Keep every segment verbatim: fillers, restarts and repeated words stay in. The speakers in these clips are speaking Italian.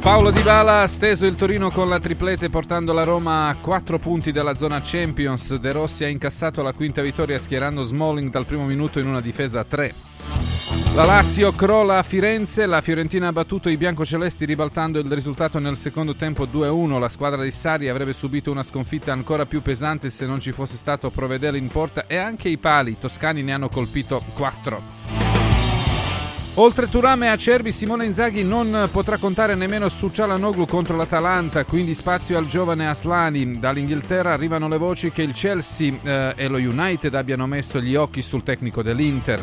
Paulo Dybala ha steso il Torino con la triplete portando la Roma a quattro punti dalla zona Champions. De Rossi ha incassato la quinta vittoria schierando Smalling dal primo minuto in una difesa a tre. La Lazio crolla a Firenze, la Fiorentina ha battuto i biancocelesti ribaltando il risultato nel secondo tempo due a uno. La squadra di Sarri avrebbe subito una sconfitta ancora più pesante se non ci fosse stato Provedel in porta e anche i pali toscani ne hanno colpito quattro. Oltre Thuram e Acerbi, Simone Inzaghi non potrà contare nemmeno su Çalhanoğlu contro l'Atalanta, quindi spazio al giovane Aslani. Dall'Inghilterra arrivano le voci che il Chelsea eh, e lo United abbiano messo gli occhi sul tecnico dell'Inter.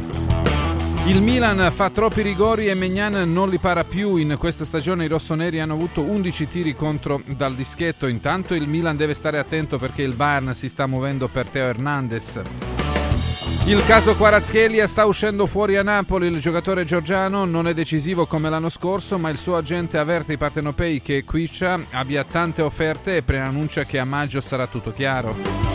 Il Milan fa troppi rigori e Maignan non li para più. In questa stagione i rossoneri hanno avuto undici tiri contro dal dischetto. Intanto il Milan deve stare attento perché il Bayern si sta muovendo per Theo Hernandez. Il caso Kvaratskhelia sta uscendo fuori a Napoli. Il giocatore georgiano non è decisivo come l'anno scorso, ma il suo agente avverte i partenopei che Quiscia abbia tante offerte e preannuncia che a maggio sarà tutto chiaro.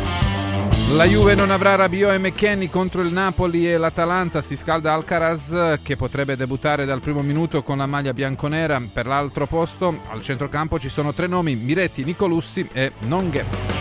La Juve non avrà Rabiot e McKennie contro il Napoli e l'Atalanta si scalda Alcaraz che potrebbe debuttare dal primo minuto con la maglia bianconera. Per l'altro posto al centrocampo ci sono tre nomi: Miretti, Nicolussi e Nonghe.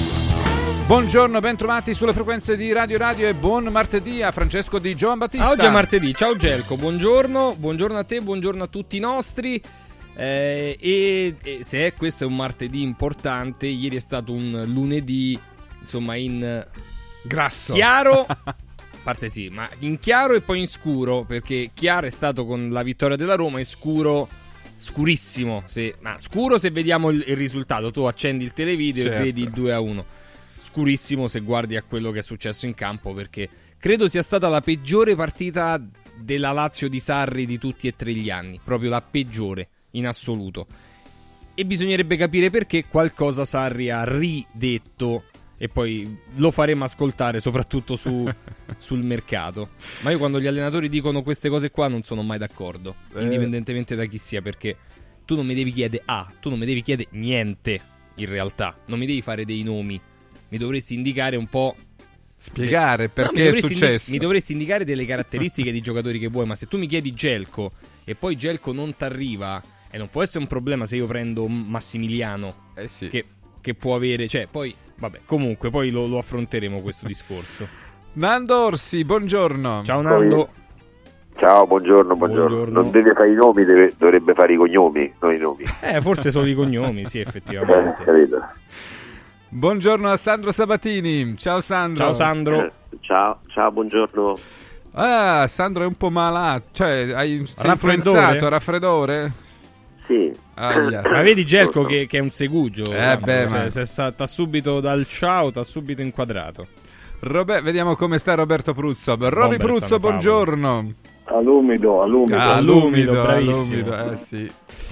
Buongiorno, ben trovati sulle frequenze di Radio Radio e buon martedì a Francesco Di Giovanbattista. Oggi è martedì, ciao Gelco, buongiorno, buongiorno a te, buongiorno a tutti i nostri. Eh, e, e se è, questo è un martedì importante, ieri è stato un lunedì, insomma, in grasso, chiaro, a parte sì, ma in chiaro e poi in scuro, perché chiaro è stato con la vittoria della Roma e scuro, scurissimo, se, ma scuro se vediamo il, il risultato, tu accendi il televideo certo. E vedi il due a uno. Scurissimo se guardi a quello che è successo in campo, perché credo sia stata la peggiore partita della Lazio di Sarri di tutti e tre gli anni, proprio la peggiore in assoluto, e bisognerebbe capire perché. Qualcosa Sarri ha ridetto e poi lo faremo ascoltare soprattutto su, sul mercato, ma io quando gli allenatori dicono queste cose qua non sono mai d'accordo, eh. indipendentemente da chi sia, perché tu non mi devi chiedere ah, tu non mi devi chiedere niente, in realtà non mi devi fare dei nomi, mi dovresti indicare un po', spiegare perché no, è successo. Indi- mi dovresti indicare delle caratteristiche di giocatori che vuoi, ma se tu mi chiedi Gelco e poi Gelco non t'arriva, e eh, non può essere un problema se io prendo Massimiliano, eh sì. che, che può avere, cioè poi vabbè, comunque poi lo, lo affronteremo questo discorso. Nando Orsi, buongiorno. Ciao Nando. Ciao, buongiorno, buongiorno, buongiorno. Non deve fare i nomi, deve, dovrebbe fare i cognomi, non i nomi. Eh, forse solo i cognomi, sì, effettivamente. Eh, Buongiorno a Sandro Sabatini. Ciao Sandro. Ciao Sandro. Eh, ciao, ciao, buongiorno. Ah, Sandro è un po' malato, cioè hai sei influenzato, raffreddore? Sì. Aia. Ma vedi Gelco che, che è un segugio. Eh beh, cioè, ma... se, se, t'ha subito dal ciao, t'ha subito inquadrato. Robert, vediamo come sta Roberto Pruzzo. Roby Pruzzo, buongiorno. All'umido, all'umido. Ah, all'umido, bravissimo. All'umido, eh sì.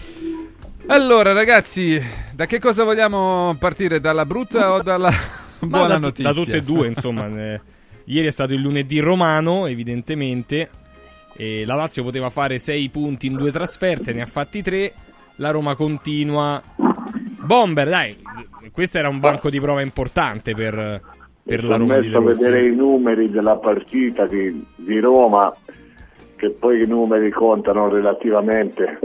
Allora ragazzi, da che cosa vogliamo partire? Dalla brutta o dalla buona da, notizia? Da tutte e due, insomma. eh, ieri è stato il lunedì romano, evidentemente, e la Lazio poteva fare sei punti in due trasferte, ne ha fatti tre. La Roma continua. Bomber, dai, questo era un banco di prova importante per, per la Roma di De Rossi. Ho vedere i numeri della partita di, di Roma, che poi i numeri contano relativamente,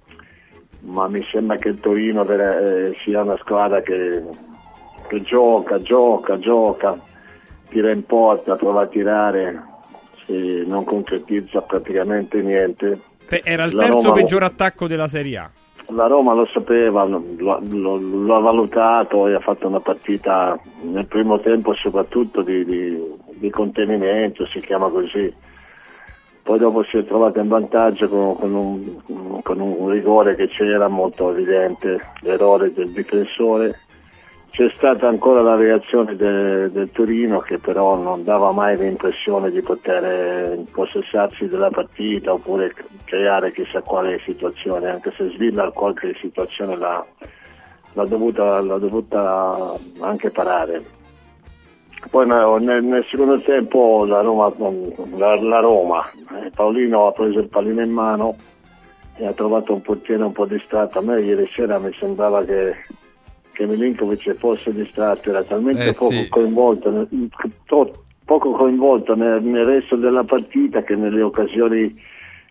ma mi sembra che il Torino eh, sia una squadra che, che gioca, gioca, gioca, tira in porta, prova a tirare, si, non concretizza praticamente niente. Era il terzo Roma, peggior attacco della Serie A. La Roma lo sapeva, lo, lo, lo ha valutato e ha fatto una partita nel primo tempo soprattutto di, di, di contenimento, si chiama così. Poi dopo si è trovato in vantaggio con, con, un, con un rigore che c'era molto evidente, l'errore del difensore. C'è stata ancora la reazione de, del Torino, che però non dava mai l'impressione di poter impossessarsi della partita oppure creare chissà quale situazione, anche se Svilla qualche situazione l'ha, l'ha, dovuta, l'ha dovuta anche parare. Poi nel, nel secondo tempo la Roma, la, la Roma eh, Paolino ha preso il pallino in mano e ha trovato un portiere un po' distratto. A me ieri sera mi sembrava che, che Milinkovic fosse distratto, era talmente eh, poco sì. coinvolto nel, to, poco coinvolto nel, nel resto della partita che nelle occasioni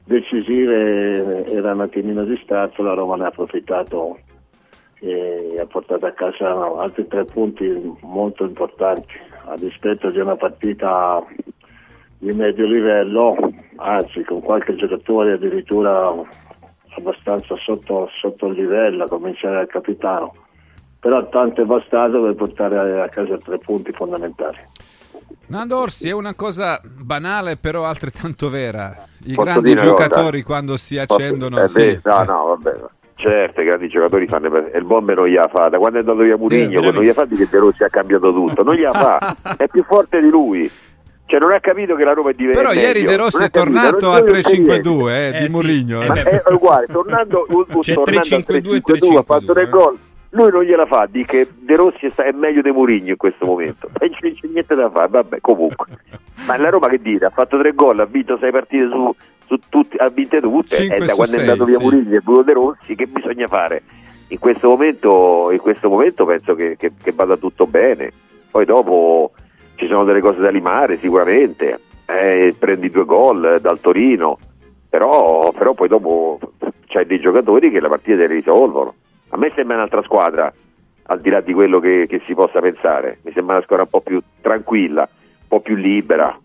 decisive era un attimino distratto, la Roma ne ha approfittato e ha portato a casa altri tre punti molto importanti, a dispetto di una partita di medio livello, anzi con qualche giocatore addirittura abbastanza sotto, sotto il livello, a cominciare dal capitano, però tanto è bastato per portare a casa tre punti fondamentali. Nando Orsi, è una cosa banale però altrettanto vera, i Posso grandi giocatori cosa? quando si Posso... accendono eh, sì. beh, no no vabbè, certo i grandi giocatori fanno, e il Bomber non gliela fa, da quando è andato via Mourinho, sì, non gli fa di che De Rossi ha cambiato tutto, non gliela fa, è più forte di lui. Cioè non ha capito che la Roma è diversa. Però ieri De Rossi è tornato a tre cinque due eh, eh, di Mourinho. Sì. Ma è uguale, tornando, C'è tornando tre cinque due, a tre cinque due ha fatto tre gol. Lui non gliela fa, di che De Rossi è meglio di Mourinho in questo momento. E non c'è niente da fare, vabbè, comunque. Ma la Roma che dire, ha fatto tre gol, ha vinto sei partite su, su tutti, ha vinte tutte, e da quando sei, è andato via sì. Mourinho e Bruno De Rossi, che bisogna fare? In questo momento, in questo momento penso che, che, che vada tutto bene. Poi dopo ci sono delle cose da limare sicuramente. Eh, prendi due gol dal Torino, però, però poi dopo c'hai dei giocatori che la partita te le risolvono. A me sembra un'altra squadra, al di là di quello che, che si possa pensare, mi sembra una squadra un po' più tranquilla, un po' più libera,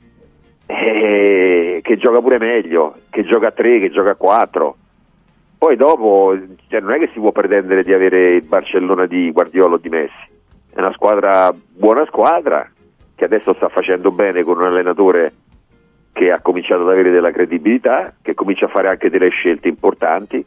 eh, che gioca pure meglio, che gioca a tre, che gioca a quattro. Poi dopo cioè, non è che si può pretendere di avere il Barcellona di Guardiola o di Messi, è una squadra, buona squadra, che adesso sta facendo bene con un allenatore che ha cominciato ad avere della credibilità, che comincia a fare anche delle scelte importanti,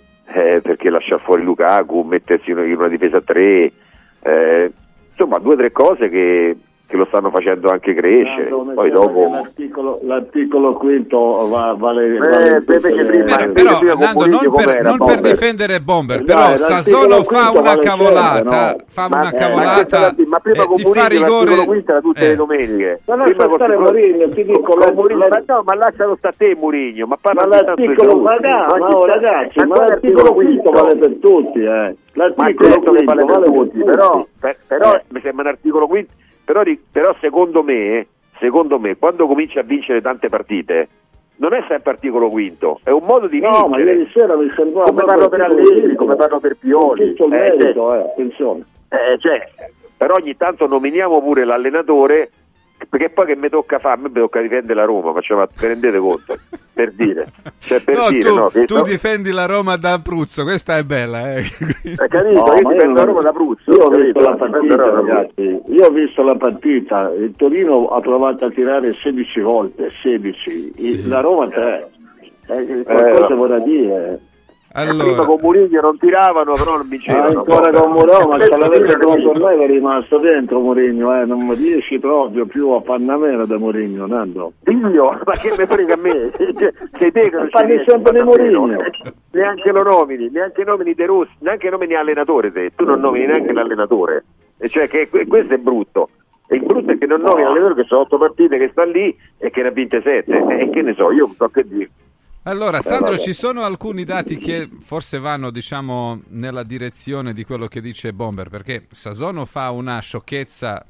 eh, perché lasciare fuori Lukaku, mettersi in una difesa a tre, eh, insomma due o tre cose che, che lo stanno facendo anche crescere. No, poi dopo l'articolo, l'articolo quinto va, vale, eh, vale prima, però, però Nando, non, per, non per difendere Bomber, però no, Sassono fa una vale cavolata, sempre, no? fa ma, una eh, cavolata ma, ma prima eh, con ti Mourinho fa rigore l'articolo quinto era tutte eh. le domeniche. Ma lascia stare Mourinho, ti dico la, Mourinho, ma no, ma lascialo sta a te Mourinho, ma parla ma l'articolo, ma, ma, ma oh, ragazzi, ma l'articolo quinto vale per tutti, eh. L'articolo quinto vale per tutti, però però mi sembra un articolo quinto. Però, però secondo me, secondo me, quando cominci a vincere tante partite, non è sempre articolo quinto, è un modo di vincere. No, ma ieri sera mi sembrava come fanno per Allegri, come fanno per Pioli. Tutto il eh, merito, eh, attenzione. Eh, cioè, però ogni tanto nominiamo pure l'allenatore, perché poi che mi tocca fare, a me mi tocca difendere la Roma, facciamo, vi rendete conto? Per dire, cioè per no, dire, tu, no, tu no, difendi la Roma da Abruzzo, questa è bella, eh. Hai capito? No, io difendo la io Roma da Abruzzo. Io ho visto la partita, ragazzi, io ho visto la partita, il Torino ha provato a tirare sedici volte, sedici, sì. La Roma tre, eh, qualcosa eh, vorrà dire. Allora. Prima con Mourinho non tiravano, però non vincevano. Ah, ancora con Mourinho, ma se l'avete trovato lei è rimasto dentro Mourinho, eh, non mi riesci proprio più a Panamera da Mourinho, Nando. Io? Ma che me frega a me? Sei te che non parli sempre di Mourinho. Neanche lo nomini, neanche nomini De Rossi, neanche nomini allenatore te, tu non nomini neanche l'allenatore. E cioè che questo è brutto. E il brutto è che non nomini l'allenatore che sono otto partite che sta lì e che ne ha vinte sette. E che ne so, io so che dire. Allora, Sandro, ci sono alcuni dati che forse vanno, diciamo, nella direzione di quello che dice Bomber, perché Sassono fa una sciocchezza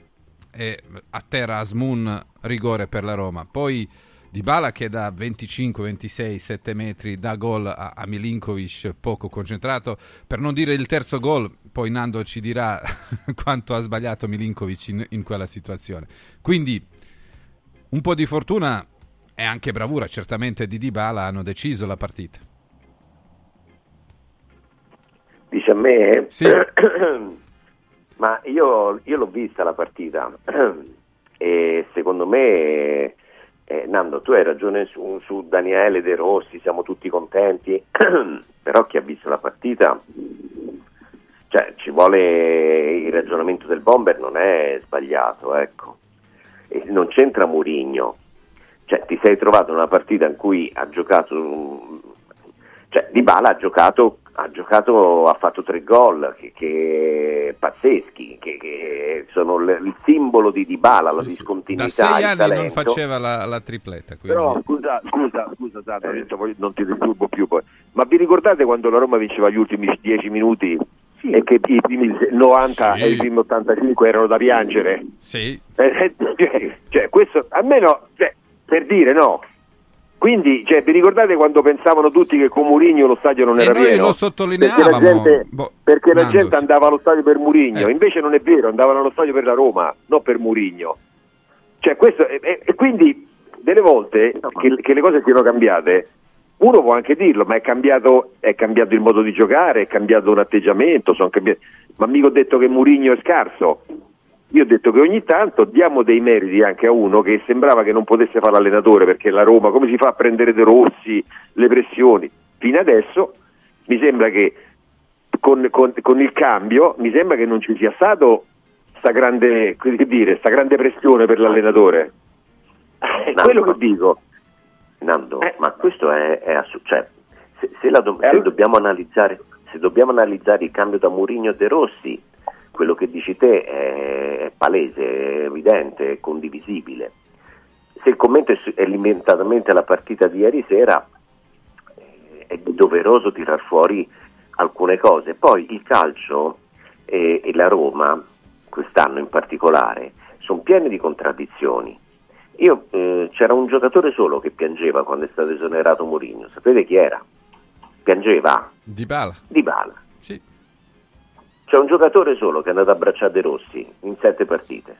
e atterra Asmun, rigore per la Roma. Poi Dybala che da venticinque, ventisei, sette metri dà gol a, a Milinkovic, poco concentrato. Per non dire il terzo gol, poi Nando ci dirà quanto ha sbagliato Milinkovic in, in quella situazione. Quindi un po' di fortuna e anche bravura certamente di Dybala hanno deciso la partita. Dice a me? Sì. Ma io, io l'ho vista la partita e secondo me, eh, Nando, tu hai ragione su, su Daniele De Rossi, siamo tutti contenti, però chi ha visto la partita, cioè ci vuole il ragionamento del Bomber, non è sbagliato, ecco, e non c'entra Mourinho. Cioè ti sei trovato in una partita in cui ha giocato, cioè Dybala ha giocato, ha giocato, ha fatto tre gol che, che pazzeschi, che, che sono l- il simbolo di Dybala, sì, la discontinuità. Da sei anni talento. Non faceva la, la tripletta. Quindi. Però scusa, scusa, scusa, Sandro, eh. non ti disturbo più poi. Ma vi ricordate quando la Roma vinceva gli ultimi dieci minuti? Sì. E che i primi novanta sì. e i primi ottantacinque erano da piangere? Sì. Eh, cioè, cioè questo almeno. Cioè, per dire no, Quindi, cioè, vi ricordate quando pensavano tutti che con Mourinho lo stadio non e era noi pieno? lo sottolineavamo. Perché la gente, boh, perché la Nando, gente sì. andava allo stadio per Mourinho, Eh. invece non è vero, andavano allo stadio per la Roma, non per Mourinho. Cioè, questo, e, e- e quindi delle volte che, che le cose siano cambiate, uno può anche dirlo, ma è cambiato, è cambiato il modo di giocare, è cambiato un atteggiamento, sono cambiati. Ma mica ho detto che Mourinho è scarso. Io ho detto che ogni tanto diamo dei meriti anche a uno che sembrava che non potesse fare l'allenatore, perché la Roma, come si fa a prendere De Rossi, le pressioni? Fino adesso mi sembra che con, con- con il cambio mi sembra che non ci sia stato sta grande, che dire, sta grande pressione per l'allenatore. È Nando, quello che dico. Nando, Eh. ma questo è, è assu- cioè, se, se la do- Eh, se dobbiamo analizzare se dobbiamo analizzare il cambio da Mourinho a De Rossi, quello che dici te è palese, è evidente, è condivisibile. Se il commento è, su- è limitatamente alla partita di ieri sera, eh, è doveroso tirar fuori alcune cose. Poi il calcio e, e la Roma, quest'anno in particolare, sono pieni di contraddizioni. Io eh, c'era un giocatore solo che piangeva quando è stato esonerato Mourinho. Sapete chi era? Piangeva? Dybala. Dybala. Sì. C'è un giocatore solo che è andato a abbracciare De Rossi in sette partite.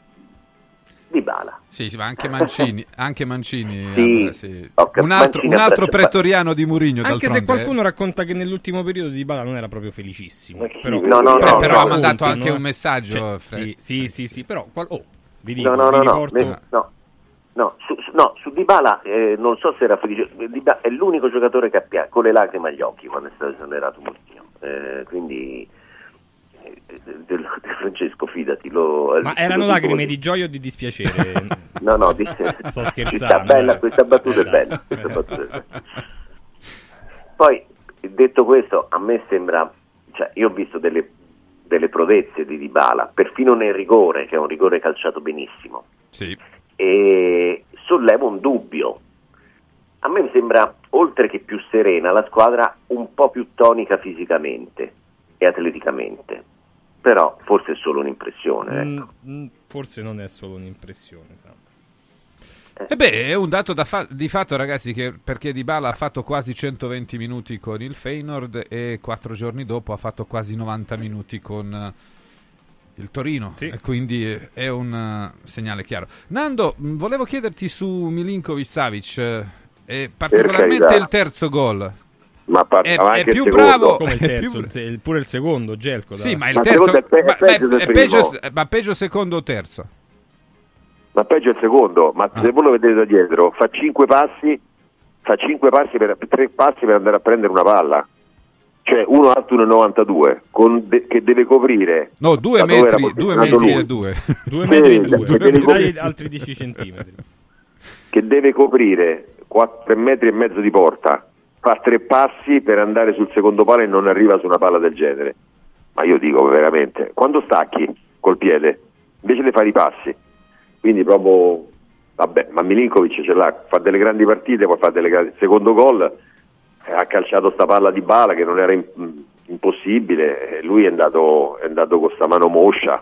Dybala. Sì, sì, ma anche Mancini, anche Mancini, Sì, eh, sì. ho capito. un altro, Mancini un altro abbraccia- pretoriano di Mourinho, Anche d'altronde, se qualcuno eh. racconta che nell'ultimo periodo Dybala non era proprio felicissimo. Ma chi? Però, No, no, Beh, no, però no, ha no, mandato no, anche no. un messaggio. Cioè, Fred. sì, sì, sì, sì, però qual- oh, vi dico, No, no, vi no, no, riporto- me- no, no, su, su- no, su Dybala eh, non so se era felice. Dybala è l'unico giocatore che ha pia- con le lacrime agli occhi quando è stato esonerato Mourinho. Eh, quindi eh, del- del Francesco, fidati. Lo, Ma lo erano dico lacrime così. di gioia o di dispiacere? No, no, di- Sto ci scherzando. sta, bella, eh. questa battuta Eh, è bella. dai. Questa battuta è bella. Poi, detto questo, a me sembra, cioè, io ho visto delle, delle prodezze di Dybala, perfino nel rigore, che è un rigore calciato benissimo, Sì. e sollevo un dubbio. A me sembra, oltre che più serena, la squadra un po' più tonica fisicamente e atleticamente, però forse è solo un'impressione. Mm, Ecco. mm, forse non è solo un'impressione, sa. E beh, è un dato da fa- di fatto, ragazzi, che perché Dybala ha fatto quasi centoventi minuti con il Feyenoord e quattro giorni dopo ha fatto quasi novanta minuti con eh, il Torino, Sì. e quindi eh, è un eh, segnale chiaro. Nando, mh, volevo chiederti su Milinkovic-Savic, eh, e particolarmente carità. il terzo gol. Ma, pa- È- ma è anche più il secondo. bravo. Come il È terzo, più- il se- il- pure il secondo, Gelco. Sì, dai. ma il Ma il terzo secondo è pe- è ma- peggio ma- del è peggio, primo. ma peggio secondo o terzo? Ma peggio il secondo, ma Ah. se voi lo vedete da dietro, fa cinque passi, fa cinque passi per tre passi per andare a prendere una palla. Cioè uno alto uno virgola novantadue con de- che deve coprire. No, due da dove era metri, due posizionato metri lui. e due. Due Sì, metri e che due, deve dai coprire- altri dieci centimetri. Che deve coprire quattro metri e mezzo di porta, fa tre passi per andare sul secondo palo e non arriva su una palla del genere. Ma io dico veramente, quando stacchi col piede, invece di fare i passi, quindi proprio, vabbè, ma Milinkovic ce l'ha, fa delle grandi partite, poi fa delle grandi, secondo gol, eh, ha calciato sta palla di Bala che non era in- impossibile, e lui è andato, è andato con sta mano moscia,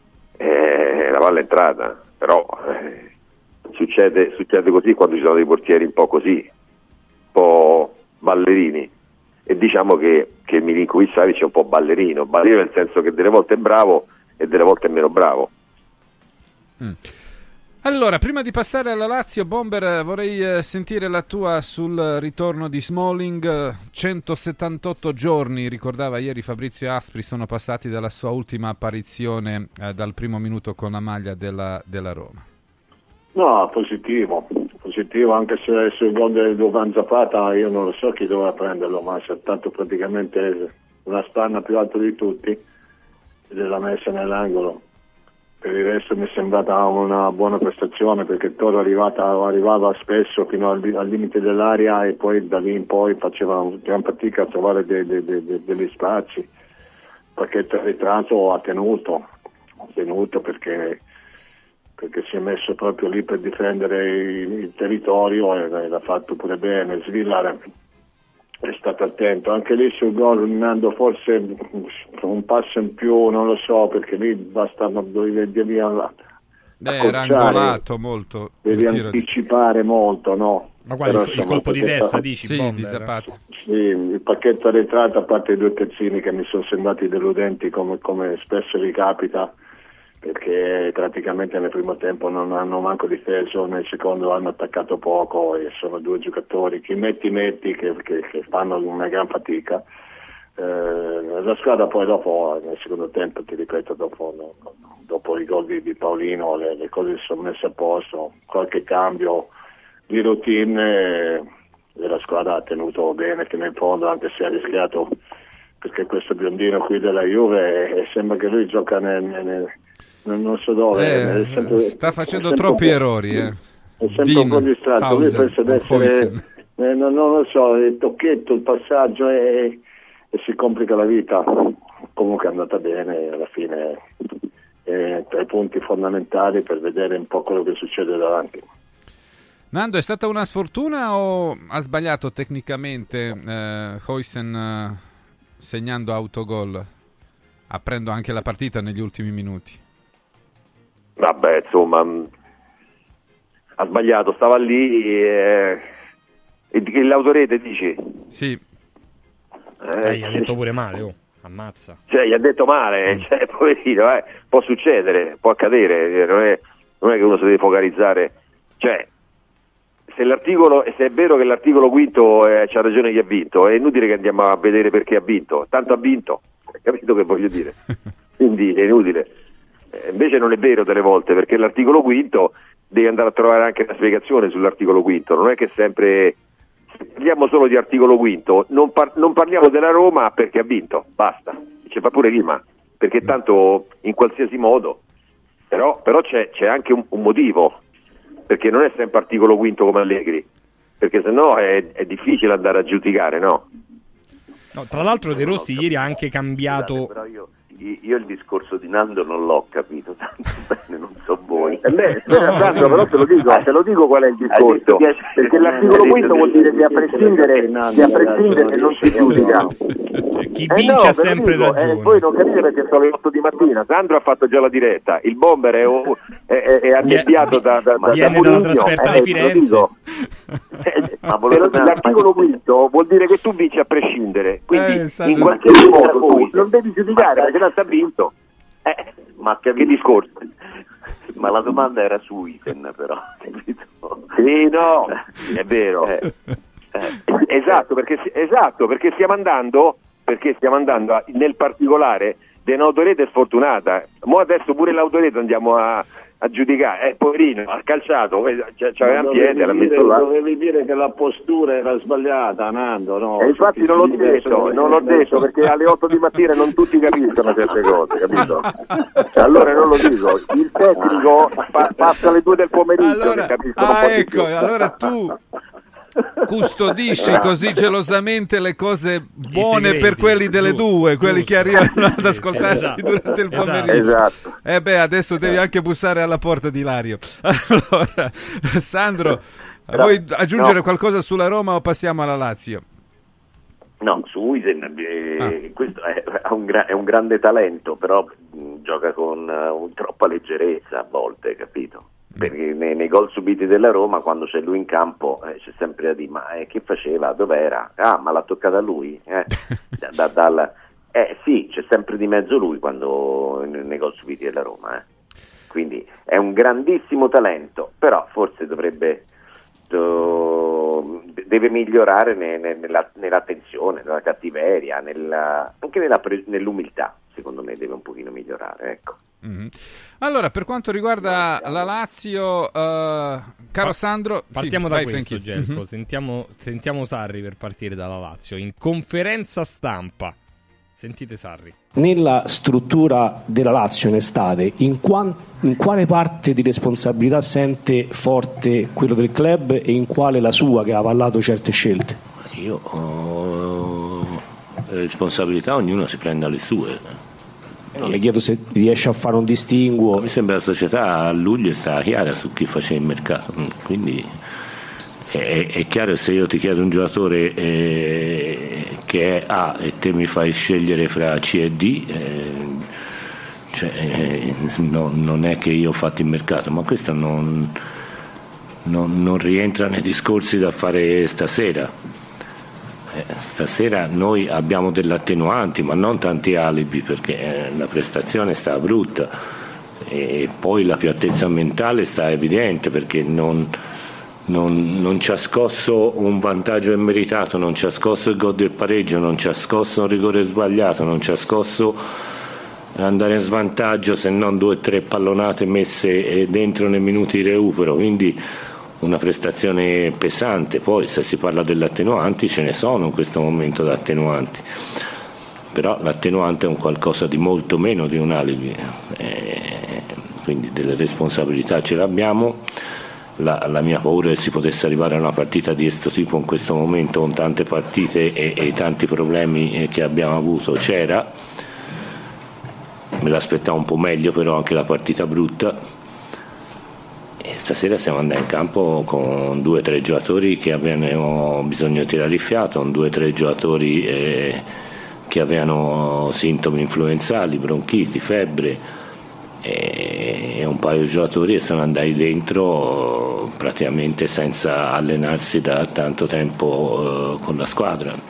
e la palla è entrata, però eh, succede, succede così quando ci sono dei portieri un po' così, un po' ballerini, e diciamo che, che Milinkovic-Savic è un po' ballerino, ballerino nel senso che delle volte è bravo e delle volte è meno bravo. Mm. Allora, prima di passare alla Lazio, Bomber, vorrei eh, sentire la tua sul ritorno di Smalling. Eh, centosettantotto giorni, ricordava ieri Fabrizio Aspri, sono passati dalla sua ultima apparizione eh, dal primo minuto con la maglia della, della Roma. No, positivo, positivo, anche se adesso il gol del Duvan Zapata io non lo so chi doveva prenderlo, ma si è tanto praticamente una spanna più alta di tutti e l'ha messa nell'angolo. Per il resto mi è sembrata una buona prestazione perché Toro arrivata, arrivava spesso fino al, al limite dell'area e poi da lì in poi faceva gran fatica a trovare de, de, de, de, degli spazi. Pacchetto arretrato ha tenuto, ha tenuto perché, perché si è messo proprio lì per difendere il, il territorio e l'ha fatto pure bene. Svillar è stato attento anche lì sul gol, Nando, forse un passo in più, non lo so, perché lì basta devi, devi Beh, era angolato molto il devi tiro di- anticipare molto, no? Ma quale, Però, il, insomma, il colpo di perché testa, fa- dici? Sì, Bomber? di Zapata. Sì, il pacchetto arretrato, a parte i due terzini che mi sono sembrati deludenti come, come spesso ricapita, perché praticamente nel primo tempo non hanno manco difeso, nel secondo hanno attaccato poco e sono due giocatori, chi metti metti, che, che, che fanno una gran fatica. Eh, la squadra poi dopo, nel secondo tempo, ti ripeto, dopo, no, dopo i gol di, di Paolino le, le cose si sono messe a posto, qualche cambio di routine e la squadra ha tenuto bene fino in fondo, anche se ha rischiato, perché questo biondino qui della Juve eh, sembra che lui gioca nel, nel, nel non so dove, Eh, è sempre, sta facendo è troppi un po', errori, eh. è sempre Dean, un po' distratto, lui Hauser, pensa di o essere Huijsen. eh, non, non lo so, il tocchetto, il passaggio e, e si complica la vita. Comunque è andata bene, alla fine eh, tre punti fondamentali per vedere un po' quello che succede davanti. Nando, è stata una sfortuna o ha sbagliato tecnicamente eh, Huijsen eh, segnando autogol, aprendo anche la partita negli ultimi minuti? Vabbè, insomma, mh, ha sbagliato, stava lì e, e l'autorete dici? Sì. Eh, Eh, gli ha detto pure male, oh, ammazza. Cioè, gli ha detto male, cioè, poverino, eh, può succedere, può accadere, non è, non è che uno si deve focalizzare, cioè, se l'articolo, se è vero che l'articolo quinto eh, c'ha ragione chi ha vinto, è inutile che andiamo a vedere perché ha vinto, tanto ha vinto, hai capito che voglio dire? Quindi è inutile. Eh, invece non è vero delle volte, perché l'articolo quinto devi andare a trovare anche una spiegazione sull'articolo quinto, non è che sempre, se parliamo solo di articolo quinto, non, par- non parliamo della Roma perché ha vinto, basta, ci fa pure rima, perché tanto in qualsiasi modo, però, però c'è, c'è anche un, un motivo, perché non è sempre articolo quinto come Allegri, perché sennò è, è difficile andare a giudicare, no? No, tra l'altro De Rossi ieri ha anche cambiato. Scusate, però io, io il discorso di Nando non l'ho capito tanto bene, non so voi. Eh beh, No, Sandro, no, però te lo dico, eh. te lo dico qual è il discorso, Hai detto che- perché l'articolo quinto vuol dire che a prescindere, che a prescindere non si giudica. Chi Eh vince no, ha ve lo sempre dico, ragione. eh, voi non capite perché sono le otto di mattina. Sandro ha fatto già la diretta. Il bomber è, è, è, è annebbiato da, da, da, viene da dalla Mourinho. trasferta Eh, di te lo Firenze. dico. Eh, Ma te lo- volevo- l'articolo quinto vuol dire che tu vinci a prescindere. Quindi Eh, Sandro- in qualsiasi modo tu non devi giudicare perché tanto ha vinto. Eh, Ma che capito? discorso? Ma la domanda era su Huijsen, però, capito? Sì, no, è vero. Eh, eh. Esatto, perché, esatto, perché stiamo andando, perché stiamo andando a, nel particolare dell'autorete sfortunata. Mo adesso pure l'autorete andiamo a, a giudicare. Eh, poverino, ha calciato, eh, c- c'aveva un Dovevi piede, l'ha dire- messo là. dovevi dire che la postura era sbagliata, Nando, no? E infatti non l'ho detto, non l'ho detto perché perché alle otto di mattina non tutti capiscono certe cose, capito? E allora non lo dico, il tecnico pa- passa alle due del pomeriggio Allora, che capiscono un ah, po' di ecco, più. allora tu custodisci così gelosamente le cose buone segreti, per quelli delle giusto, due, quelli giusto. che arrivano ad Sì, sì, ascoltarci esatto, durante il esatto. pomeriggio. Esatto. Eh beh, adesso devi anche bussare alla porta di Ilario. Allora, Sandro, vuoi aggiungere no. qualcosa sulla Roma o passiamo alla Lazio? No, su Huijsen eh, Ah. questo è, è, un gra- è un grande talento, però mh, gioca con uh, un, troppa leggerezza a volte, capito? Perché nei, nei gol subiti della Roma, quando c'è lui in campo, eh, c'è sempre da dire, ma eh, che faceva? Dov'era? Ah, ma l'ha toccata lui? Eh, da, da, dal, eh sì, c'è sempre di mezzo lui quando nei, nei gol subiti della Roma, eh. Quindi è un grandissimo talento, però forse dovrebbe to- deve migliorare ne- ne- nella, nell'attenzione, nella cattiveria, nella, anche nella pre- nell'umiltà, secondo me deve un pochino migliorare, ecco. Mhm. Allora, per quanto riguarda la Lazio, eh, caro Sandro, Partiamo sì, da vai, questo, Franchi. Gelco. Mhm. Sentiamo, sentiamo Sarri per partire dalla Lazio. In conferenza stampa, sentite Sarri. Nella struttura della Lazio in estate, in, quan- in quale parte di responsabilità sente forte quello del club e in quale la sua, che ha avallato certe scelte? Io ho le responsabilità, ognuno si prenda le sue. No, le chiedo se riesce a fare un distinguo. Mi sembra la società a luglio sta chiara su chi faceva il mercato, quindi è, è chiaro che se io ti chiedo un giocatore eh, che è A e te mi fai scegliere fra C e D, eh, cioè, eh, no, non è che io ho fatto il mercato, ma questo non, non, non rientra nei discorsi da fare stasera. Eh, stasera noi abbiamo delle attenuanti, ma non tanti alibi, perché eh, la prestazione sta brutta, e poi la piattezza mentale sta evidente, perché non, non, non ci ha scosso un vantaggio immeritato, non ci ha scosso il gol del pareggio, non ci ha scosso un rigore sbagliato, non ci ha scosso andare in svantaggio se non due o tre pallonate messe dentro nei minuti di recupero, quindi una prestazione pesante. Poi se si parla delle attenuanti, ce ne sono in questo momento da attenuanti, però l'attenuante è un qualcosa di molto meno di un alibi, eh, quindi delle responsabilità ce le abbiamo. La, la mia paura è che si potesse arrivare a una partita di questo tipo in questo momento, con tante partite e, e tanti problemi che abbiamo avuto, c'era. Me l'aspettavo un po' meglio, però anche la partita brutta. E stasera siamo andati in campo con due o tre giocatori che avevano bisogno di tirare il fiato, con due o tre giocatori eh, che avevano sintomi influenzali, bronchiti, febbre, e, e un paio di giocatori che sono andati dentro praticamente senza allenarsi da tanto tempo eh, con la squadra.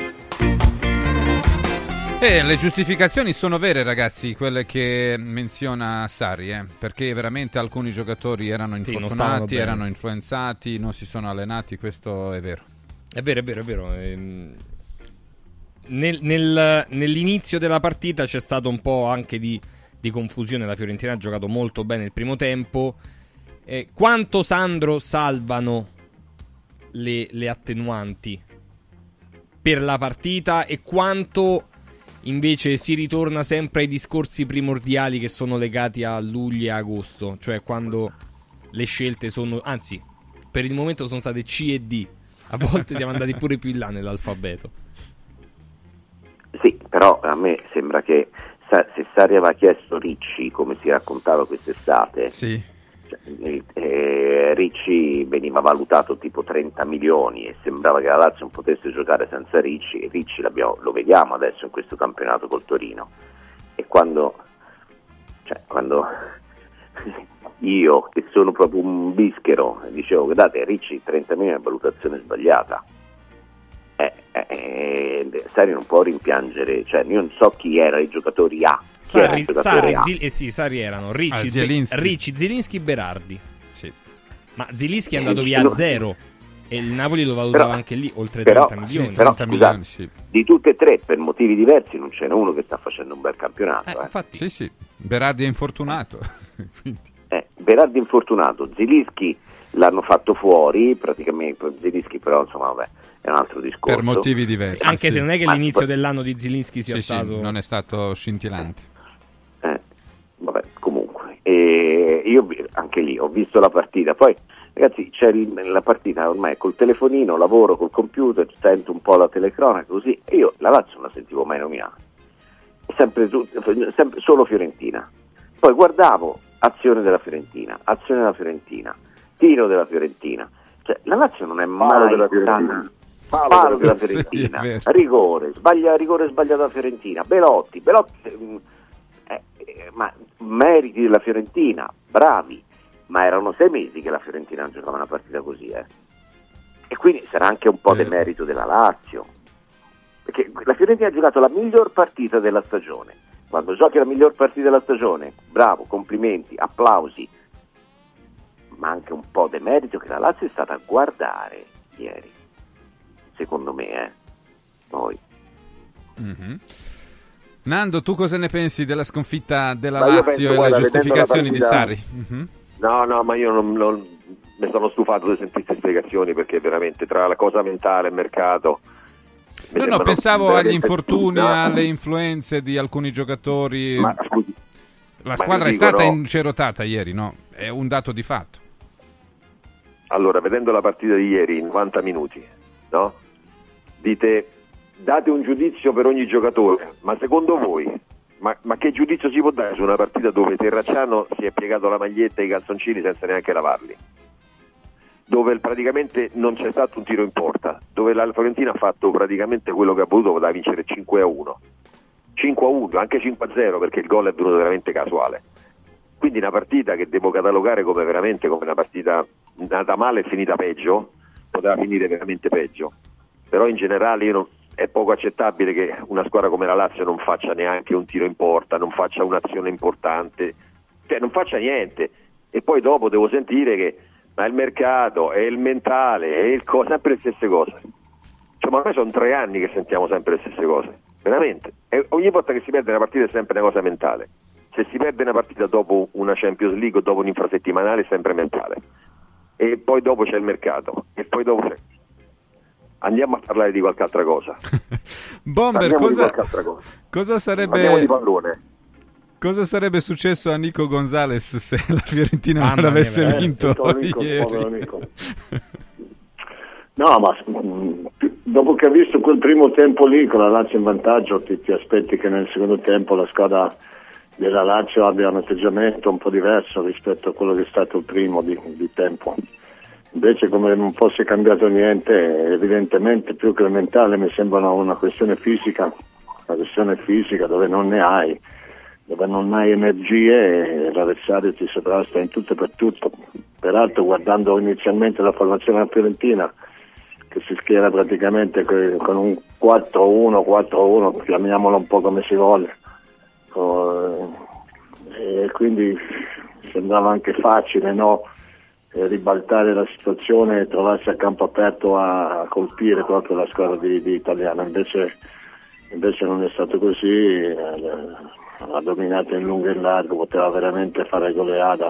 Eh, le giustificazioni sono vere, ragazzi, quelle che menziona Sarri, eh, perché veramente alcuni giocatori erano infortunati, sì, erano influenzati, non si sono allenati, questo è vero. È vero, è vero, è vero. Ehm, nel, nel, nell'inizio della partita c'è stato un po' anche di, di confusione, la Fiorentina ha giocato molto bene il primo tempo. Eh, quanto, Sandro, salvano le, le attenuanti per la partita e quanto invece si ritorna sempre ai discorsi primordiali che sono legati a luglio e agosto, cioè quando le scelte sono, anzi, per il momento sono state C e D, a volte siamo andati pure più in là nell'alfabeto. Sì, però a me sembra che se Sarri aveva chiesto Ricci, come si raccontava quest'estate, sì. cioè, eh, Ricci veniva valutato tipo trenta milioni e sembrava che la Lazio non potesse giocare senza Ricci, e Ricci l'abbiamo, lo vediamo adesso in questo campionato col Torino. E quando, cioè, quando io, che sono proprio un bischero, dicevo guardate, Ricci trenta milioni è una valutazione sbagliata, eh, eh, Sarri non può rimpiangere, cioè io non so chi era i giocatori A. Sarri, Sarri, Zil- eh sì, Sarri erano Ricci, ah, Zielinski. Ricci, Zielinski, Berardi. Sì. Ma Zielinski è andato eh, via a no. zero e il Napoli lo valutava però, anche lì oltre però, trenta milioni. Sì, però, trenta scusate, milioni, sì. Di tutte e tre, per motivi diversi, non ce n'è uno che sta facendo un bel campionato. Eh, eh. infatti. Sì, sì, Berardi è infortunato. eh, Berardi infortunato, Zielinski l'hanno fatto fuori, praticamente Zielinski però insomma vabbè, è un altro discorso. Per motivi diversi. Anche sì. se non è che Ma, l'inizio ma, dell'anno di Zielinski sia sì, stato... Sì, non è stato scintillante. Eh, vabbè, comunque. E io anche lì ho visto la partita, poi ragazzi c'è il, la partita ormai col telefonino, lavoro col computer, sento un po' la telecronaca così, e io la Lazio non la sentivo mai nominata. Sempre, sempre solo Fiorentina. Poi guardavo azione della Fiorentina, azione della Fiorentina, tiro della Fiorentina. Cioè, la Lazio non è mai della Fiorentina. Palo, Palo della sì, Fiorentina, è vero. rigore, sbaglia, rigore sbagliato della Fiorentina, Belotti, Belotti eh, eh, ma meriti della Fiorentina, bravi, ma erano sei mesi che la Fiorentina non giocava una partita così, eh. E quindi sarà anche un po' eh. del merito della Lazio, perché la Fiorentina ha giocato la miglior partita della stagione. Quando giochi la miglior partita della stagione, bravo, complimenti, applausi, ma anche un po' di merito che la Lazio è stata a guardare ieri, secondo me, eh. Poi. Mm-hmm. Nando, tu cosa ne pensi della sconfitta della Ma io Lazio penso, e guarda, le giustificazioni di partita- Sarri? Mm-hmm. No, no, ma io non, non mi sono stufato di sentire queste spiegazioni, perché veramente tra la cosa mentale e il mercato mi No, no, sembrano pensavo agli veramente infortuni, no. alle influenze di alcuni giocatori. Ma scusi, La ma squadra è io dico, stata no. incerotata ieri, no? È un dato di fatto. allora, vedendo la partita di ieri in novanta minuti, no? Dite, date un giudizio per ogni giocatore, ma secondo voi, ma, ma che giudizio si può dare su una partita dove Terracciano si è piegato la maglietta e i calzoncini senza neanche lavarli? Dove praticamente non c'è stato un tiro in porta, dove la Fiorentina ha fatto praticamente quello che ha voluto, poteva vincere cinque a uno, cinque a uno, anche cinque a zero, perché il gol è venuto veramente casuale. quindi una partita che devo catalogare come veramente come una partita nata male e finita peggio, poteva finire veramente peggio, però in generale io non, è poco accettabile che una squadra come la Lazio non faccia neanche un tiro in porta, non faccia un'azione importante, cioè non faccia niente, e poi dopo devo sentire che ma il mercato, è il mentale, è il co- sempre le stesse cose. Cioè, ma ormai sono tre anni che sentiamo sempre le stesse cose, veramente. E ogni volta che si perde una partita è sempre una cosa mentale. Se si perde una partita dopo una Champions League o dopo un infrasettimanale è sempre mentale. E poi dopo c'è il mercato. E poi dopo c'è... Andiamo a parlare di qualche altra cosa. Bomber, Parliamo cosa, di qualche altra cosa. cosa sarebbe... Parliamo di pallone. Cosa sarebbe successo a Nico Gonzalez se la Fiorentina Mamma non avesse mia, vinto eh, Nico, ieri? Nico. No, ma mh, dopo che ha visto quel primo tempo lì con la Lazio in vantaggio, ti, ti aspetti che nel secondo tempo la squadra della Lazio abbia un atteggiamento un po' diverso rispetto a quello che è stato il primo di, di tempo. Invece, come non fosse cambiato niente, evidentemente più che mentale mi sembra una questione fisica, una questione fisica dove non ne hai, dove non hai energie e l'avversario ti sovrasta in tutto e per tutto. Peraltro, guardando inizialmente la formazione della Fiorentina, che si schiera praticamente con un quattro uno quattro uno, chiamiamolo un po' come si vuole, e quindi sembrava anche facile, no? Ribaltare la situazione e trovarsi a campo aperto a colpire proprio la squadra di, di Italiana. Invece, invece non è stato così, ha dominato in lungo e in largo, poteva veramente fare goleada.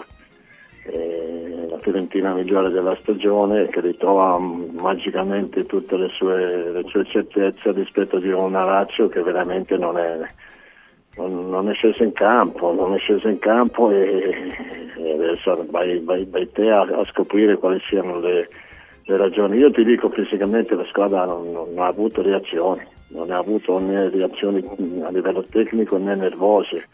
E la Fiorentina migliore della stagione, che ritrova magicamente tutte le sue, le sue certezze rispetto di una Lazio che veramente non è, non, non è scesa in campo, non è scesa in campo e, e adesso vai, vai, vai te a, a scoprire quali siano le, le ragioni. Io ti dico, fisicamente la squadra non, non ha avuto reazioni, non ha avuto né reazioni a livello tecnico né nervose.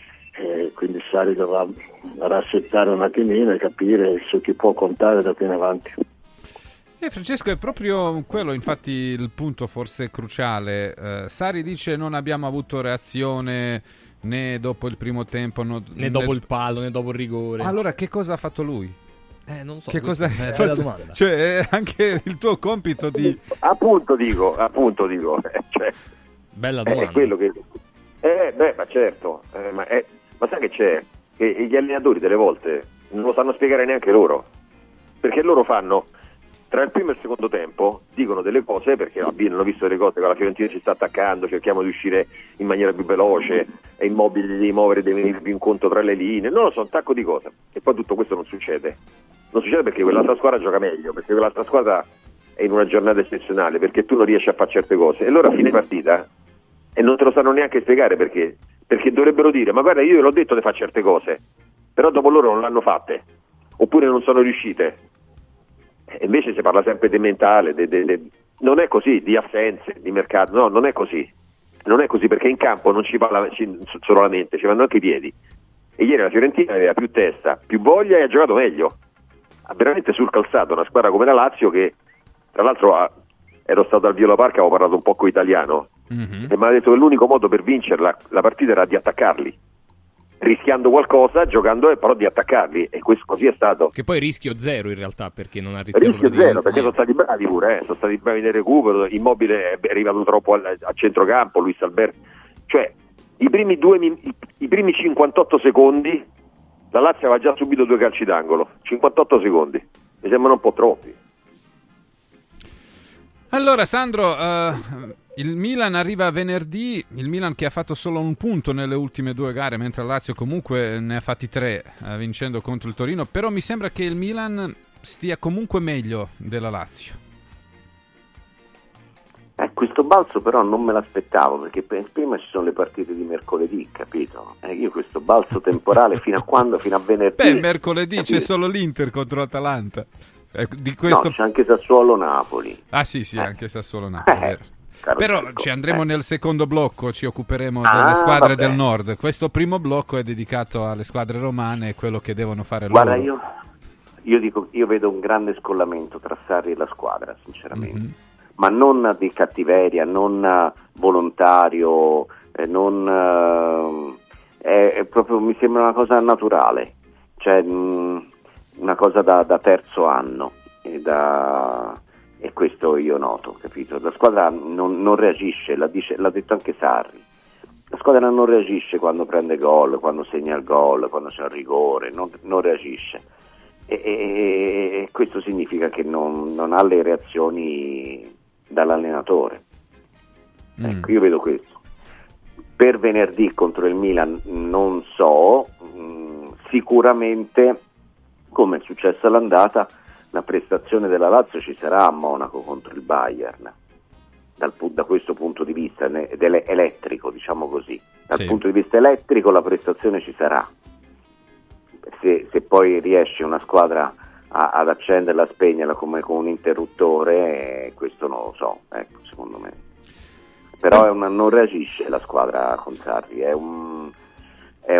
E quindi Sarri dovrà rassettare un attimino e capire su chi può contare da qui in avanti. Eh, Francesco, è proprio quello infatti il punto forse cruciale. eh, Sarri dice non abbiamo avuto reazione né dopo il primo tempo no, né dopo il palo né dopo il rigore. Allora che cosa ha fatto lui? Eh, non so. Che cosa è è? bella domanda. Cioè è anche il tuo compito di... Appunto dico, appunto dico, eh, cioè, Bella domanda. è quello che... Eh, beh, ma certo, eh, ma, è... ma sai che c'è? Che gli allenatori delle volte non lo sanno spiegare neanche loro, perché loro fanno, tra il primo e il secondo tempo, dicono delle cose, perché hanno visto delle cose che la Fiorentina ci sta attaccando, cerchiamo di uscire in maniera più veloce, è Immobile di muovere, devi venire più incontro tra le linee, non lo so, un tacco di cose, e poi tutto questo non succede. Non succede perché quell'altra squadra gioca meglio, perché quell'altra squadra è in una giornata eccezionale, perché tu non riesci a fare certe cose, e loro a fine partita, e non te lo sanno neanche spiegare perché, perché dovrebbero dire, ma guarda, io l'ho detto di fare certe cose, però dopo loro non l'hanno fatte, oppure non sono riuscite. E invece si parla sempre di mentale, de, de, de... non è così, di assenze, di mercato, no, non è così, non è così, perché in campo non ci parla solo la mente, ci vanno anche i piedi, e ieri la Fiorentina aveva più testa, più voglia e ha giocato meglio, ha veramente sul calzato una squadra come la Lazio che, tra l'altro, ha... ero stato al Viola Park, avevo parlato un poco italiano, mm-hmm. e mi ha detto che l'unico modo per vincerla la partita era di attaccarli, rischiando qualcosa, giocando e però di attaccarli, e questo così è stato. Che poi rischio zero in realtà, perché non ha rischiato rischio zero, perché sono stati bravi pure, eh. sono stati bravi nel recupero, Immobile è arrivato troppo al, a centrocampo, Luis Alberto, cioè i primi due i, i primi cinquantotto secondi la Lazio aveva già subito due calci d'angolo, cinquantotto secondi, mi sembrano un po' troppi. Allora Sandro, uh, il Milan arriva venerdì, il Milan che ha fatto solo un punto nelle ultime due gare, mentre la Lazio comunque ne ha fatti tre, uh, vincendo contro il Torino, però mi sembra che il Milan stia comunque meglio della Lazio. Eh, questo balzo però non me l'aspettavo, perché prima ci sono le partite di mercoledì, capito? Eh, io questo balzo temporale fino a quando? Fino a venerdì? Beh, mercoledì capito? C'è solo l'Inter contro l'Atalanta. Eh, di questo... No, c'è anche Sassuolo-Napoli. Ah sì, sì, eh. anche Sassuolo-Napoli. Eh, Però Marco, ci andremo eh. nel secondo blocco, ci occuperemo ah, delle squadre vabbè. del nord. Questo primo blocco è dedicato alle squadre romane e quello che devono fare Guarda, loro. io, io dico, io vedo un grande scollamento tra Sarri e la squadra, sinceramente. Mm-hmm. Ma non di cattiveria, non volontario, eh, non, è, è proprio, mi sembra una cosa naturale, cioè mh, una cosa da, da terzo anno, e, da, e questo io noto, capito? La squadra non, non reagisce, l'ha, dice, l'ha detto anche Sarri, la squadra non reagisce quando prende gol, quando segna il gol, quando c'è il rigore, non, non reagisce, e, e, e questo significa che non, non ha le reazioni dall'allenatore. Mm. Ecco, io vedo questo. Per venerdì contro il Milan non so, mh, sicuramente, come è successo all'andata, la prestazione della Lazio ci sarà a Monaco contro il Bayern, dal, da questo punto di vista, ed è elettrico, diciamo così, dal sì. punto di vista elettrico la prestazione ci sarà, se, se poi riesce una squadra a, ad accenderla, a spegnerla come con un interruttore, eh, questo non lo so, ecco, secondo me. Però è una, non reagisce la squadra con Sarri, è, un, è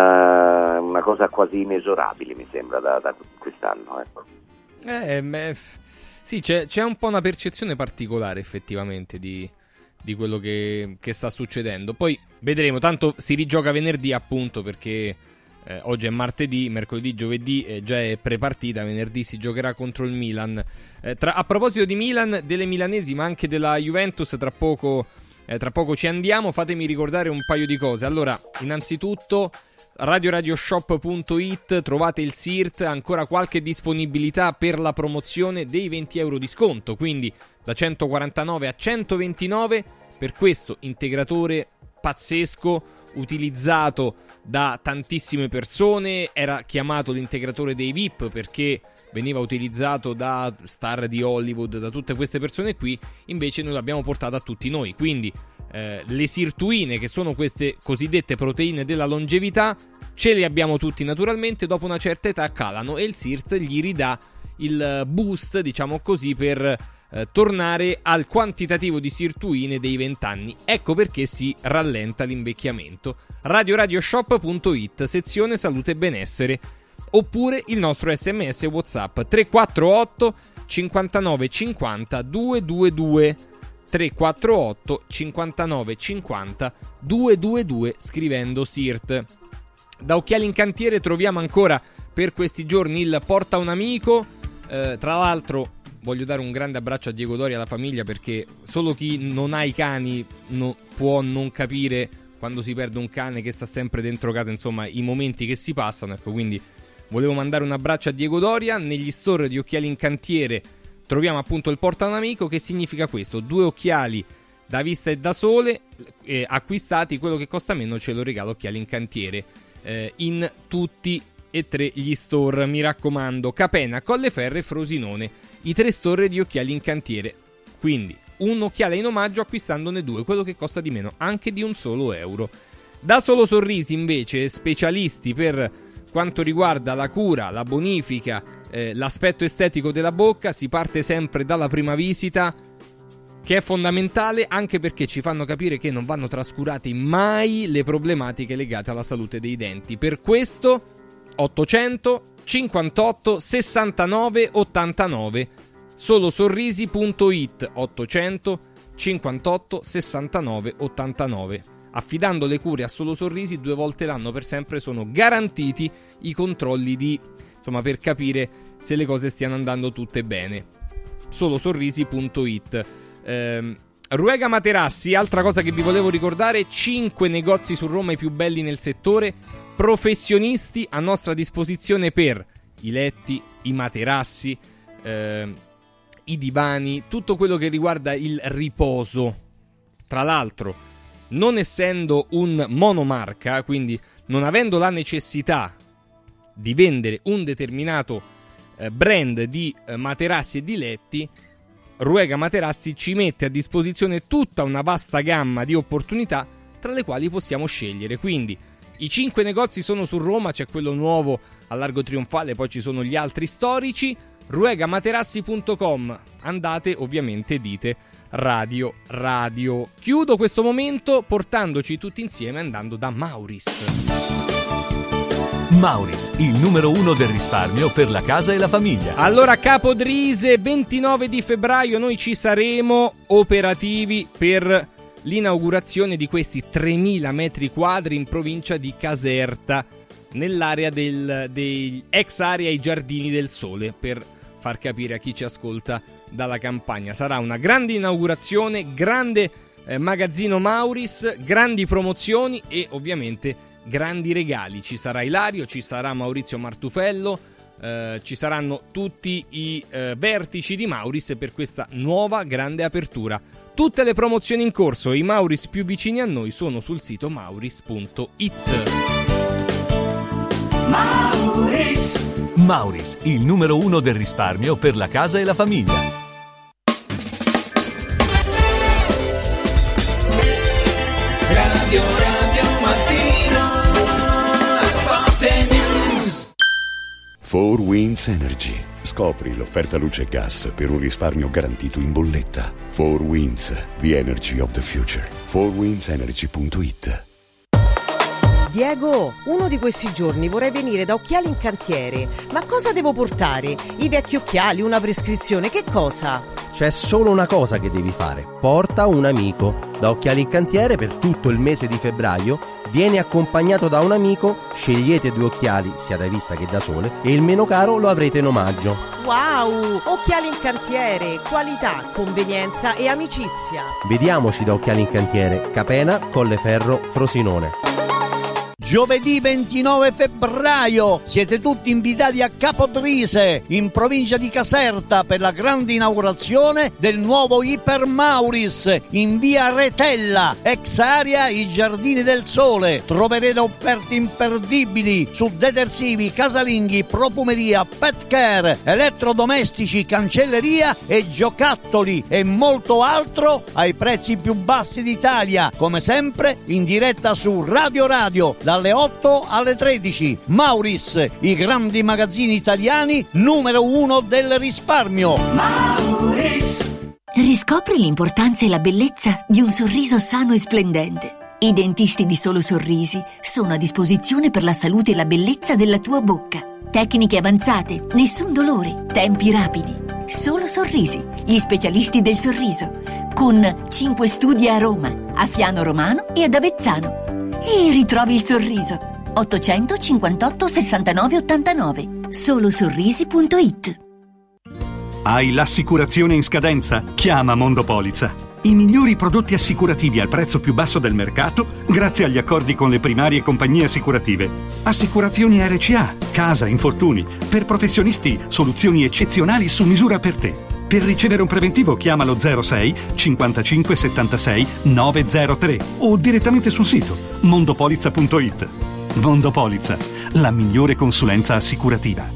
una, una cosa quasi inesorabile, mi sembra, da, da quest'anno. Ecco. Eh, beh, sì, c'è, c'è un po' una percezione particolare effettivamente di, di quello che, che sta succedendo. Poi vedremo, tanto si rigioca venerdì appunto perché eh, oggi è martedì, mercoledì, giovedì eh, già è prepartita, venerdì si giocherà contro il Milan. Eh, tra, a proposito di Milan, delle milanesi ma anche della Juventus, tra poco... Eh, tra poco ci andiamo, fatemi ricordare un paio di cose. Allora, innanzitutto radio radio shop punto it, trovate il S I R T, ancora qualche disponibilità per la promozione dei venti euro di sconto, quindi da centoquarantanove a centoventinove per questo integratore pazzesco utilizzato da tantissime persone. Era chiamato l'integratore dei V I P perché veniva utilizzato da star di Hollywood, da tutte queste persone qui, invece noi l'abbiamo portato a tutti noi, quindi eh, le sirtuine, che sono queste cosiddette proteine della longevità, ce le abbiamo tutti naturalmente, dopo una certa età calano e il S I R T gli ridà il boost, diciamo così, per eh, tornare al quantitativo di sirtuine dei venti anni. Ecco perché si rallenta l'invecchiamento. radio radio shop punto it, sezione salute e benessere, oppure il nostro sms WhatsApp tre quattro otto cinquantanove cinquanta duecentoventidue, tre quattro otto cinquantanove cinquanta duecentoventidue, scrivendo S I R T. Da Occhiali in Cantiere troviamo ancora per questi giorni il Porta un Amico, eh, tra l'altro voglio dare un grande abbraccio a Diego Dori e alla famiglia, perché solo chi non ha i cani no, può non capire quando si perde un cane che sta sempre dentro casa, insomma i momenti che si passano, ecco, quindi volevo mandare un abbraccio a Diego Doria. Negli store di Occhiali in Cantiere troviamo appunto il Porta un Amico, che significa questo: due occhiali da vista e da sole eh, acquistati, quello che costa meno ce lo regala Occhiali in Cantiere, eh, in tutti e tre gli store, mi raccomando. Capena, Colleferro e Frosinone, i tre store di Occhiali in Cantiere. Quindi un occhiale in omaggio acquistandone due, quello che costa di meno, anche di un solo euro. Da Solo Sorrisi invece, specialisti per quanto riguarda la cura, la bonifica, eh, l'aspetto estetico della bocca. Si parte sempre dalla prima visita, che è fondamentale, anche perché ci fanno capire che non vanno trascurate mai le problematiche legate alla salute dei denti. Per questo ottocento cinquantotto sessantanove ottantanove, solosorrisi punto it, ottocento cinquantotto sessantanove ottantanove. Affidando le cure a Solo Sorrisi, due volte l'anno per sempre sono garantiti i controlli di, insomma, per capire se le cose stiano andando tutte bene. solosorrisi punto it. ehm, Ruega Materassi, altra cosa che vi volevo ricordare: cinque negozi su Roma, i più belli nel settore, professionisti a nostra disposizione per i letti, i materassi, ehm, i divani, tutto quello che riguarda il riposo. Tra l'altro, non essendo un monomarca, quindi non avendo la necessità di vendere un determinato eh, brand di eh, materassi e di letti, Ruega Materassi ci mette a disposizione tutta una vasta gamma di opportunità tra le quali possiamo scegliere. Quindi i cinque negozi sono su Roma, c'è quello nuovo a Largo Trionfale, poi ci sono gli altri storici. ruega materassi punto com, andate, ovviamente dite Radio Radio. Chiudo questo momento portandoci tutti insieme andando da Mauris. Mauris, il numero uno del risparmio per la casa e la famiglia. Allora, Capodrise, ventinove di febbraio noi ci saremo operativi per l'inaugurazione di questi tremila metri quadri in provincia di Caserta, nell'area del, dei ex area I Giardini del Sole, per far capire a chi ci ascolta dalla campagna. Sarà una grande inaugurazione, grande eh, magazzino Mauris, grandi promozioni e ovviamente grandi regali. Ci sarà Ilario, ci sarà Maurizio Martufello, eh, ci saranno tutti i eh, vertici di Mauris per questa nuova grande apertura. Tutte le promozioni in corso e i Mauris più vicini a noi sono sul sito mauris punto it. Mauris. Mauris, il numero uno del risparmio per la casa e la famiglia. Radio Radio Mattino, Sport News. Four Winds Energy. Scopri l'offerta luce e gas per un risparmio garantito in bolletta. Four Winds, the energy of the future. four winds energy punto it. Diego, uno di questi giorni vorrei venire da Occhiali in Cantiere. Ma cosa devo portare? I vecchi occhiali, una prescrizione, che cosa? C'è solo una cosa che devi fare. Porta un amico. Da Occhiali in Cantiere per tutto il mese di febbraio vieni accompagnato da un amico, scegliete due occhiali, sia da vista che da sole, e il meno caro lo avrete in omaggio. Wow! Occhiali in Cantiere, qualità, convenienza e amicizia. Vediamoci da Occhiali in Cantiere, Capena, Colleferro, Frosinone. Giovedì ventinove febbraio siete tutti invitati a Capodrise, in provincia di Caserta, per la grande inaugurazione del nuovo Iper Mauris in via Retella, ex area I Giardini del Sole. Troverete offerte imperdibili su detersivi, casalinghi, profumeria, pet care, elettrodomestici, cancelleria e giocattoli e molto altro ai prezzi più bassi d'Italia, come sempre in diretta su Radio Radio dalle otto alle tredici. Mauris, i grandi magazzini italiani numero uno del risparmio. Mauris. Riscopri l'importanza e la bellezza di un sorriso sano e splendente. I dentisti di Solo Sorrisi sono a disposizione per la salute e la bellezza della tua bocca. Tecniche avanzate, nessun dolore, tempi rapidi. Solo Sorrisi, gli specialisti del sorriso, con cinque studi a Roma, a Fiano Romano e ad Avezzano. E ritrovi il sorriso. ottocentocinquantotto sessantanove ottantanove. solo sorrisi punto it. Hai l'assicurazione in scadenza? Chiama Mondopolizza. I migliori prodotti assicurativi al prezzo più basso del mercato grazie agli accordi con le primarie compagnie assicurative. Assicurazioni R C A, casa, infortuni. Per professionisti, soluzioni eccezionali su misura per te. Per ricevere un preventivo chiamalo zero sei cinquantacinque settantasei novecentotre o direttamente sul sito mondopolizza punto it. Mondopolizza, la migliore consulenza assicurativa.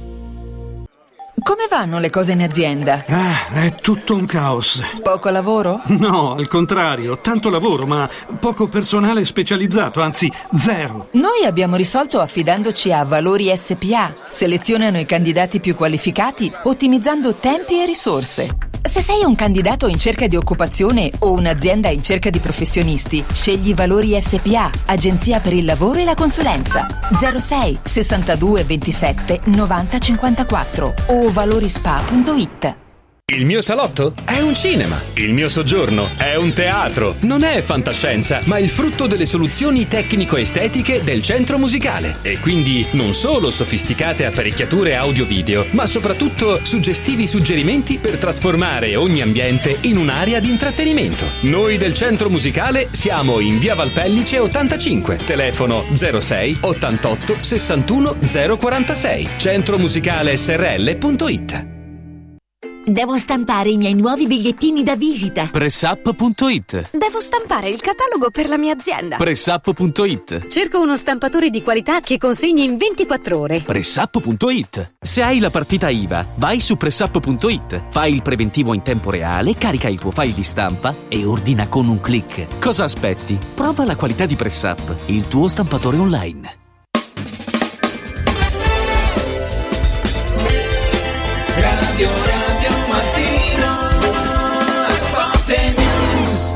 Come vanno le cose in azienda? Ah, è tutto un caos. Poco lavoro? No, al contrario, tanto lavoro, ma poco personale specializzato, anzi zero. Noi abbiamo risolto affidandoci a Valori S P A. Selezionano i candidati più qualificati, ottimizzando tempi e risorse. Se sei un candidato in cerca di occupazione o un'azienda in cerca di professionisti, scegli Valori S P A, agenzia per il lavoro e la consulenza. zero sei sessantadue ventisette novanta cinquantaquattro o valorispa punto it. Il mio salotto è un cinema. Il mio soggiorno è un teatro. Non è fantascienza, ma il frutto delle soluzioni tecnico-estetiche del Centro Musicale. E quindi non solo sofisticate apparecchiature audio-video, ma soprattutto suggestivi suggerimenti per trasformare ogni ambiente in un'area di intrattenimento. Noi del Centro Musicale siamo in via Valpellice ottantacinque. Telefono zero sei ottantotto sessantuno zero quarantasei. centromusicale s r l punto it. Devo stampare i miei nuovi bigliettini da visita. Pressup punto it. Devo stampare il catalogo per la mia azienda. Pressup punto it. Cerco uno stampatore di qualità che consegni in ventiquattro ore. Pressup punto it. Se hai la partita I V A, vai su Pressup punto it. Fai il preventivo in tempo reale, carica il tuo file di stampa e ordina con un click. Cosa aspetti? Prova la qualità di Pressup, il tuo stampatore online. Radio Radio Mattino, Sport News.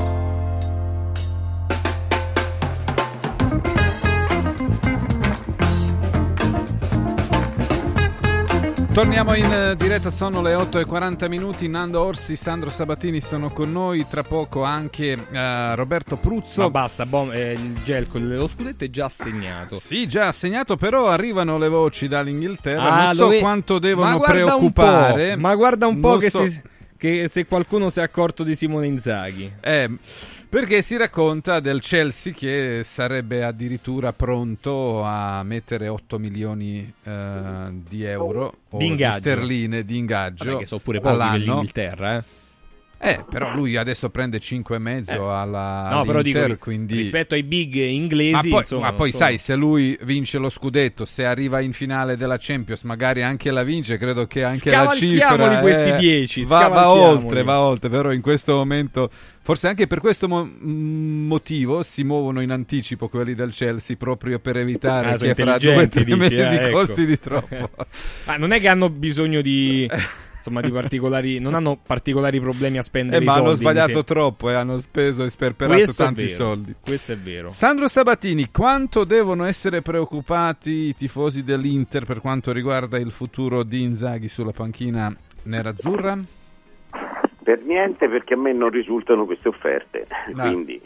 Torniamo in diretta, sono le otto e quaranta minuti. Nando Orsi, Sandro Sabatini sono con noi. Tra poco anche uh, Roberto Pruzzo. Ma basta, bom, eh, il Gelco, lo scudetto è già assegnato. Sì, già assegnato, però arrivano le voci dall'Inghilterra. Ah, non so dove... quanto devono ma preoccupare. Ma guarda un po' non che, so... si, che se qualcuno si è accorto di Simone Inzaghi. Eh... Perché si racconta del Chelsea che sarebbe addirittura pronto a mettere otto milioni eh, di euro o di, di sterline di ingaggio. Vabbè, che sono pure pochi per all'anno. l'Inghilterra, eh. Eh, però lui adesso prende cinque e mezzo eh. alla No, però dico, quindi... rispetto ai big inglesi, ma poi, insomma, ma poi sono... sai, se lui vince lo scudetto, se arriva in finale della Champions, magari anche la vince, credo che anche la cifra questi eh, dieci, va, va oltre, va oltre, però in questo momento forse anche per questo mo- motivo si muovono in anticipo quelli del Chelsea, proprio per evitare ah, che fra due o tre dici, mesi eh, ecco. costi di troppo. Ma non è che hanno bisogno di insomma di particolari, non hanno particolari problemi a spendere eh, i ma soldi. hanno sbagliato troppo e hanno speso e sperperato questo tanti vero, soldi. Questo è vero. Sandro Sabatini, quanto devono essere preoccupati i tifosi dell'Inter per quanto riguarda il futuro di Inzaghi sulla panchina nerazzurra? Per niente, perché a me non risultano queste offerte, no. Quindi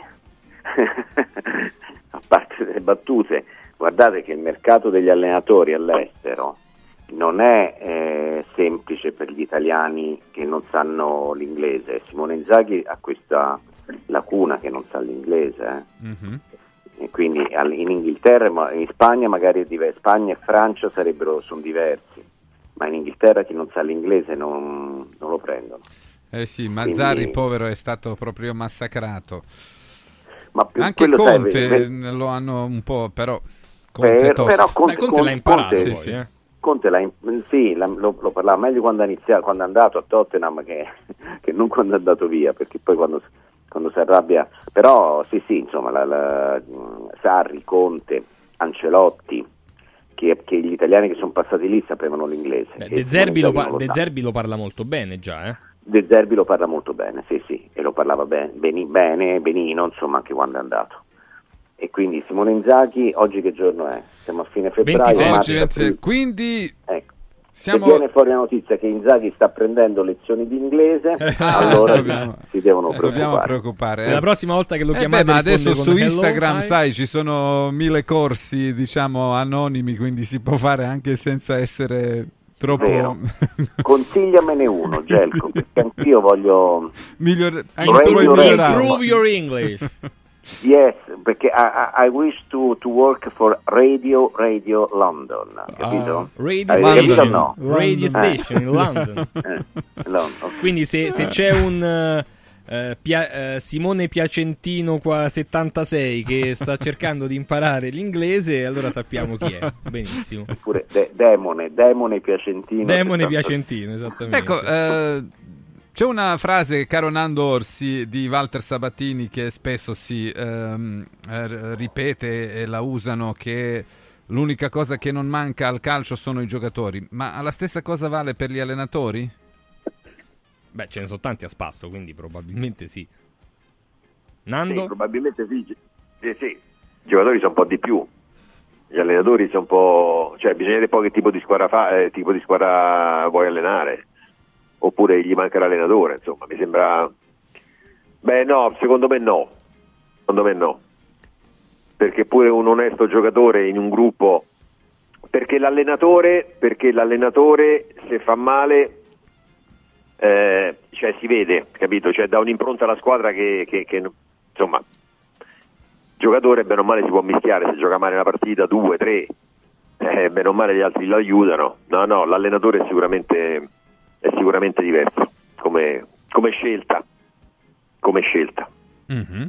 a parte delle battute, guardate che il mercato degli allenatori all'estero non è eh, semplice per gli italiani che non sanno l'inglese. Simone Inzaghi ha questa lacuna che non sa l'inglese, eh. Mm-hmm. E quindi in Inghilterra, ma in Spagna magari è diverso. Spagna e Francia sarebbero sono diversi, ma in Inghilterra chi non sa l'inglese non, non lo prendono. Eh sì, Mazzarri quindi... povero è stato proprio massacrato. Ma più anche Conte sai, lo hanno un po', però Conte, per, però Conte, Beh, Conte, Conte l'ha imparato Conte, poi, sì, eh. Conte l'ha, sì, la, lo, lo parlava meglio quando, iniziato, quando è andato a Tottenham che, che non quando è andato via, perché poi quando, quando si arrabbia, però sì sì, insomma la, la, Sarri, Conte, Ancelotti, che, che gli italiani che sono passati lì sapevano l'inglese. Beh, De Zerbi lo, pa- De Zerbi lo parla molto bene già, eh? De Zerbi lo parla molto bene, sì sì, e lo parlava bene, beni, bene, benino, insomma, anche quando è andato. E quindi Simone Inzaghi, oggi che giorno è? Siamo a fine febbraio. Oggi, marzo, quindi ecco, siamo... se viene fuori la notizia che Inzaghi sta prendendo lezioni di inglese, allora dobbiamo, si devono preoccupare. Dobbiamo preoccupare. Se la prossima volta che lo eh chiamate beh, ma adesso su Instagram, hello, sai, ci sono mille corsi, diciamo, anonimi, quindi si può fare anche senza essere... troppo. Consigliamene uno, Gelco, perché anch'io voglio Miglior... improve your English. Yes, perché I, I wish to, to work for Radio Radio London, capito? Uh, radio, Hai station, capito, no? radio Station in London. eh, London okay. Quindi se, se c'è un uh, Pia, uh, Simone Piacentino qua settantasei che sta cercando di imparare l'inglese, allora sappiamo chi è. Benissimo. Oppure de- Demone, Demone Piacentino. Demone Piacentino, esattamente. Ecco, eh, c'è una frase, caro Nando Orsi, di Walter Sabatini che spesso si ehm, ripete e la usano, che l'unica cosa che non manca al calcio sono i giocatori. Ma la stessa cosa vale per gli allenatori? Beh, ce ne sono tanti a spasso, quindi probabilmente sì. Nando? Sì, probabilmente sì. Sì, sì. I giocatori sono un po' di più. Gli allenatori sono un po'... Cioè, bisogna vedere poi che tipo di squadra fa, eh, tipo di squadra vuoi allenare. Oppure gli manca l'allenatore, insomma, mi sembra... Beh, no, secondo me no. Secondo me no. Perché pure un onesto giocatore in un gruppo... Perché l'allenatore, perché l'allenatore se fa male... Eh, cioè si vede, capito? Cioè dà un'impronta alla squadra che, che, che insomma, il giocatore bene o male si può mischiare, se gioca male una partita, due, tre, eh, bene o male gli altri lo aiutano. No, no, l'allenatore è sicuramente, è sicuramente diverso come, come scelta, come scelta. Mm-hmm.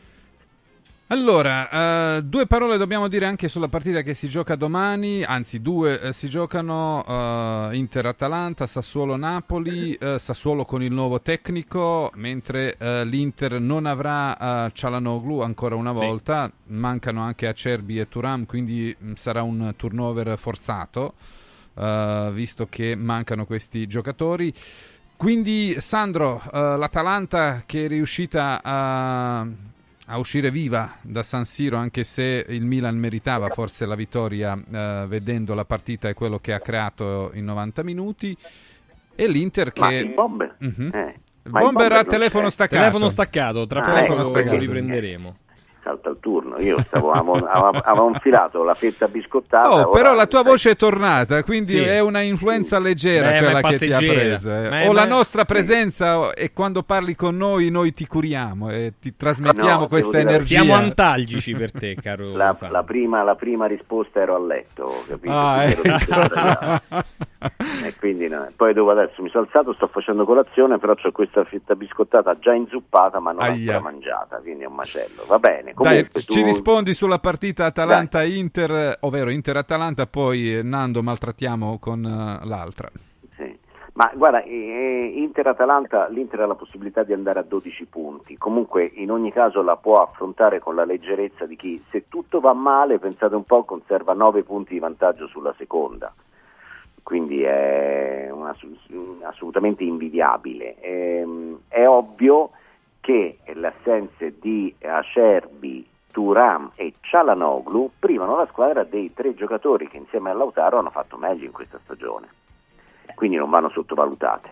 Allora, uh, due parole dobbiamo dire anche sulla partita che si gioca domani, anzi due, eh, si giocano uh, Inter-Atalanta, Sassuolo-Napoli, uh, Sassuolo con il nuovo tecnico, mentre uh, l'Inter non avrà uh, Çalhanoğlu ancora una volta, sì. Mancano anche Acerbi e Thuram, quindi mh, sarà un turnover forzato, uh, visto che mancano questi giocatori. Quindi Sandro, uh, l'Atalanta che è riuscita a... a uscire viva da San Siro, anche se il Milan meritava forse la vittoria eh, vedendo la partita e quello che ha creato in novanta minuti, e l'Inter che... Ma il Bomber? Mm-hmm. Eh. Il Ma Bomber ha non telefono c'è. staccato. Telefono staccato, tra Ah, poco ecco, lo perché- riprenderemo. Salta il turno, io stavo, avevo, avevo- avevo infilato la fetta biscottata. Oh, ora- però la tua voce è tornata, quindi Sì. è una influenza leggera Beh, ma quella è che ti ha passeggera. preso. eh. Ma è- o la ma- nostra presenza, e quando parli con noi noi ti curiamo e ti trasmettiamo No, questa devo dire- energia. Siamo antalgici per te, caro La, Sandro. la prima, la prima risposta ero a letto, capito? Ah, Quindi ero tutto sdraiato. E quindi no. Poi dopo adesso mi sono alzato, sto facendo colazione, però c'ho questa fetta biscottata già inzuppata ma non Aia. ancora mangiata, quindi è un macello. Va bene, Dai, comunque ci tu... rispondi sulla partita Atalanta-Inter, ovvero Inter-Atalanta, poi eh, Nando maltrattiamo con eh, l'altra. Sì. Ma guarda, eh, Inter-Atalanta, l'Inter ha la possibilità di andare a dodici punti, comunque in ogni caso la può affrontare con la leggerezza di chi, se tutto va male, pensate un po', conserva nove punti di vantaggio sulla seconda, quindi è una, assolutamente invidiabile. È, è ovvio che le assenze di Acerbi, Thuram e Çalhanoğlu privano la squadra dei tre giocatori che insieme a Lautaro hanno fatto meglio in questa stagione, quindi non vanno sottovalutate,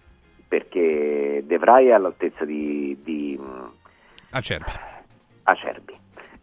perché De Vrij è all'altezza di, di Acerbi. Acerbi.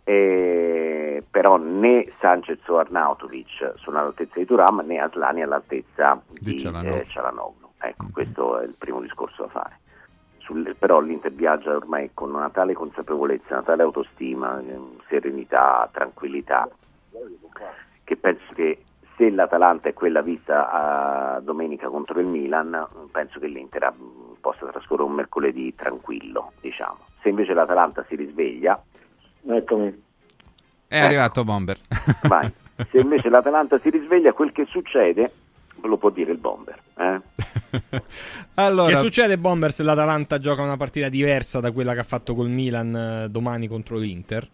E, però né Sanchez o Arnautovic sono all'altezza di Thuram, né Aslani è all'altezza di, Di eh, Çalhanoğlu. Çalhanoğlu. Ecco, questo è il primo discorso da fare. Sul, però l'Inter viaggia ormai con una tale consapevolezza, una tale autostima, eh, serenità, tranquillità, che penso che se l'Atalanta è quella vista a domenica contro il Milan, penso che l'Inter ha- possa trascorrere un mercoledì tranquillo, diciamo. Se invece l'Atalanta si risveglia, Eccomi. È arrivato Bomber. vai. Se invece l'Atalanta si risveglia, quel che succede lo può dire il Bomber. Eh? Allora, Che succede, Bomber, se l'Atalanta gioca una partita diversa da quella che ha fatto col Milan eh, domani contro l'Inter?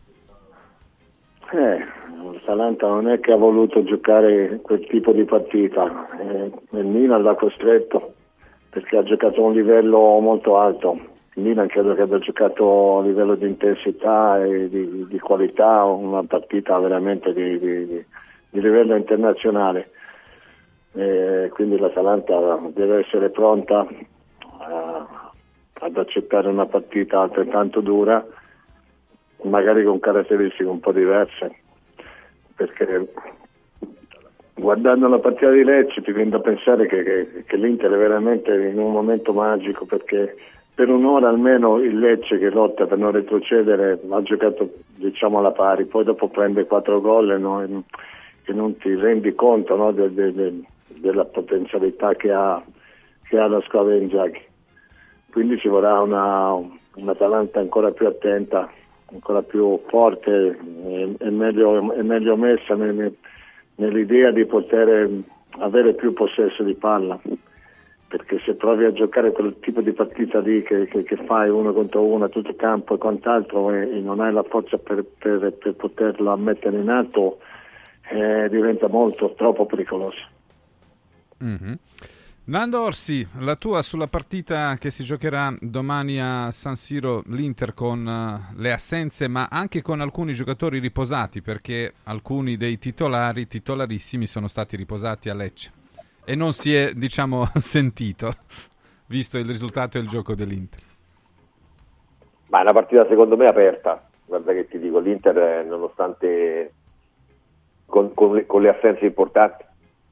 Eh, l'Atalanta non è che ha voluto giocare quel tipo di partita, eh, il Milan l'ha costretto perché ha giocato a un livello molto alto. Il Milan credo che abbia giocato a livello di intensità e di, di qualità una partita veramente di, di, di, di livello internazionale. Eh, quindi l'Atalanta deve essere pronta a, ad accettare una partita altrettanto dura, magari con caratteristiche un po' diverse, perché guardando la partita di Lecce ti viene da pensare che, che, che l'Inter è veramente in un momento magico, perché per un'ora almeno il Lecce, che lotta per non retrocedere, ha giocato diciamo alla pari, poi dopo prende quattro gol e non, e non ti rendi conto, no, de, de, de, della potenzialità che ha, che ha la squadra in Inzaghi. Quindi ci vorrà una, un'Atalanta ancora più attenta, ancora più forte e, e, meglio, e meglio messa nel, nell'idea di poter avere più possesso di palla, perché se provi a giocare quel tipo di partita lì che, che, che fai uno contro uno a tutto campo e quant'altro e, e non hai la forza per, per, per poterla mettere in atto, eh, diventa molto, troppo pericoloso. Mhm. Nando Orsi, la tua sulla partita che si giocherà domani a San Siro, l'Inter con uh, le assenze ma anche con alcuni giocatori riposati, perché alcuni dei titolari, titolarissimi, sono stati riposati a Lecce e non si è, diciamo, sentito, visto il risultato e il gioco dell'Inter. Ma è una partita secondo me aperta, guarda che ti dico, l'Inter eh, nonostante con, con, le, con le assenze importanti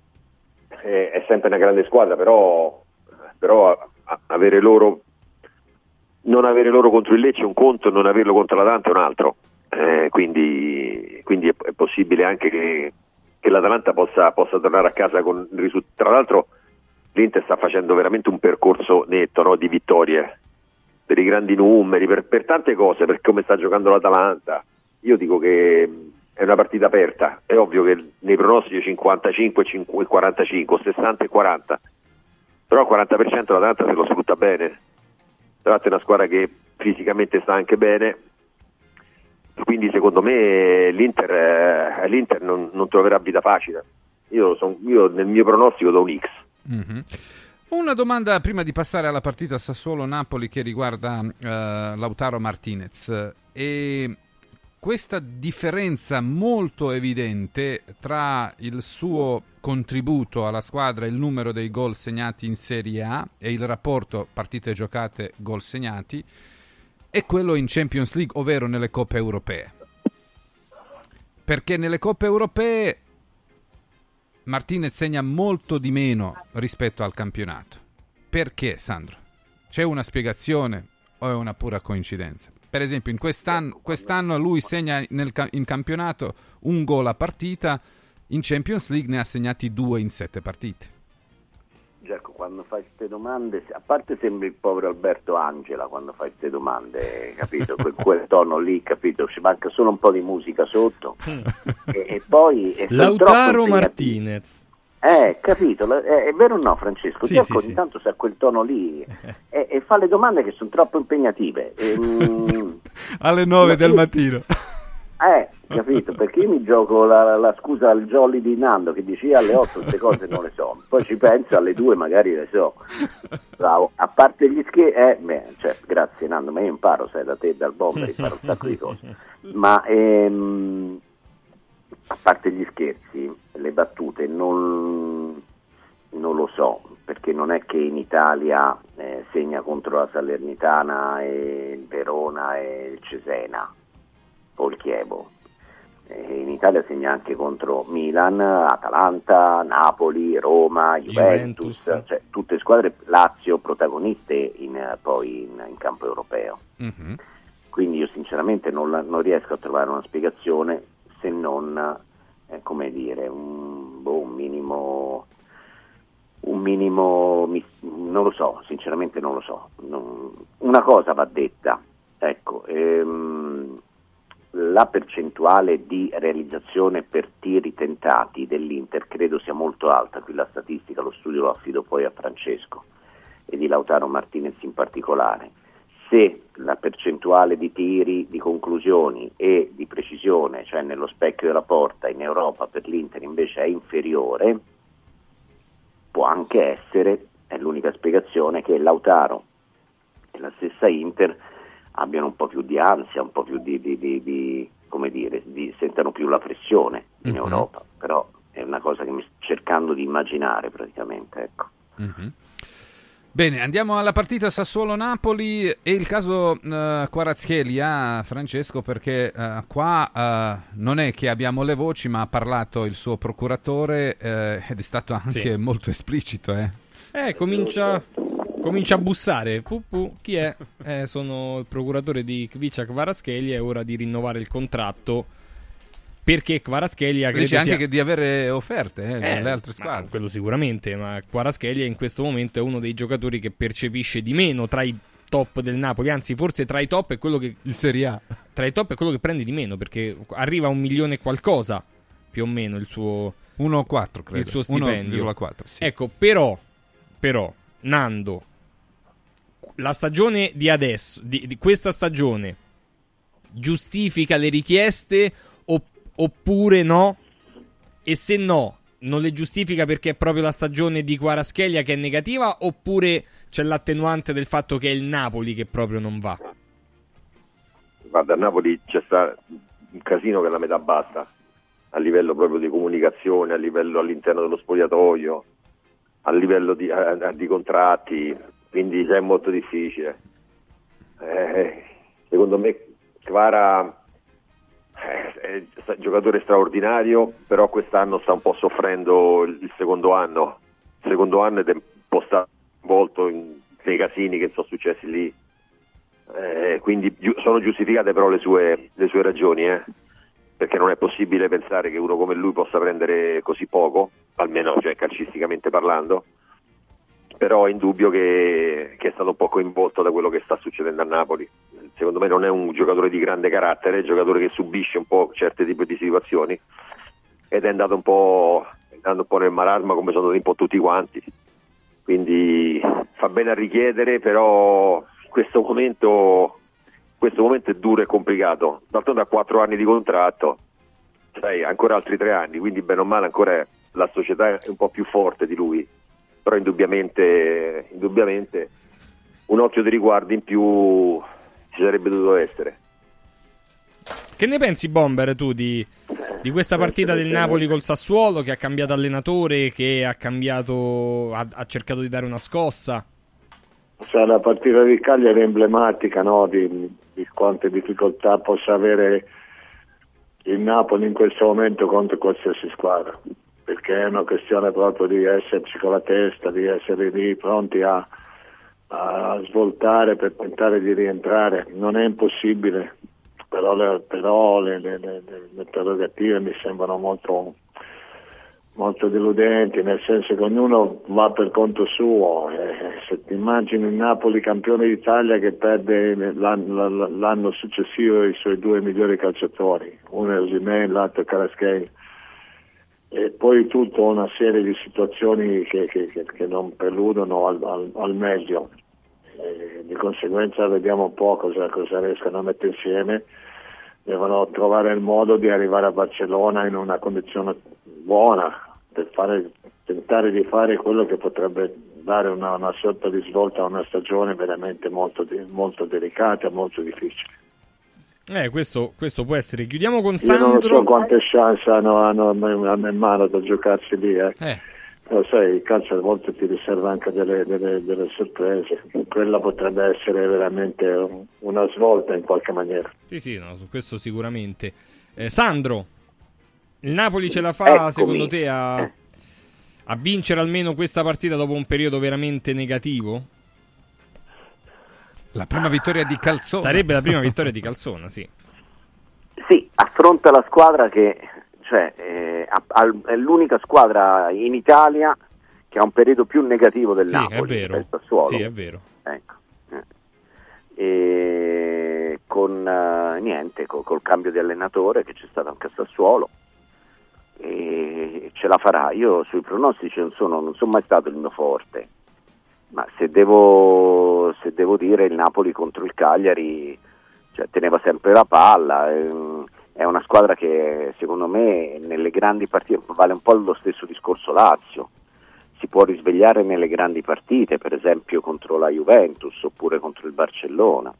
è, è sempre una grande squadra, però, però a, a, avere loro non avere loro contro il Lecce è un conto, non averlo contro l'Atalanta è un altro, eh, quindi, quindi è, è possibile anche che, che l'Atalanta possa, possa tornare a casa con il risultato. Tra l'altro l'Inter sta facendo veramente un percorso netto, no, di vittorie, per i grandi numeri, per, per tante cose, per come sta giocando l'Atalanta. Io dico che è una partita aperta, è ovvio che nei pronostici cinquantacinque e quarantacinque, sessanta e quaranta, però il quaranta per cento l'Atalanta se lo sfrutta bene. Tra l'altro è una squadra che fisicamente sta anche bene, quindi secondo me l'Inter, eh, l'Inter non, non troverà vita facile. Io, son, io nel mio pronostico do un X. Mm-hmm. Una domanda prima di passare alla partita Sassuolo-Napoli che riguarda uh, Lautaro Martinez e questa differenza molto evidente tra il suo contributo alla squadra, il numero dei gol segnati in Serie A e il rapporto partite giocate gol segnati e quello in Champions League, ovvero nelle coppe europee. Perché nelle coppe europee Martinez segna molto di meno rispetto al campionato. Perché, Sandro? C'è una spiegazione o è una pura coincidenza? Per esempio, in quest'anno, quest'anno lui segna nel, in campionato un gol a partita, in Champions League ne ha segnati due in sette partite. Giacomo, quando fai queste domande, a parte sembri il povero Alberto Angela quando fai queste domande, capito? Quel, quel tono lì, capito? Ci manca solo un po' di musica sotto. e, e poi e Lautaro Martinez. Eh, capito? È, è vero o no, Francesco? Sì, Giacomo sì, ogni sì. tanto sa quel tono lì e, e fa le domande che sono troppo impegnative. E, mm, alle nove del io, mattino. Eh, capito? Perché io mi gioco la, la scusa al jolly di Nando che dice alle otto queste cose non le so, poi ci penso alle due magari le so. Bravo. A parte gli scherzi, eh, beh, cioè, grazie Nando, ma io imparo, sai, da te e dal bomber, imparo un sacco di cose. Ma ehm, a parte gli scherzi, le battute non, non lo so, perché non è che in Italia eh, segna contro la Salernitana e il Verona e il Cesena o il Chievo. Eh, in Italia segna anche contro Milan, Atalanta, Napoli, Roma, Juventus, Juventus. Cioè tutte squadre, Lazio, protagoniste in, poi in, in campo europeo. Mm-hmm. Quindi io sinceramente non, la, non riesco a trovare una spiegazione se non, eh, come dire, un, boh, un minimo, un minimo, non lo so, sinceramente non lo so. Non, una cosa va detta, ecco, ehm, la percentuale di realizzazione per tiri tentati dell'Inter credo sia molto alta, qui la statistica, lo studio lo affido poi a Francesco e di Lautaro Martinez in particolare. Se la percentuale di tiri, di conclusioni e di precisione, cioè nello specchio della porta in Europa per l'Inter invece è inferiore, può anche essere, è l'unica spiegazione, che Lautaro e la stessa Inter abbiano un po' più di ansia, un po' più di, di, di, di come dire, di, sentano più la pressione in uh-huh. Europa, però è una cosa che mi sto cercando di immaginare praticamente, ecco. Uh-huh. Bene, andiamo alla partita Sassuolo-Napoli e il caso uh, Kvaratskhelia, Francesco, perché uh, qua uh, non è che abbiamo le voci, ma ha parlato il suo procuratore eh, ed è stato anche sì. molto esplicito. Eh, eh comincia... Comincia a bussare. Pupu, chi è? Eh, sono il procuratore di Khvicha Kvaratskhelia, è ora di rinnovare il contratto perché Kvaratskhelia dice anche sia... che di avere offerte eh, eh, dalle altre squadre. Ma quello sicuramente, ma Kvaratskhelia in questo momento è uno dei giocatori che percepisce di meno tra i top del Napoli, anzi forse tra i top è quello che il Serie A. Tra i top è quello che prende di meno, perché arriva a un milione e qualcosa più o meno il suo uno virgola quattro credo. Il suo stipendio. uno virgola quattro, sì. Ecco, però però Nando, la stagione di adesso, di, di questa stagione, giustifica le richieste opp- oppure no? E se no, non le giustifica perché è proprio la stagione di Kvaratskhelia che è negativa, oppure c'è l'attenuante del fatto che è il Napoli che proprio non va? Guarda, a Napoli c'è sta un casino che la metà basta, a livello proprio di comunicazione, a livello all'interno dello spogliatoio, a livello di, a, di contratti, quindi è molto difficile. Eh, secondo me Kvara è un giocatore straordinario, però quest'anno sta un po' soffrendo il, il secondo anno, il secondo anno ed è un po' stato involto in dei casini che sono successi lì, eh, quindi gi- sono giustificate però le sue, le sue ragioni, eh, perché non è possibile pensare che uno come lui possa prendere così poco, almeno cioè, calcisticamente parlando. Però è indubbio che, che è stato un po' coinvolto da quello che sta succedendo a Napoli. Secondo me non è un giocatore di grande carattere, è un giocatore che subisce un po' certe tipi di situazioni ed è andato un po', è andato un po' nel marasma come sono andati un po' tutti quanti. Quindi fa bene a richiedere, però in questo momento, questo momento è duro e complicato. D'altronde ha quattro anni di contratto, sai, ancora altri tre anni, quindi bene o male ancora la società è un po' più forte di lui. però indubbiamente, indubbiamente un occhio di riguardo in più ci sarebbe dovuto essere. Che ne pensi, Bomber, tu di, di questa partita del Napoli col Sassuolo, che ha cambiato allenatore, che ha cambiato, ha, ha cercato di dare una scossa? Cioè, la partita di Cagliari è emblematica, no? di, di quante difficoltà possa avere il Napoli in questo momento contro qualsiasi squadra, perché è una questione proprio di esserci con la testa, di essere lì pronti a, a svoltare per tentare di rientrare. Non è impossibile, però le, però le, le, le, le interrogative mi sembrano molto, molto deludenti, nel senso che ognuno va per conto suo. Eh, se ti immagini il Napoli campione d'Italia che perde l'anno, l'anno successivo i suoi due migliori calciatori, uno è Osimhen, l'altro è Kvaratskhelia, e poi tutta una serie di situazioni che, che, che, che non preludono al, al, al meglio. E di conseguenza vediamo un po' cosa, cosa riescono a mettere insieme. Devono trovare il modo di arrivare a Barcellona in una condizione buona per fare, tentare di fare quello che potrebbe dare una, una sorta di svolta a una stagione veramente molto, molto delicata, molto difficile. Eh, questo, questo può essere. Chiudiamo con Sandro. Io non so quante chance hanno, hanno, hanno in mano da giocarsi lì, eh. Eh. Lo sai, il calcio a volte ti riserva anche delle, delle, delle sorprese. Quella potrebbe essere veramente una svolta in qualche maniera. Sì, sì, no, su questo sicuramente. Eh, Sandro, il Napoli ce la fa, Eccomi. secondo te, a, a vincere almeno questa partita dopo un periodo veramente negativo? La prima vittoria di Calzona. Sarebbe la prima vittoria di Calzona, sì. Sì, affronta la squadra che, cioè, eh, ha- ha- è l'unica squadra in Italia che ha un periodo più negativo del Sì, Napoli. è vero. del Sassuolo. Sì, è vero. Ecco. Eh. E con eh, niente, co- col cambio di allenatore che c'è stato anche a Sassuolo, e ce la farà. Io sui pronostici non sono, non sono mai stato il mio forte, ma se devo, se devo dire, il Napoli contro il Cagliari, cioè, teneva sempre la palla. ehm, È una squadra che secondo me nelle grandi partite vale un po' lo stesso discorso Lazio. Si può risvegliare nelle grandi partite, per esempio contro la Juventus oppure contro il Barcellona,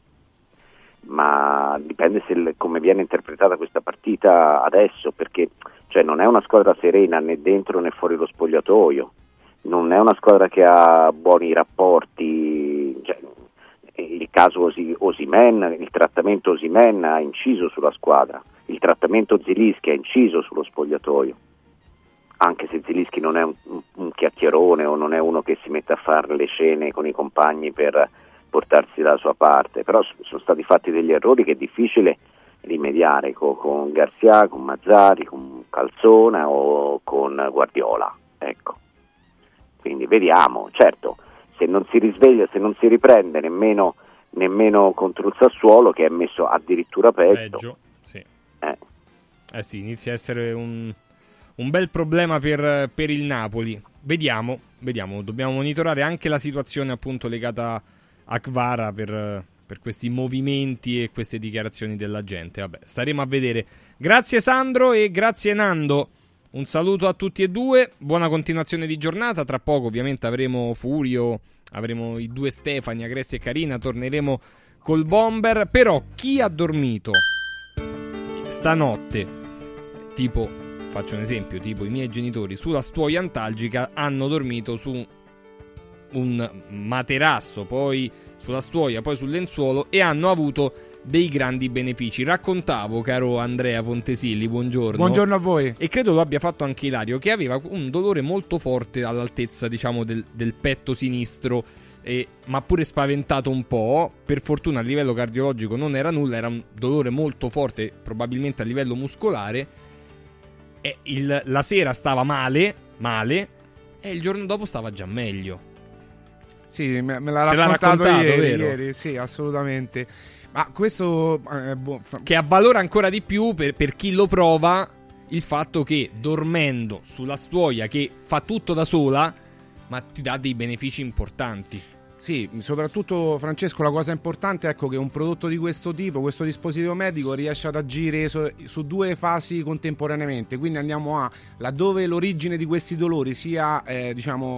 ma dipende se, come viene interpretata questa partita adesso, perché cioè, non è una squadra serena né dentro né fuori lo spogliatoio, non è una squadra che ha buoni rapporti, cioè, il caso Osi- Osimhen, il trattamento Osimhen ha inciso sulla squadra, il trattamento Zilischi ha inciso sullo spogliatoio, anche se Zilischi non è un, un chiacchierone o non è uno che si mette a fare le scene con i compagni per portarsi dalla sua parte, però sono stati fatti degli errori che è difficile rimediare con, con Garcia, con Mazzari, con Calzona o con Guardiola, ecco. Quindi vediamo, certo, se non si risveglia, se non si riprende nemmeno, nemmeno contro il Sassuolo, che è messo addirittura peggio, Peggio, sì. Eh. Eh sì, inizia a essere un, un bel problema per, per il Napoli. Vediamo, vediamo, dobbiamo monitorare anche la situazione appunto legata a Kvara per, per questi movimenti e queste dichiarazioni della gente. Vabbè, staremo a vedere. Grazie Sandro e grazie Nando. Un saluto a tutti e due, buona continuazione di giornata. Tra poco ovviamente avremo Furio, avremo i due Stefani, Agresti e Carina, torneremo col Bomber. Però chi ha dormito stanotte, tipo, faccio un esempio, tipo i miei genitori sulla stuoia antalgica, hanno dormito su un materasso, poi sulla stuoia, poi sul lenzuolo, e hanno avuto dei grandi benefici. Raccontavo, caro Andrea Pontesilli, buongiorno. Buongiorno a voi. E credo lo abbia fatto anche Ilario, che aveva un dolore molto forte all'altezza, diciamo, del, del petto sinistro, e, ma pure spaventato un po'. Per fortuna a livello cardiologico non era nulla, era un dolore molto forte, probabilmente a livello muscolare. E il, la sera stava male, male, e il giorno dopo stava già meglio. Sì, me, me l'ha Te l'ha raccontato, raccontato, ieri, vero? ieri, sì, assolutamente. Ma questo eh, boh, fa- Che avvalora ancora di più per, per chi lo prova il fatto che dormendo sulla stuoia, che fa tutto da sola, ma ti dà dei benefici importanti. Sì, soprattutto, Francesco, la cosa importante è, ecco, che un prodotto di questo tipo, questo dispositivo medico, riesce ad agire su, su due fasi contemporaneamente. Quindi andiamo a laddove l'origine di questi dolori sia eh, diciamo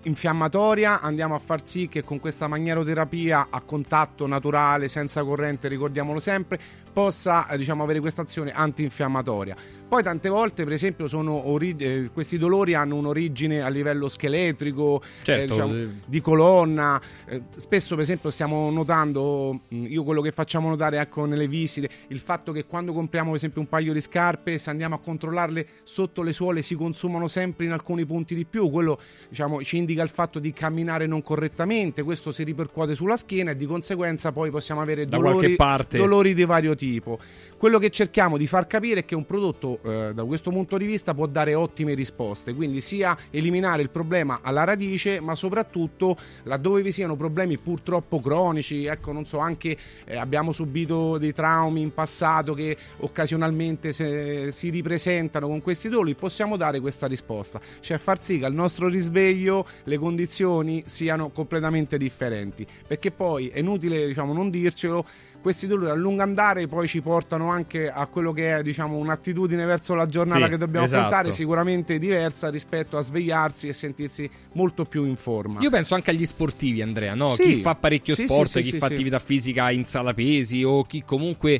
infiammatoria, andiamo a far sì che con questa magneroterapia a contatto naturale, senza corrente, ricordiamolo sempre, possa eh, diciamo avere questa azione antinfiammatoria. Poi tante volte, per esempio, sono ori- eh, questi dolori hanno un'origine a livello scheletrico, Certo. eh, diciamo, di colonna. Eh, spesso, per esempio, stiamo notando, mh, io quello che facciamo notare ecco nelle visite, il fatto che quando compriamo per esempio un paio di scarpe, se andiamo a controllarle sotto le suole si consumano sempre in alcuni punti di più. Quello diciamo ci indica il fatto di camminare non correttamente, questo si ripercuote sulla schiena e di conseguenza poi possiamo avere Da dolori, qualche parte. dolori di vario tipo. Quello che cerchiamo di far capire è che un prodotto eh, da questo punto di vista può dare ottime risposte, quindi sia eliminare il problema alla radice, ma soprattutto laddove vi siano problemi purtroppo cronici, ecco non so, anche eh, abbiamo subito dei traumi in passato che occasionalmente se, si ripresentano con questi dolori, possiamo dare questa risposta, cioè far sì che al nostro risveglio le condizioni siano completamente differenti, perché poi è inutile diciamo non dircelo, questi dolori a lungo andare poi ci portano anche a quello che è diciamo un'attitudine verso la giornata Sì, che dobbiamo esatto. affrontare, sicuramente diversa rispetto a svegliarsi e sentirsi molto più in forma. Io penso anche agli sportivi, Andrea, no? Sì. Chi fa parecchio Sì, sport, sì, sì, chi sì, fa sì. attività fisica in sala pesi o chi comunque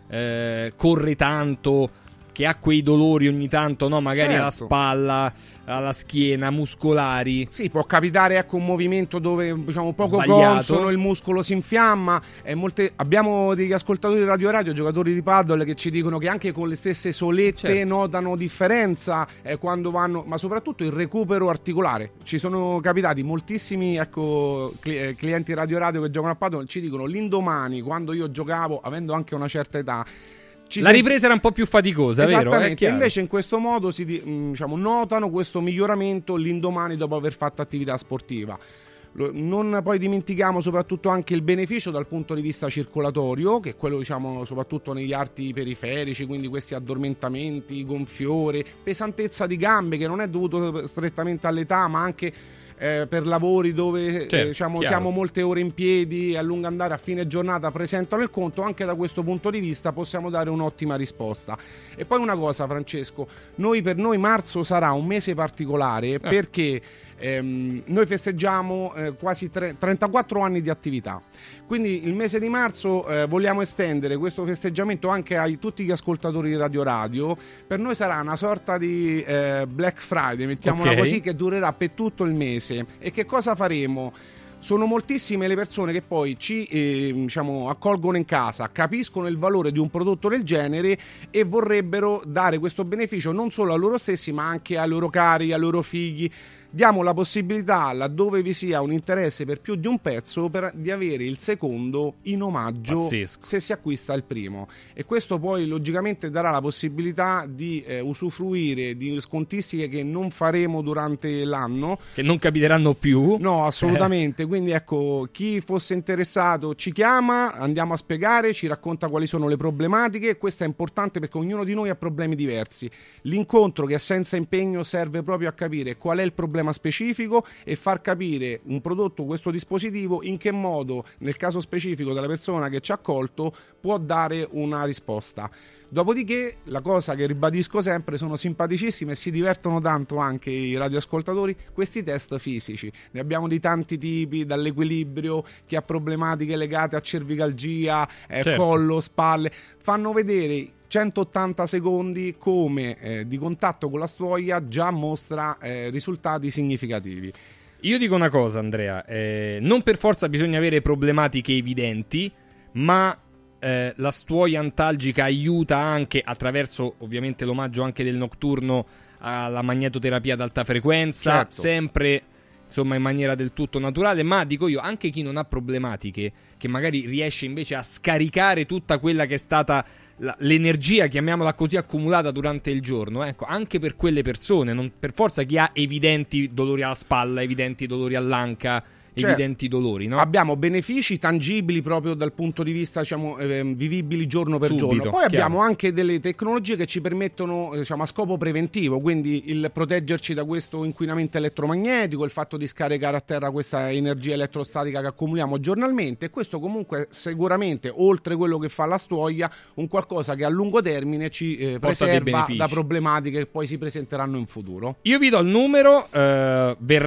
eh, corre tanto, che ha quei dolori ogni tanto, no? Magari alla Certo. spalla, alla schiena, muscolari. Sì, può capitare ecco un movimento dove diciamo poco Sbagliato. consono, il muscolo si infiamma e molte... abbiamo degli ascoltatori di Radio Radio, giocatori di paddle che ci dicono che anche con le stesse solette Certo. notano differenza eh, quando vanno, ma soprattutto il recupero articolare. Ci sono capitati moltissimi ecco cli- eh, clienti Radio Radio che giocano a paddle, ci dicono l'indomani quando io giocavo avendo anche una certa età ci La senti- ripresa era un po' più faticosa, vero? È Esattamente, chiaro. invece in questo modo si, di- mh, diciamo, notano questo miglioramento l'indomani dopo aver fatto attività sportiva. Lo- Non poi dimentichiamo soprattutto anche il beneficio dal punto di vista circolatorio, che è quello diciamo soprattutto negli arti periferici, quindi questi addormentamenti, gonfiore, pesantezza di gambe che non è dovuto strettamente all'età, ma anche eh, per lavori dove eh, Certo, diciamo, chiaro. siamo molte ore in piedi e a lungo andare a fine giornata presentano il conto. Anche da questo punto di vista possiamo dare un'ottima risposta. E poi una cosa, Francesco, noi per noi marzo sarà un mese particolare perché ehm, noi festeggiamo eh, quasi tre- trentaquattro anni di attività, quindi il mese di marzo eh, vogliamo estendere questo festeggiamento anche a tutti gli ascoltatori di Radio Radio. Per noi sarà una sorta di eh, Black Friday, mettiamola Ok. così, che durerà per tutto il mese. E che cosa faremo? Sono moltissime le persone che poi ci eh, diciamo, accolgono in casa, capiscono il valore di un prodotto del genere e vorrebbero dare questo beneficio non solo a loro stessi ma anche ai loro cari, ai loro figli. Diamo la possibilità, laddove vi sia un interesse per più di un pezzo, per, di avere il secondo in omaggio Pazzesco. se si acquista il primo, e questo poi logicamente darà la possibilità di eh, usufruire di scontistiche che non faremo durante l'anno, Che non capiteranno più. no assolutamente. Quindi ecco, chi fosse interessato ci chiama, andiamo a spiegare, ci racconta quali sono le problematiche. Questo è importante perché ognuno di noi ha problemi diversi. L'incontro, che è senza impegno, serve proprio a capire qual è il problema specifico e far capire un prodotto, questo dispositivo, in che modo nel caso specifico della persona che ci ha accolto può dare una risposta. Dopodiché la cosa che ribadisco sempre, sono simpaticissime e si divertono tanto anche i radioascoltatori, questi test fisici. Ne abbiamo di tanti tipi, dall'equilibrio, chi ha problematiche legate a cervicalgia, eh, Certo. collo, spalle, fanno vedere centottanta secondi come eh, di contatto con la stuoia già mostra eh, risultati significativi. Io dico una cosa, Andrea, eh, non per forza bisogna avere problematiche evidenti, ma eh, la stuoia antalgica aiuta anche, attraverso ovviamente l'omaggio anche del notturno, alla magnetoterapia ad alta frequenza, Certo. sempre insomma in maniera del tutto naturale. Ma dico io, anche chi non ha problematiche, che magari riesce invece a scaricare tutta quella che è stata la- l'energia, chiamiamola così, accumulata durante il giorno, ecco, anche per quelle persone, non per forza chi ha evidenti dolori alla spalla, evidenti dolori all'anca, Cioè, evidenti dolori, no? Abbiamo benefici tangibili proprio dal punto di vista, diciamo, ehm, vivibili giorno per Subito, giorno. Poi chiaro. abbiamo anche delle tecnologie che ci permettono, eh, diciamo, a scopo preventivo, quindi il proteggerci da questo inquinamento elettromagnetico, il fatto di scaricare a terra questa energia elettrostatica che accumuliamo giornalmente, e questo comunque sicuramente, oltre quello che fa la stuoia, un qualcosa che a lungo termine ci eh, Porta dei preserva benefici. da problematiche che poi si presenteranno in futuro. Io vi do il numero, eh, verrà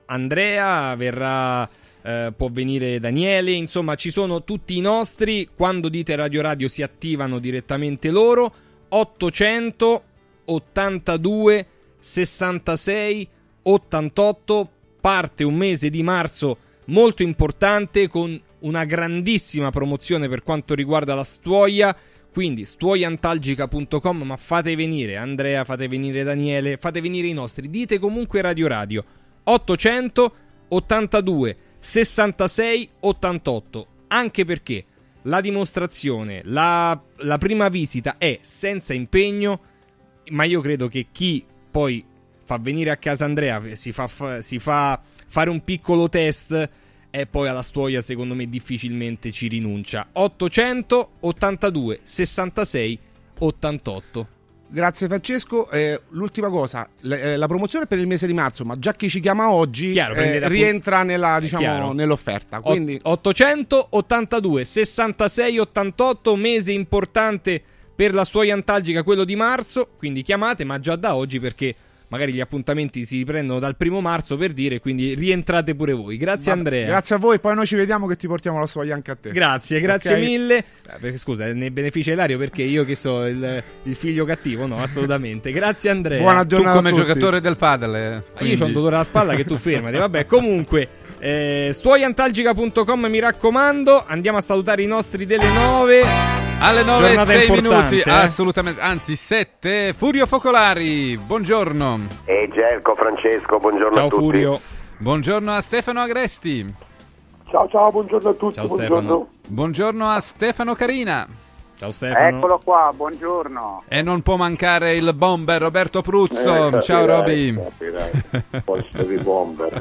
Andrea, verrà eh, può venire Daniele, insomma ci sono tutti i nostri. Quando dite Radio Radio si attivano direttamente loro. Ottocento ottantadue sessantasei ottantotto, parte un mese di marzo molto importante con una grandissima promozione per quanto riguarda la stuoia, quindi stuoiantalgica punto com, ma fate venire Andrea, fate venire Daniele, fate venire i nostri, dite comunque Radio Radio. Ottocento ottantadue sessantasei ottantotto, anche perché la dimostrazione, la, la prima visita è senza impegno, ma io credo che chi poi fa venire a casa Andrea, si fa, fa, si fa fare un piccolo test e poi alla stuoia secondo me difficilmente ci rinuncia. Ottocento ottantadue sessantasei ottantotto. Grazie Francesco. Eh, l'ultima cosa, la, eh, la promozione è per il mese di marzo, ma già chi ci chiama oggi Chiaro, eh, rientra nella, diciamo, Chiaro. nell'offerta. Quindi... ottocento ottantadue sessantasei ottantotto, mese importante per la stuoia antalgica, quello di marzo, quindi chiamate, ma già da oggi, perché magari gli appuntamenti si riprendono dal primo marzo, per dire, quindi rientrate pure voi. Grazie Vabbè, Andrea. Grazie a voi, poi noi ci vediamo che ti portiamo la stuoia anche a te. Grazie, grazie Okay. mille. Eh, perché, scusa, ne beneficia Ilario perché io che so il, il figlio cattivo? No, assolutamente. Grazie Andrea. Buona Tu giornata come a tutti. giocatore del padel. eh, Io quindi- c'ho un dolore alla spalla che tu fermati. Vabbè, comunque, eh, stuoiantalgica punto com, mi raccomando. Andiamo a salutare i nostri delle nove. Alle nove e Giornata sei importante, minuti, eh? assolutamente, anzi sette. Furio Focolari, buongiorno. E Gerco, Francesco, buongiorno Ciao a tutti. Furio. Buongiorno a Stefano Agresti. Ciao ciao, buongiorno a tutti. Ciao buongiorno. Stefano. Buongiorno a Stefano Carina. Ciao Stefano. Eccolo qua, buongiorno. E non può mancare il bomber Roberto Pruzzo. Eh, Ciao capirai, Roby. capirai. Posto di bomber.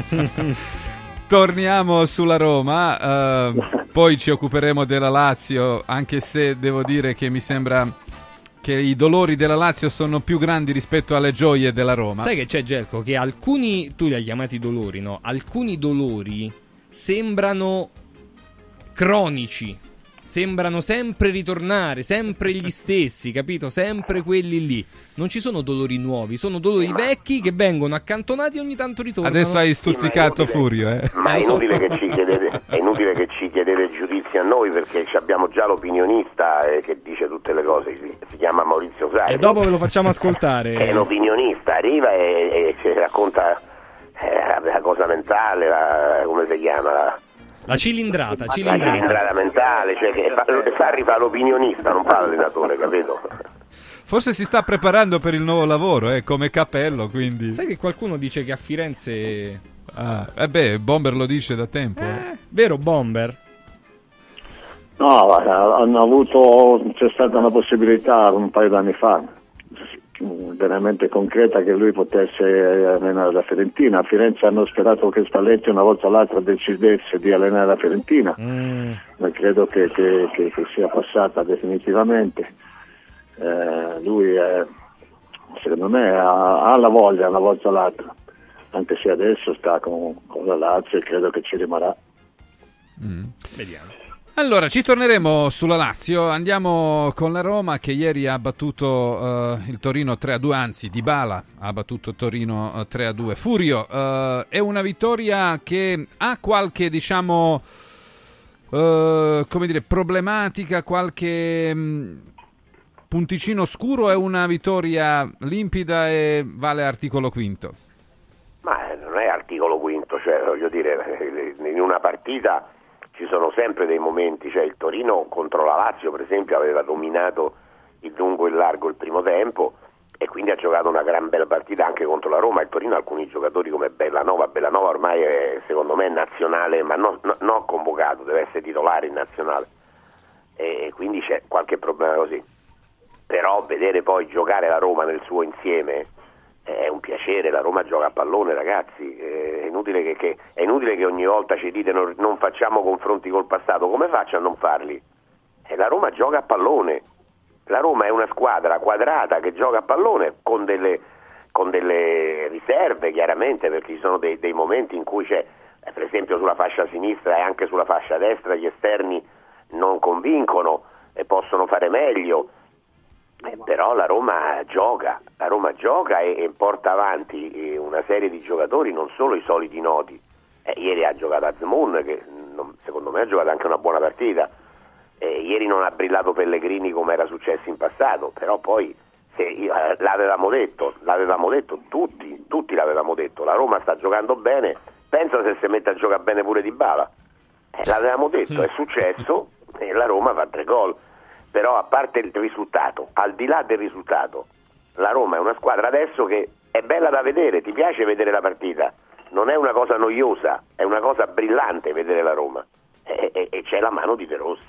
Torniamo sulla Roma, eh, poi ci occuperemo della Lazio, anche se devo dire che mi sembra che i dolori della Lazio sono più grandi rispetto alle gioie della Roma. Sai che c'è, Gelco? Che alcuni, tu li hai chiamati dolori, no? Alcuni dolori sembrano cronici, sembrano sempre ritornare, sempre gli stessi, capito? Sempre quelli lì. Non ci sono dolori nuovi, sono dolori vecchi che vengono accantonati e ogni tanto ritornano. Adesso hai stuzzicato Sì, ma è Furio, eh. Ma è Eh, so. inutile, che ci chiedete, è inutile che ci chiedete giudizi a noi, perché ci abbiamo già l'opinionista eh, che dice tutte le cose, si, si chiama Maurizio Sarri. E dopo ve lo facciamo ascoltare. È un opinionista, arriva e, e ci racconta eh, la cosa mentale, la, come si chiama? La, La cilindrata, la cilindrata. cilindrata mentale, cioè che fa, Sarri fa l'opinionista, non fa l'allenatore, capito? Forse si sta preparando per il nuovo lavoro, eh, come cappello, quindi... Sai che qualcuno dice che a Firenze... Ah, eh beh, Bomber lo dice da tempo. Eh, vero Bomber? No, guarda, hanno avuto, c'è stata una possibilità un paio d'anni fa, veramente concreta, che lui potesse allenare la Fiorentina. A Firenze hanno sperato che Spalletti una volta o l'altra decidesse di allenare la Fiorentina, Mm. ma credo che, che- che- che sia passata definitivamente. Eh, lui è, secondo me ha, ha la voglia una volta o l'altra, anche se adesso sta con, con la Lazio e credo che ci rimarrà. Mm. Vediamo. Allora, ci torneremo sulla Lazio, andiamo con la Roma che ieri ha battuto eh, il Torino tre a due, anzi Dybala ha battuto il Torino eh, tre a due. Furio, eh, è una vittoria che ha qualche, diciamo, eh, come dire, problematica, qualche mh, punticino scuro, è una vittoria limpida e vale articolo quinto? Ma eh, non è articolo quinto, cioè voglio dire, in una partita ci sono sempre dei momenti, cioè il Torino contro la Lazio per esempio aveva dominato il lungo e il largo il primo tempo e quindi ha giocato una gran bella partita anche contro la Roma. Il Torino ha alcuni giocatori come Bellanova, Bellanova ormai è, secondo me è nazionale, ma non no, no convocato, deve essere titolare in nazionale e quindi c'è qualche problema così. Però vedere poi giocare la Roma nel suo insieme è un piacere, la Roma gioca a pallone, ragazzi, è inutile che, che, è inutile che ogni volta ci dite non, non facciamo confronti col passato, come faccio a non farli? E la Roma gioca a pallone, la Roma è una squadra quadrata che gioca a pallone con delle, con delle riserve chiaramente, perché ci sono dei, dei momenti in cui c'è, eh, per esempio sulla fascia sinistra e anche sulla fascia destra gli esterni non convincono e possono fare meglio. Eh, però la Roma gioca, la Roma gioca e, e porta avanti eh, una serie di giocatori, non solo i soliti noti. Eh, ieri ha giocato Azmoun, che non, secondo me ha giocato anche una buona partita. Eh, ieri non ha brillato Pellegrini come era successo in passato, però poi se, eh, l'avevamo detto, l'avevamo detto tutti, tutti l'avevamo detto, la Roma sta giocando bene, pensa se si mette a giocare bene pure Dybala. Eh, l'avevamo detto, è successo e la Roma fa tre gol. Però a parte il risultato, al di là del risultato, la Roma è una squadra adesso che è bella da vedere, ti piace vedere la partita, non è una cosa noiosa, è una cosa brillante vedere la Roma e, e, e c'è la mano di De Rossi.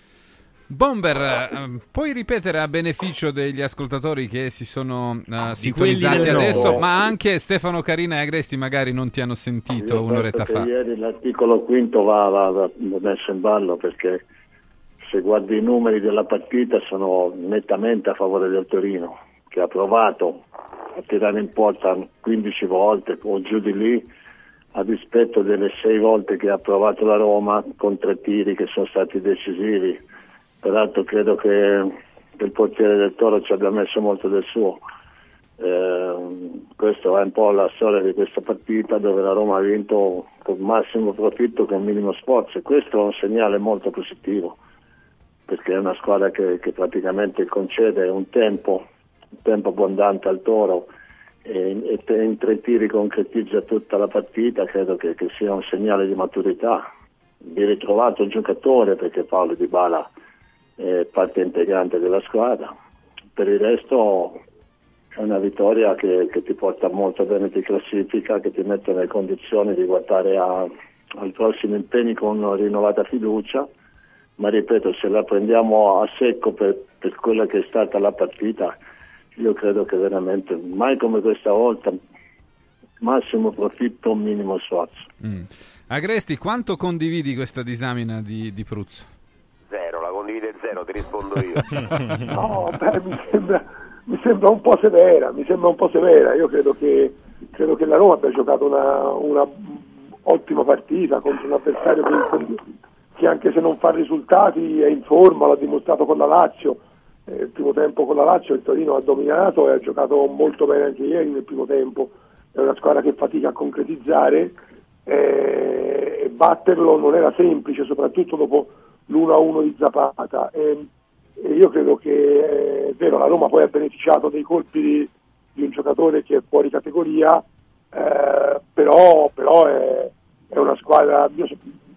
Bomber, eh, puoi ripetere a beneficio degli ascoltatori che si sono uh, Di sintonizzati quelli del adesso, no. ma anche Stefano Carina e Agresti magari non ti hanno sentito Io un'oretta penso fa. che ieri l'articolo quinto va, va, va messo in ballo, perché se guardi i numeri della partita sono nettamente a favore del Torino, che ha provato a tirare in porta quindici volte o giù di lì, a dispetto delle sei volte che ha provato la Roma con tre tiri che sono stati decisivi. Peraltro credo che, che il portiere del Toro ci abbia messo molto del suo. Eh, questa è un po' la storia di questa partita, dove la Roma ha vinto con massimo profitto, con minimo sforzo, e questo è un segnale molto positivo, perché è una squadra che, che praticamente concede un tempo, un tempo abbondante al Toro e, e in tre tiri concretizza tutta la partita. Credo che, che sia un segnale di maturità, di ritrovato giocatore, perché Paolo Dybala è parte integrante della squadra. Per il resto è una vittoria che, che ti porta molto bene di classifica, che ti mette nelle condizioni di guardare a, ai prossimi impegni con rinnovata fiducia. Ma ripeto, se la prendiamo a secco per, per quella che è stata la partita, io credo che veramente mai come questa volta massimo profitto, minimo sforzo. Mm. Agresti, quanto condividi questa disamina di, di Pruzzo? Zero, la condivide zero, ti rispondo io. No, beh, mi sembra, mi sembra un po' severa, mi sembra un po' severa. Io credo che, credo che la Roma abbia giocato una, una ottima partita contro un avversario che, che anche se non fa risultati è in forma, l'ha dimostrato con la Lazio. Eh, il primo tempo con la Lazio il Torino ha dominato e ha giocato molto bene anche ieri nel primo tempo. È una squadra che fatica a concretizzare eh, e batterlo non era semplice, soprattutto dopo l'uno a uno di Zapata. E, e io credo che eh, è vero, la Roma poi ha beneficiato dei colpi di, di un giocatore che è fuori categoria, eh, però, però è, è una squadra. Io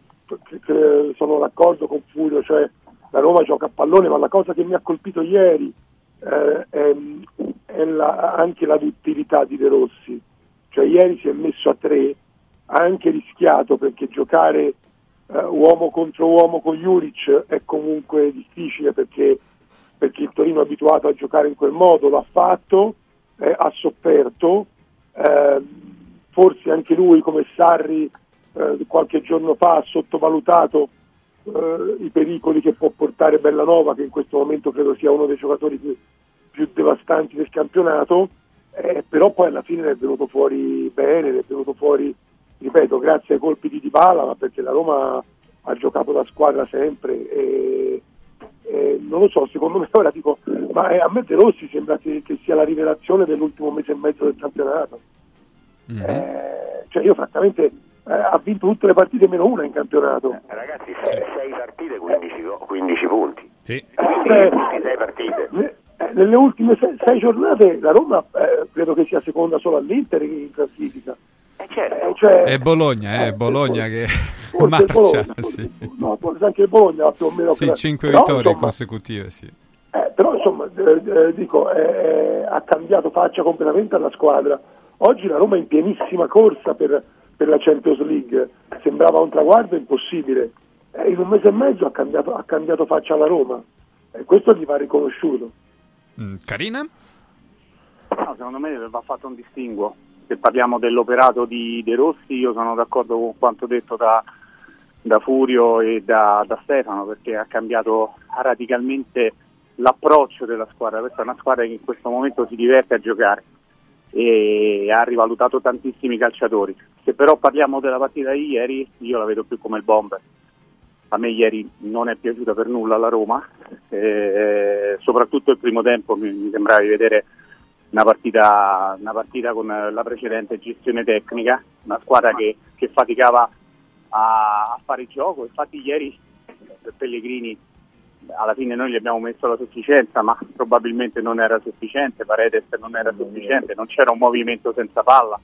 sono d'accordo con Furio, cioè la Roma gioca a pallone, ma la cosa che mi ha colpito ieri eh, è, è la, anche la duttilità di De Rossi. Cioè ieri si è messo a tre, ha anche rischiato, perché giocare eh, uomo contro uomo con Juric è comunque difficile, perché, perché il Torino è abituato a giocare in quel modo, l'ha fatto, eh, ha sofferto, eh, forse anche lui come Sarri eh, qualche giorno fa ha sottovalutato eh, i pericoli che può portare Bellanova, che in questo momento credo sia uno dei giocatori più, più devastanti del campionato. Eh, però poi alla fine è venuto fuori bene, è venuto fuori, ripeto, grazie ai colpi di Dybala, ma perché la Roma ha giocato da squadra sempre e, e non lo so, secondo me ora dico, ma eh, a me De Rossi sembra che, che sia la rivelazione dell'ultimo mese e mezzo del campionato. Mm-hmm. Eh, cioè io francamente eh, ha vinto tutte le partite meno una in campionato. Eh, ragazzi, sei partite, quindici, quindici punti. Sì. Eh, sei partite. Eh, nelle ultime sei, sei giornate la Roma eh, credo che sia seconda solo all'Inter in classifica. Eh, certo. eh, cioè, È Bologna, è eh, Bologna forse, che forse marcia. Bologna, Sì, no, forse anche il Bologna ha più o meno. sì che... cinque però, vittorie insomma, consecutive, sì. Eh, però insomma, eh, eh, dico, eh, ha cambiato faccia completamente alla squadra. Oggi la Roma è in pienissima corsa per, per la Champions League, sembrava un traguardo impossibile. Eh, in un mese e mezzo ha cambiato, ha cambiato faccia alla Roma, e questo gli va riconosciuto. Mm, Carina? No, secondo me va fatto un distinguo. Se parliamo dell'operato di De Rossi, io sono d'accordo con quanto detto da, da Furio e da, da Stefano, perché ha cambiato radicalmente l'approccio della squadra. Questa è una squadra che in questo momento si diverte a giocare e ha rivalutato tantissimi calciatori. Se però parliamo della partita di ieri, io la vedo più come il Bomber. a me ieri non è piaciuta per nulla la Roma, eh, soprattutto il primo tempo mi, mi sembrava di vedere una partita, una partita con la precedente gestione tecnica, una squadra che, che faticava a, a fare il gioco. Infatti ieri per Pellegrini alla fine noi gli abbiamo messo la sufficienza, ma probabilmente non era sufficiente, Paredes non era sufficiente, non c'era un movimento senza palla.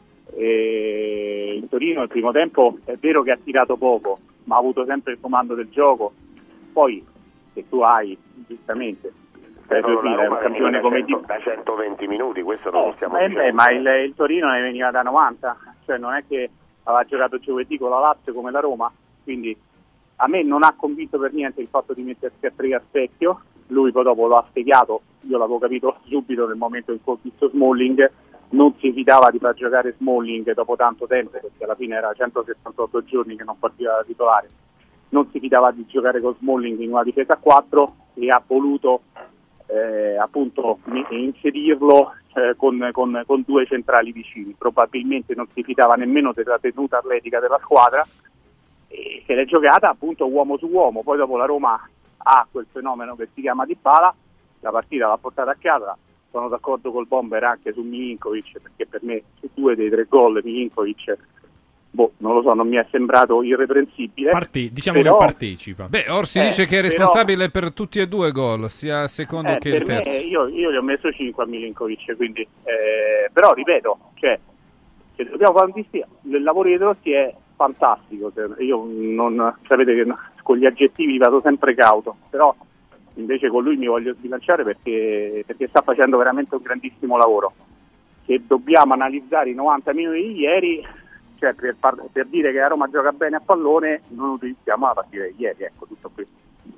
E il Torino il primo tempo è vero che ha tirato poco, ma ha avuto sempre il comando del gioco. Poi se tu hai giustamente Però la dire, Roma un campione come cento, da centoventi minuti, questo non lo stiamo eh, dicendo. beh, ma il, il Torino ne veniva da novanta, cioè non è che aveva giocato giovedì con la Lazio come la Roma, quindi a me non ha convinto per niente il fatto di mettersi a tre a specchio. Lui poi dopo lo ha spiegato, io l'avevo capito subito nel momento in cui ho visto Smalling, non si fidava di far giocare Smalling dopo tanto tempo, perché alla fine era centosettantotto giorni che non partiva da titolare, non si fidava di giocare con Smalling in una difesa a quattro e ha voluto eh, appunto inserirlo eh, con, con, con due centrali vicini. Probabilmente non si fidava nemmeno della tenuta atletica della squadra e se l'è giocata appunto uomo su uomo. Poi dopo la Roma ha quel fenomeno che si chiama Dybala, la partita l'ha portata a casa. Sono d'accordo col Bomber anche su Milinkovic, perché per me su due dei tre gol Milinkovic, boh, non lo so, non mi è sembrato irreprensibile. Parte- diciamo però, che partecipa. Beh, Orsi eh, dice che è però- responsabile per tutti e due i gol, sia il secondo eh, che il per me, terzo. io, io gli ho messo cinque a Milinkovic, quindi, eh, però ripeto, cioè, se dobbiamo fare un distinguo, il lavoro di De Rossi è fantastico, io non, sapete che con gli aggettivi vado sempre cauto, però invece con lui mi voglio sbilanciare perché, perché sta facendo veramente un grandissimo lavoro. Se dobbiamo analizzare i novanta minuti di ieri, cioè per, par- per dire che la Roma gioca bene a pallone, non utilizziamo la partita di ieri, ecco, tutto qui.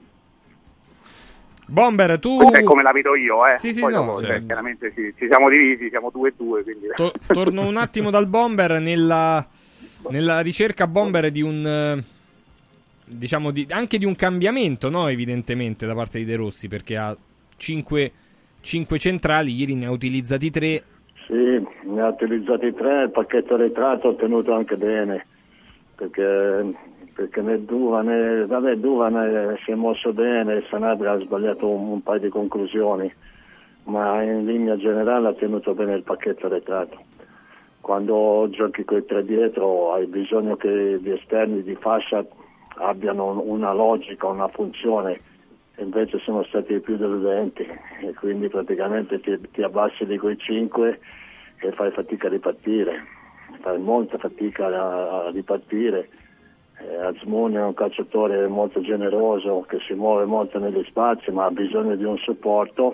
Bomber, tu... Questa è come la vedo io, eh. Sì, sì, Poi no, dopo, cioè- cioè, chiaramente ci, ci siamo divisi, siamo due e due, quindi... To- torno un attimo dal Bomber nella, nella ricerca Bomber di un eh, diciamo di, anche di un cambiamento, no, evidentemente da parte di De Rossi, perché ha cinque centrali, ieri ne ha utilizzati tre. Sì, ne ha utilizzati tre, il pacchetto ritratto ho tenuto anche bene, perché, perché né Duva né, vabbè, Duva ne, si è mosso bene, Sanabria ha sbagliato un, un paio di conclusioni, ma in linea generale ha tenuto bene il pacchetto ritratto. Quando giochi con i tre dietro hai bisogno che gli esterni di fascia abbiano una logica, una funzione, invece sono stati più deludenti e quindi praticamente ti, ti abbassi di quei cinque e fai fatica a ripartire, fai molta fatica a, a ripartire. Eh, Azmouni è un calciatore molto generoso che si muove molto negli spazi ma ha bisogno di un supporto.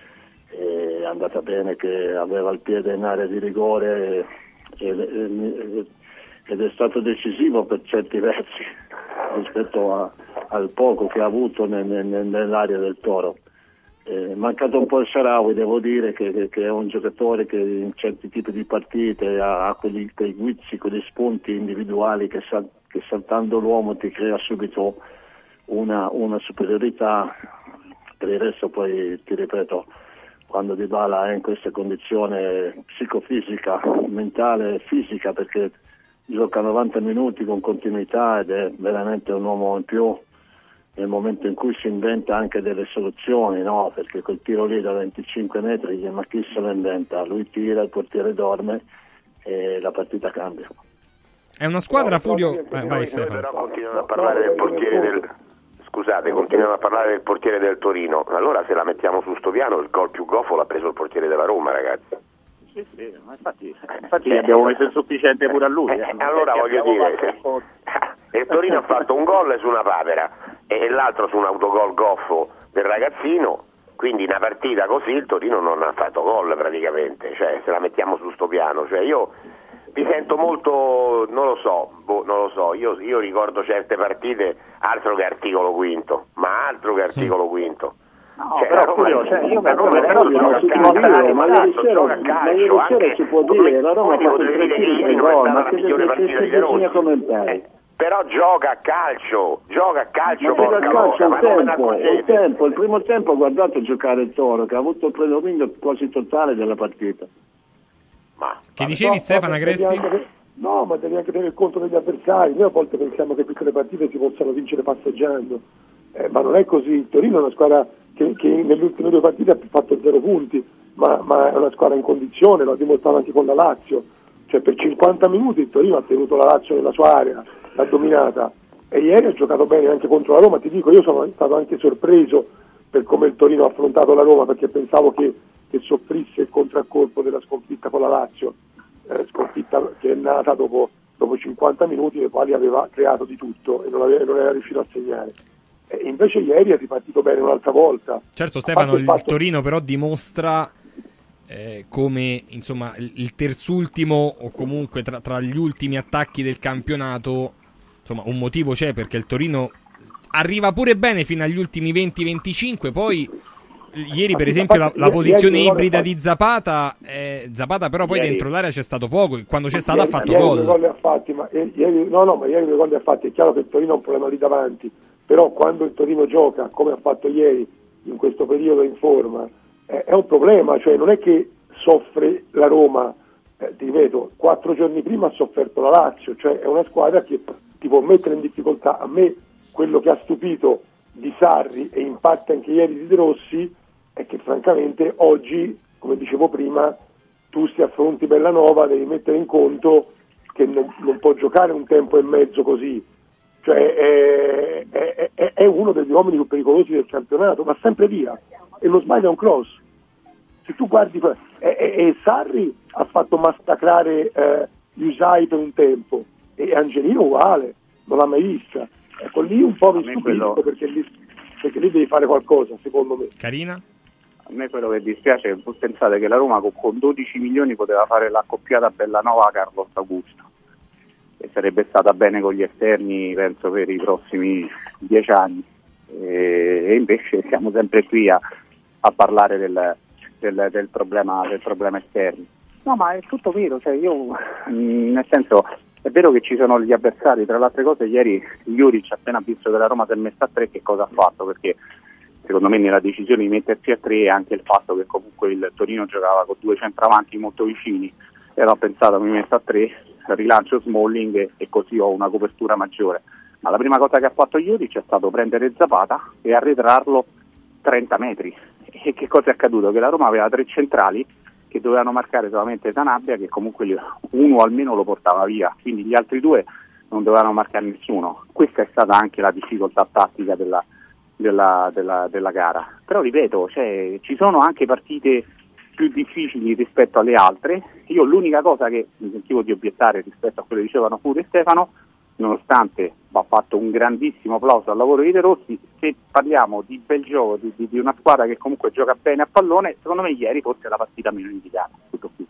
È andata bene che aveva il piede in area di rigore e, e, ed è stato decisivo per certi versi rispetto a, al poco che ha avuto nel, nel, nell'area del Toro. È mancato un po' il Shaarawy, devo dire che, che, che è un giocatore che in certi tipi di partite ha, ha quegli, quei guizzi, quegli spunti individuali che, sal, che saltando l'uomo ti crea subito una, una superiorità. Per il resto poi ti ripeto, quando Dybala è in questa condizione psicofisica, mentale, fisica, perché gioca novanta minuti con continuità ed è veramente un uomo in più nel momento in cui si inventa anche delle soluzioni, no? Perché quel tiro lì da venticinque metri, ma chi se lo inventa? Lui tira, il portiere dorme e la partita cambia. È una squadra, No, Furio... no, Eh, noi vai Stefano. però continuano a parlare del portiere del... Scusate, continuano a parlare del portiere del Torino. Allora se la mettiamo su sto piano, il gol più goffo l'ha preso il portiere della Roma, ragazzi. Sì, sì, ma infatti, infatti gli abbiamo messo il sufficiente pure a lui. Eh, allora voglio dire, se... il Torino ha fatto un gol su una papera e l'altro su un autogol goffo del ragazzino, quindi una partita così il Torino non ha fatto gol praticamente, cioè se la mettiamo su sto piano, cioè io mi sento molto, non lo so, boh, non lo so, io, io ricordo certe partite altro che articolo quinto, ma altro che articolo quinto. No, cioè, però Furio, cioè, io la Roma però gioca a si calcio, può dire, ma esatto, ieri sera, gioca a ma calcio, ieri sera anche si può tu- dire, la Roma ha tu fatto devi tre dire che tiri, ieri tre non è gol, stata ma la che migliore che- partita che di De Rossi. bisogna commentare? Eh, però gioca a calcio, gioca a calcio, Ma gioca porca a calcio cosa, un ma non ve ne tempo, un accorgete? tempo, il primo tempo guardate giocare il Toro che ha avuto il predominio quasi totale della partita. Che dicevi, Stefano Agresti? No, ma devi anche tenere conto degli avversari. Noi a volte pensiamo che tutte le partite si possano vincere passeggiando, eh, ma non è così. Il Torino è una squadra che, che nelle ultime due partite ha fatto zero punti, ma, ma è una squadra in condizione, lo ha dimostrato anche con la Lazio. Cioè per cinquanta minuti il Torino ha tenuto la Lazio nella sua area, l'ha dominata, e ieri ha giocato bene anche contro la Roma. Ti dico, io sono stato anche sorpreso per come il Torino ha affrontato la Roma, perché pensavo che, che soffrisse il contraccolpo della sconfitta con la Lazio. Eh, sconfitta che è nata dopo, dopo cinquanta minuti, nei quali aveva creato di tutto e non, aveva, non era riuscito a segnare. E invece ieri è ripartito bene un'altra volta. Certo, Stefano, il, il fatto... Torino però dimostra eh, come insomma il, il terzultimo, o comunque tra, tra gli ultimi attacchi del campionato, insomma un motivo c'è, perché il Torino arriva pure bene fino agli ultimi venti venticinque, poi ieri per esempio la, la posizione ibrida di Zapata, eh, Zapata però poi ieri. dentro l'area c'è stato poco, quando c'è stato ieri, ha fatto ieri gol. Due gol li ha fatti, ma ieri, no, no, ma ieri due gol li ha fatti. È chiaro che il Torino ha un problema lì davanti, però quando il Torino gioca come ha fatto ieri in questo periodo in forma, eh, è un problema. Cioè non è che soffre la Roma, eh, ti ripeto, quattro giorni prima ha sofferto la Lazio, cioè è una squadra che ti può mettere in difficoltà. A me quello che ha stupito di Sarri e in parte anche ieri di De Rossi è che francamente oggi, come dicevo prima, tu si affronti Bellanova, devi mettere in conto che non, non può giocare un tempo e mezzo così, cioè è, è, è, è uno degli uomini più pericolosi del campionato, va sempre via e lo sbaglia un cross. Se tu guardi, e, e, e Sarri ha fatto massacrare eh, Usai per un tempo, e Angelino uguale, non l'ha mai vista. Ecco, lì un po' mi stupisco quello... perché, lì, perché lì devi fare qualcosa, secondo me. Carina? A me quello che dispiace è che voi pensate che la Roma con, con dodici milioni poteva fare l'accoppiata Bellanova a Carlos Augusto, e sarebbe stata bene con gli esterni, penso, per i prossimi dieci anni, e, e invece siamo sempre qui a, a parlare del, del, del, problema, del problema esterni. No, ma è tutto vero, cioè io, mh, nel senso, è vero che ci sono gli avversari. Tra le altre cose ieri Juric, appena visto che la Roma si è messa a tre, che cosa ha fatto? Perché secondo me nella decisione di mettersi a tre, anche il fatto che comunque il Torino giocava con due centravanti molto vicini, e ho pensato, mi metto a tre, rilancio Smalling e, e così ho una copertura maggiore. Ma la prima cosa che ha fatto Juric è stato prendere Zapata e arretrarlo trenta metri. E che cosa è accaduto? Che la Roma aveva tre centrali che dovevano marcare solamente Sanabria, che comunque uno almeno lo portava via, quindi gli altri due non dovevano marcare nessuno. Questa è stata anche la difficoltà tattica della, della, della, della gara. Però ripeto, cioè, ci sono anche partite più difficili rispetto alle altre. Io l'unica cosa che mi sentivo di obiettare rispetto a quello che dicevano Furio e Stefano, nonostante va fatto un grandissimo applauso al lavoro di De Rossi, se parliamo di bel gioco, di, di, di una squadra che comunque gioca bene a pallone, secondo me ieri forse è la partita meno indicata. Tutto qui.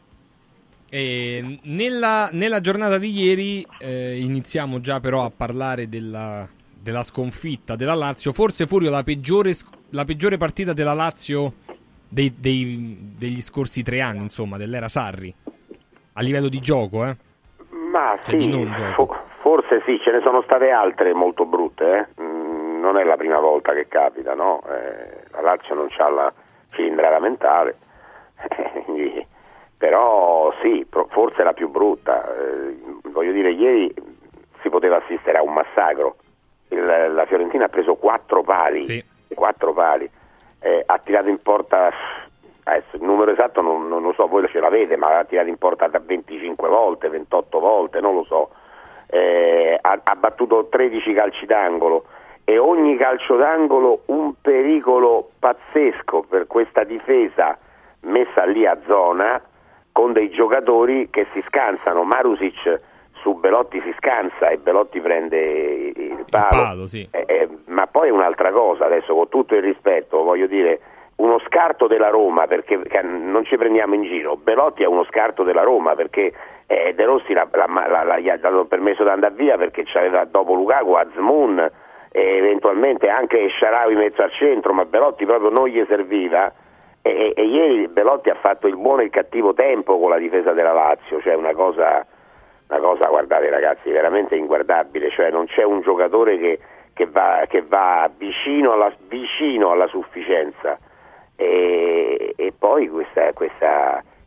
E nella, nella giornata di ieri eh, iniziamo già però a parlare della, della sconfitta della Lazio. Forse Furio la peggiore, la peggiore partita della Lazio dei, dei, degli scorsi tre anni, insomma, dell'era Sarri, a livello di gioco, eh? Ma cioè, sì, di non fo- forse sì, ce ne sono state altre molto brutte, eh? mm, non è la prima volta che capita, no? Eh, la Lazio non c'ha la cilindrata mentale, quindi, però sì, pro- forse la più brutta. Eh, voglio dire, ieri si poteva assistere a un massacro. Il, la Fiorentina ha preso quattro pali, sì. quattro pali, eh, ha tirato in porta, adesso il numero esatto non, non lo so, voi ce l'avete, ma ha tirato in porta da venticinque volte, ventotto volte, non lo so, eh, ha, ha battuto tredici calci d'angolo, e ogni calcio d'angolo un pericolo pazzesco per questa difesa messa lì a zona, con dei giocatori che si scansano. Marusic su Belotti si scansa e Belotti prende il palo, il palo sì. eh, eh, ma poi è un'altra cosa, adesso con tutto il rispetto, voglio dire, uno scarto della Roma, perché non ci prendiamo in giro, Belotti è uno scarto della Roma, perché eh, De Rossi l'ha, l'ha, l'ha, gli ha dato permesso di andare via perché c'aveva dopo Lukaku Azmoun e eventualmente anche Shaarawy mezzo al centro, ma Belotti proprio non gli serviva. E, e ieri Belotti ha fatto il buono e il cattivo tempo con la difesa della Lazio, cioè una cosa, una cosa, guardate ragazzi, veramente inguardabile, cioè non c'è un giocatore che, che, va, che va vicino alla, vicino alla sufficienza, e, e poi questa, questa,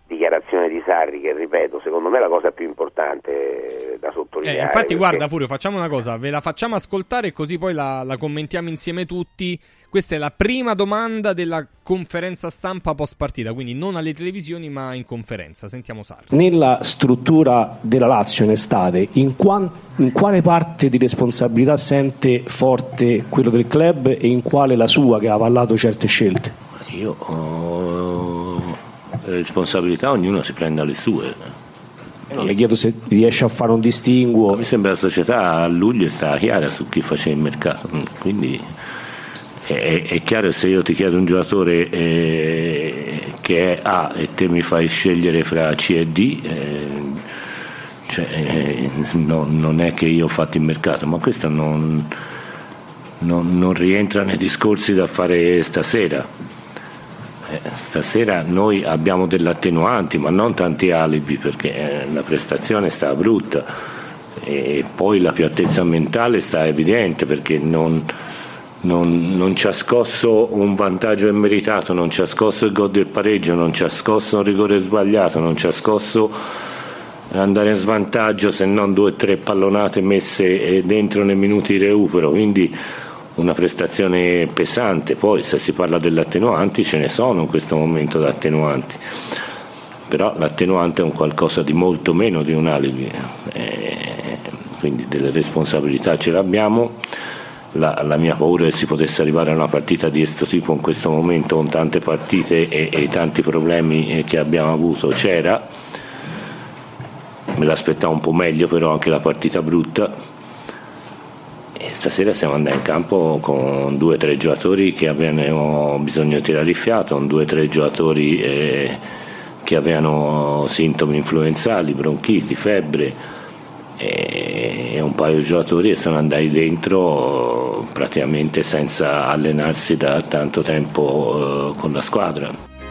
dichiarazione di Sarri, che ripeto, secondo me è la cosa più importante da sottolineare. Eh, infatti perché... guarda Furio, facciamo una cosa, ve la facciamo ascoltare così poi la, la commentiamo insieme tutti. Questa è la prima domanda della conferenza stampa post partita, quindi non alle televisioni ma in conferenza. Sentiamo Sarri. Nella struttura della Lazio in estate, in, quan- in quale parte di responsabilità sente forte quello del club e in quale la sua, che ha avallato certe scelte? Io ho le responsabilità, ognuno si prenda le sue. Non le chiedo se riesce a fare un distinguo. Mi sembra la società a luglio sta chiara su chi faceva il mercato, quindi è, è chiaro. Se io ti chiedo un giocatore eh, che è A e te mi fai scegliere fra C e D, eh, cioè, eh, no, non è che io ho fatto il mercato, ma questo non, non, non rientra nei discorsi da fare stasera. Eh, stasera noi abbiamo delle attenuanti, ma non tanti alibi, perché eh, la prestazione sta brutta e poi la piattezza mentale sta evidente, perché non, non, non ci ha scosso un vantaggio immeritato, non ci ha scosso il gol del pareggio, non ci ha scosso un rigore sbagliato, non ci ha scosso andare in svantaggio se non due o tre pallonate messe dentro nei minuti di recupero, quindi una prestazione pesante. Poi se si parla delle attenuanti, ce ne sono in questo momento da attenuanti, però l'attenuante è un qualcosa di molto meno di un alibi, eh, quindi delle responsabilità ce le abbiamo. La, la mia paura è che si potesse arrivare a una partita di questo tipo in questo momento, con tante partite e, e tanti problemi che abbiamo avuto, c'era. Me l'aspettavo un po' meglio, però anche la partita brutta. E stasera siamo andati in campo con due o tre giocatori che avevano bisogno di tirare il fiato, con due o tre giocatori eh, che avevano sintomi influenzali, bronchiti, febbre, e un paio di giocatori che sono andati dentro praticamente senza allenarsi da tanto tempo eh, con la squadra.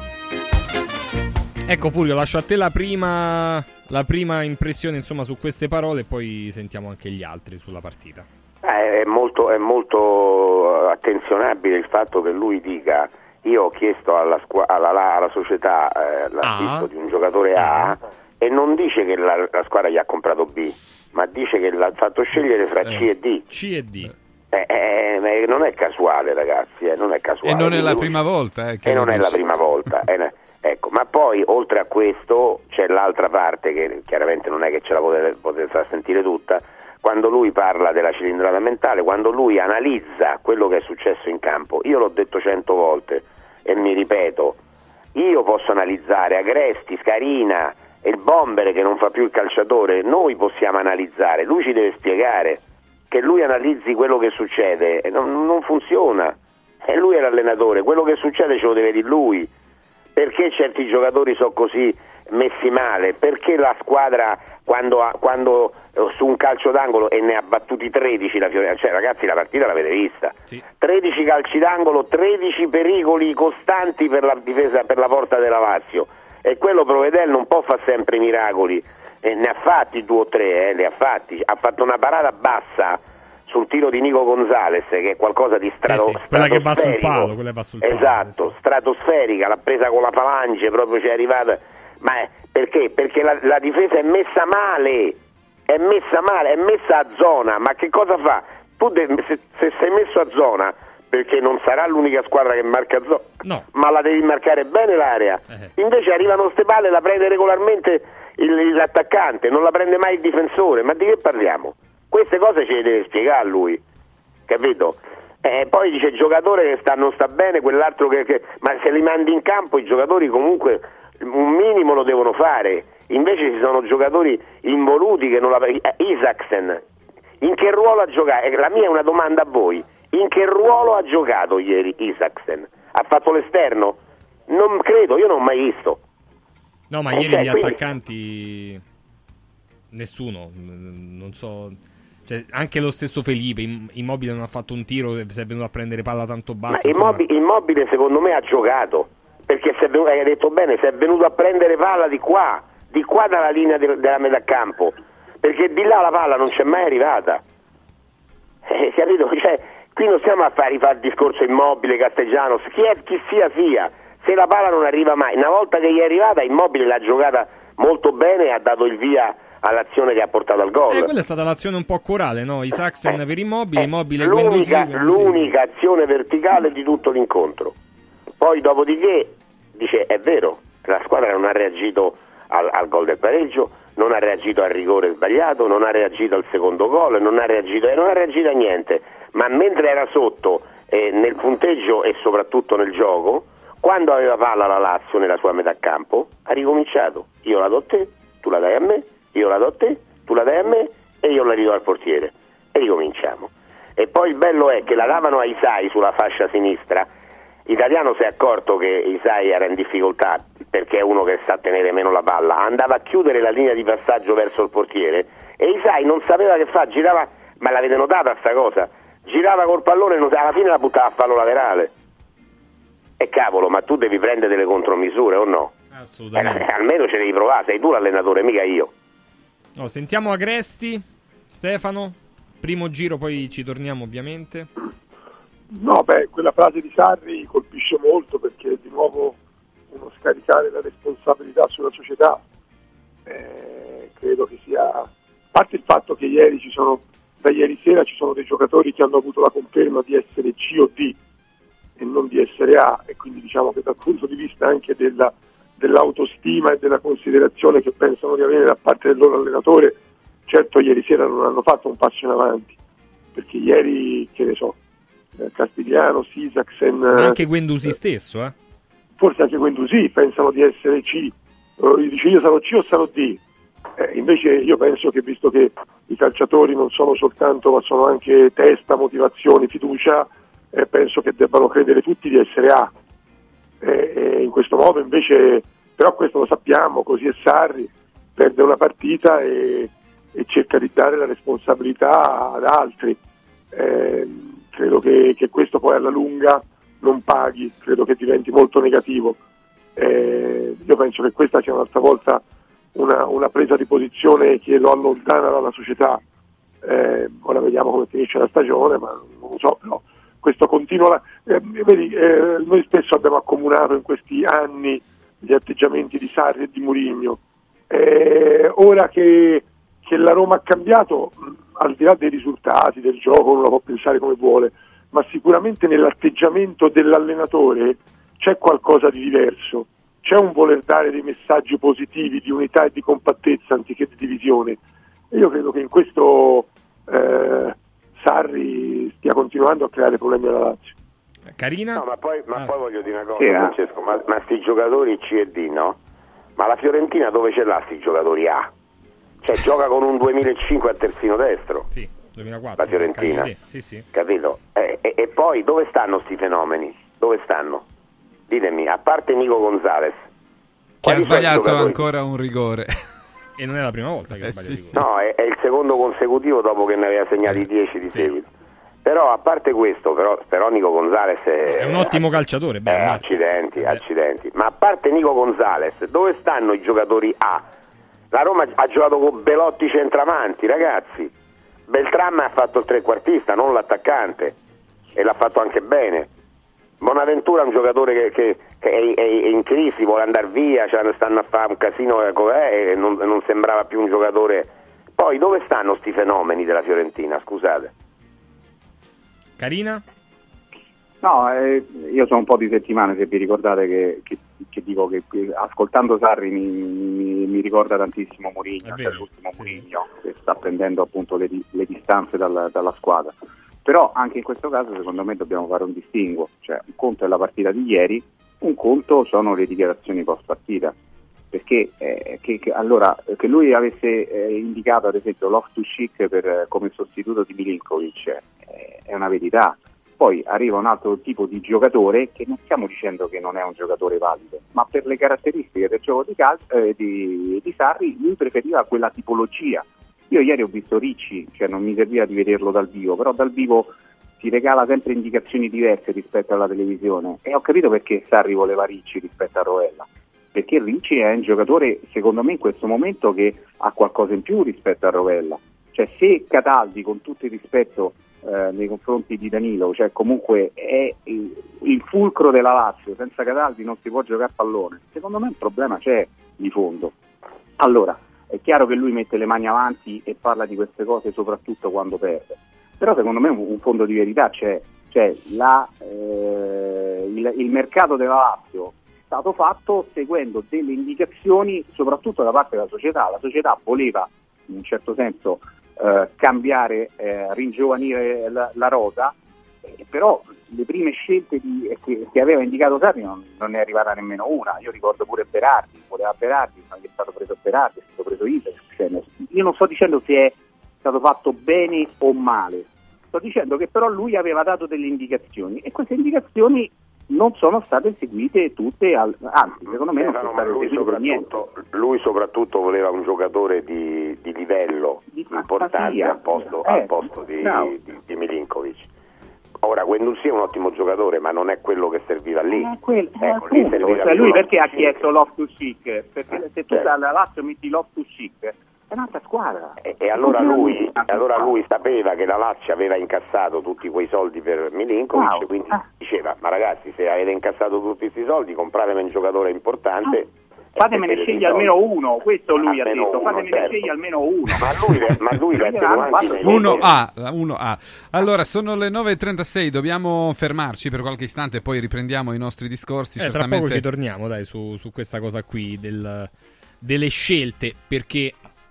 Ecco Furio, lascio a te la prima, la prima impressione insomma su queste parole e poi sentiamo anche gli altri sulla partita. Eh, è molto, è molto attenzionabile il fatto che lui dica: io ho chiesto alla, squ- alla, alla società eh, l'acquisto ah. di un giocatore A ah. e non dice che la, la squadra gli ha comprato B, ma dice che l'ha fatto scegliere fra eh. C e D. C e D. Eh, eh, non è casuale, ragazzi, eh, non è casuale. E non è la lui... prima volta. Eh, che e non è la prima volta. eh, ecco, ma poi oltre a questo c'è l'altra parte che chiaramente non è che ce la potete, potete far sentire tutta. Quando lui parla della cilindrata mentale, quando lui analizza quello che è successo in campo, io l'ho detto cento volte e mi ripeto, io posso analizzare Agresti, Scarina e il Bomber che non fa più il calciatore, noi possiamo analizzare, lui ci deve spiegare che lui analizzi quello che succede, e non, non funziona, e lui è l'allenatore, quello che succede ce lo deve dire lui, perché certi giocatori sono così messi male, perché la squadra quando, ha, quando su un calcio d'angolo e ne ha battuti tredici la Fiorentina, cioè ragazzi la partita l'avete vista, sì. tredici calci d'angolo, tredici pericoli costanti per la difesa, per la porta della Lazio, e quello Provedel non può fare sempre miracoli, e ne ha fatti due o tre, eh, ne ha fatti, ha fatto una parata bassa sul tiro di Nico Gonzalez che è qualcosa di strato, sì, sì. Quella che va sul palo, quella va sul palo, esatto, sì. Stratosferica, l'ha presa con la falange, proprio ci è arrivata. Ma è, perché? Perché la, la difesa è messa male, è messa male, è messa a zona. Ma che cosa fa? Tu de- se, se sei messo a zona, perché non sarà l'unica squadra che marca a zona, no. ma la devi marcare bene l'area. Eh. Invece arrivano ste palle, la prende regolarmente il, l'attaccante, non la prende mai il difensore. Ma di che parliamo? Queste cose ce le deve spiegare lui, capito? Eh, poi dice il giocatore che sta, non sta bene, quell'altro che, che... Ma se li mandi in campo i giocatori comunque un minimo lo devono fare, invece ci sono giocatori involuti che non la... Isaksen, in che ruolo ha giocato? La mia è una domanda a voi, in che ruolo ha giocato ieri Isaksen? Ha fatto l'esterno? Non credo, io non ho mai visto. No, ma eh, ieri cioè, gli quindi... attaccanti nessuno, non so, cioè, anche lo stesso Felipe Immobile non ha fatto un tiro, si è venuto a prendere palla tanto bassa. Ma Immobile, Immobile secondo me ha giocato, perché si è venuto, hai detto bene, si è venuto a prendere palla di qua, di qua dalla linea de, della metà campo, perché di là la palla non c'è mai arrivata. Eh, capito? Cioè, qui non stiamo a fare, fare il discorso Immobile, Castellanos, chi, è, chi sia sia, se la palla non arriva mai. Una volta che gli è arrivata, Immobile l'ha giocata molto bene e ha dato il via all'azione che ha portato al gol. Eh, quella è stata l'azione un po' corale, no? Isaacsen Eh, per Immobile, eh, Immobile l'unica, Guendouzi, l'unica azione verticale di tutto l'incontro. Poi dopodiché dice è vero, la squadra non ha reagito al, al gol del pareggio, non ha reagito al rigore sbagliato, non ha reagito al secondo gol, non ha reagito, eh, non ha reagito a niente, ma mentre era sotto eh, nel punteggio e soprattutto nel gioco, quando aveva palla la Lazio nella sua metà campo, ha ricominciato. Io la do a te, tu la dai a me, io la do a te, tu la dai a me e io la ridò al portiere. E ricominciamo. E poi il bello è che la davano a Isai sulla fascia sinistra. Italiano si è accorto che Isai era in difficoltà perché è uno che sa tenere meno la palla, andava a chiudere la linea di passaggio verso il portiere e Isai non sapeva che fa, girava, ma l'avete notata sta cosa? Girava col pallone e non, alla fine la buttava a fallo laterale. E cavolo, ma tu devi prendere delle contromisure o no? Assolutamente. Eh, almeno ce devi provare, sei tu l'allenatore, mica io. No, sentiamo Agresti, Stefano, primo giro, poi ci torniamo ovviamente. No, beh, quella frase di Sarri colpisce molto perché è di nuovo uno scaricare la responsabilità sulla società. Eh, credo che sia, a parte il fatto che ieri ci sono, da ieri sera ci sono dei giocatori che hanno avuto la conferma di essere C o D e non di essere A, e quindi diciamo che dal punto di vista anche della, dell'autostima e della considerazione che pensano di avere da parte del loro allenatore, certo ieri sera non hanno fatto un passo in avanti, perché ieri, che ne so, Castigliano, Sisaksen, anche Guendouzi stesso, eh? forse anche Guendouzi pensano di essere C, uh, dice io sarò C o sarò D, eh, invece io penso che visto che i calciatori non sono soltanto ma sono anche testa, motivazioni, fiducia, eh, penso che debbano credere tutti di essere A, eh, eh, in questo modo invece, però questo lo sappiamo, così è Sarri, perde una partita e, e cerca di dare la responsabilità ad altri. Eh, credo che, che questo poi alla lunga non paghi, credo che diventi molto negativo. Eh, io penso che questa sia un'altra volta una, una presa di posizione che lo allontana dalla società. Eh, ora vediamo come finisce la stagione, ma non lo so, però questo continua. Eh, vedi, eh, noi spesso abbiamo accomunato in questi anni gli atteggiamenti di Sarri e di Mourinho. Eh, ora che, che la Roma ha cambiato, al di là dei risultati del gioco, uno la può pensare come vuole, ma sicuramente nell'atteggiamento dell'allenatore c'è qualcosa di diverso, c'è un voler dare dei messaggi positivi di unità e di compattezza anziché di divisione, e io credo che in questo eh, Sarri stia continuando a creare problemi alla Lazio. Carina? No, ma poi, ma Ah, poi voglio dire una cosa, sì, eh. Francesco, ma, ma sti giocatori C e D, no? Ma la Fiorentina dove ce l'ha sti giocatori A? Cioè gioca con un duemilacinque a terzino destro. Sì, duemilaquattro. La Fiorentina. Cagliari, sì, sì. Capito? E, e, e poi dove stanno sti fenomeni? Dove stanno? Ditemi, a parte Nico Gonzalez. Che ha quali sono i sbagliato giocatori? ancora un rigore. E non è la prima volta che Eh, sbaglia sì, di sì. gol. No, è, è il secondo consecutivo dopo che ne aveva segnati dieci di seguito. Però a parte questo, però, però Nico Gonzalez è, È un ottimo calciatore, beh, eh, ammazza. accidenti, accidenti. Ma a parte Nico Gonzalez, dove stanno i giocatori A? La Roma ha giocato con Belotti centravanti, ragazzi. Beltram ha fatto il trequartista, non l'attaccante, e l'ha fatto anche bene. Bonaventura è un giocatore che, che, che è, è in crisi, vuole andare via, cioè stanno a fare un casino eh, e non, non sembrava più un giocatore. Poi dove stanno sti fenomeni della Fiorentina, scusate? Carina? No, eh, io sono un po' di settimane, se vi ricordate, che, che, che dico che, che ascoltando Sarri mi, mi, mi ricorda tantissimo Mourinho, cioè l'ultimo Mourinho, che sta prendendo appunto le, le distanze dalla, dalla squadra. Però anche in questo caso secondo me dobbiamo fare un distinguo, cioè un conto è la partita di ieri, un conto sono le dichiarazioni post partita, perché eh, che, che, allora, che lui avesse eh, indicato ad esempio Loftus-Cheek per, eh, come sostituto di Milinkovic eh, è una verità. Poi arriva un altro tipo di giocatore che non stiamo dicendo che non è un giocatore valido, ma per le caratteristiche del gioco di, cal- eh, di, di Sarri lui preferiva quella tipologia. Io ieri ho visto Ricci, cioè non mi serviva di vederlo dal vivo, però dal vivo ti regala sempre indicazioni diverse rispetto alla televisione, e ho capito perché Sarri voleva Ricci rispetto a Rovella, perché Ricci è un giocatore secondo me in questo momento che ha qualcosa in più rispetto a Rovella, Cioè, se Cataldi, con tutto il rispetto eh, nei confronti di Danilo, cioè comunque è il, il fulcro della Lazio, senza Cataldi non si può giocare a pallone, secondo me un problema c'è di fondo. Allora, è chiaro che lui mette le mani avanti e parla di queste cose soprattutto quando perde, però secondo me un, un fondo di verità c'è. Cioè, la, eh, il, il mercato della Lazio è stato fatto seguendo delle indicazioni soprattutto da parte della società. La società voleva in un certo senso eh, cambiare, eh, ringiovanire la, la rosa, eh, però le prime scelte di, eh, che, che aveva indicato Sarri non, non ne è arrivata nemmeno una. Io ricordo pure Berardi, voleva Berardi, ma è stato preso Berardi, è stato preso Iber. Io non sto dicendo se è stato fatto bene o male, sto dicendo che però lui aveva dato delle indicazioni e queste indicazioni non sono state seguite tutte, al, anzi secondo me non sono state lui seguite per niente. Lui soprattutto voleva un giocatore di, di livello di importante al posto, eh, al posto di, di, di Milinkovic. Ora, Guendouzi è un ottimo giocatore, ma non è quello che serviva lì. Eh, quel, ecco, eh, lì serviva cioè, lui perché ha Loftus-Cheek. chiesto Loftus-Cheek? Perché se tu certo. dalla Lazio metti Loftus-Cheek è un'altra squadra. E, e allora lui, allora lui sapeva che la Lazio aveva incassato tutti quei soldi per Milinkovic, Wow. quindi Ah. diceva: ma ragazzi, se avete incassato tutti questi soldi, compratemi un giocatore importante. Ah. Fatemene sceglie almeno uno, questo lui ha Almeno detto, uno, fatemene certo. sceglie almeno uno. Ma lui, ma lui mette davanti nei uno A, uno A. Allora, sono le nove e trentasei, dobbiamo fermarci per qualche istante e poi riprendiamo i nostri discorsi. Eh, tra certamente... poco ci torniamo, dai, su, su questa cosa qui del, delle scelte, perché,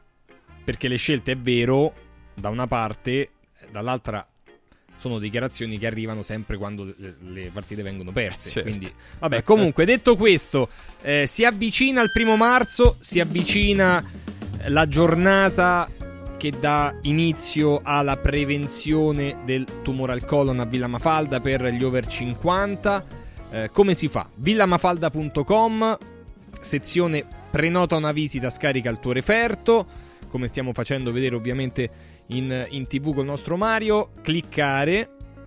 perché le scelte è vero, da una parte, dall'altra sono dichiarazioni che arrivano sempre quando le, le partite vengono perse. Certo. Quindi, vabbè, comunque, detto questo, eh, si avvicina il primo marzo, si avvicina la giornata che dà inizio alla prevenzione del tumore al colon a Villa Mafalda per gli over cinquanta. Eh, come si fa? villamafalda punto com, sezione prenota una visita, scarica il tuo referto, come stiamo facendo vedere ovviamente in, in tv col nostro Mario. Cliccare,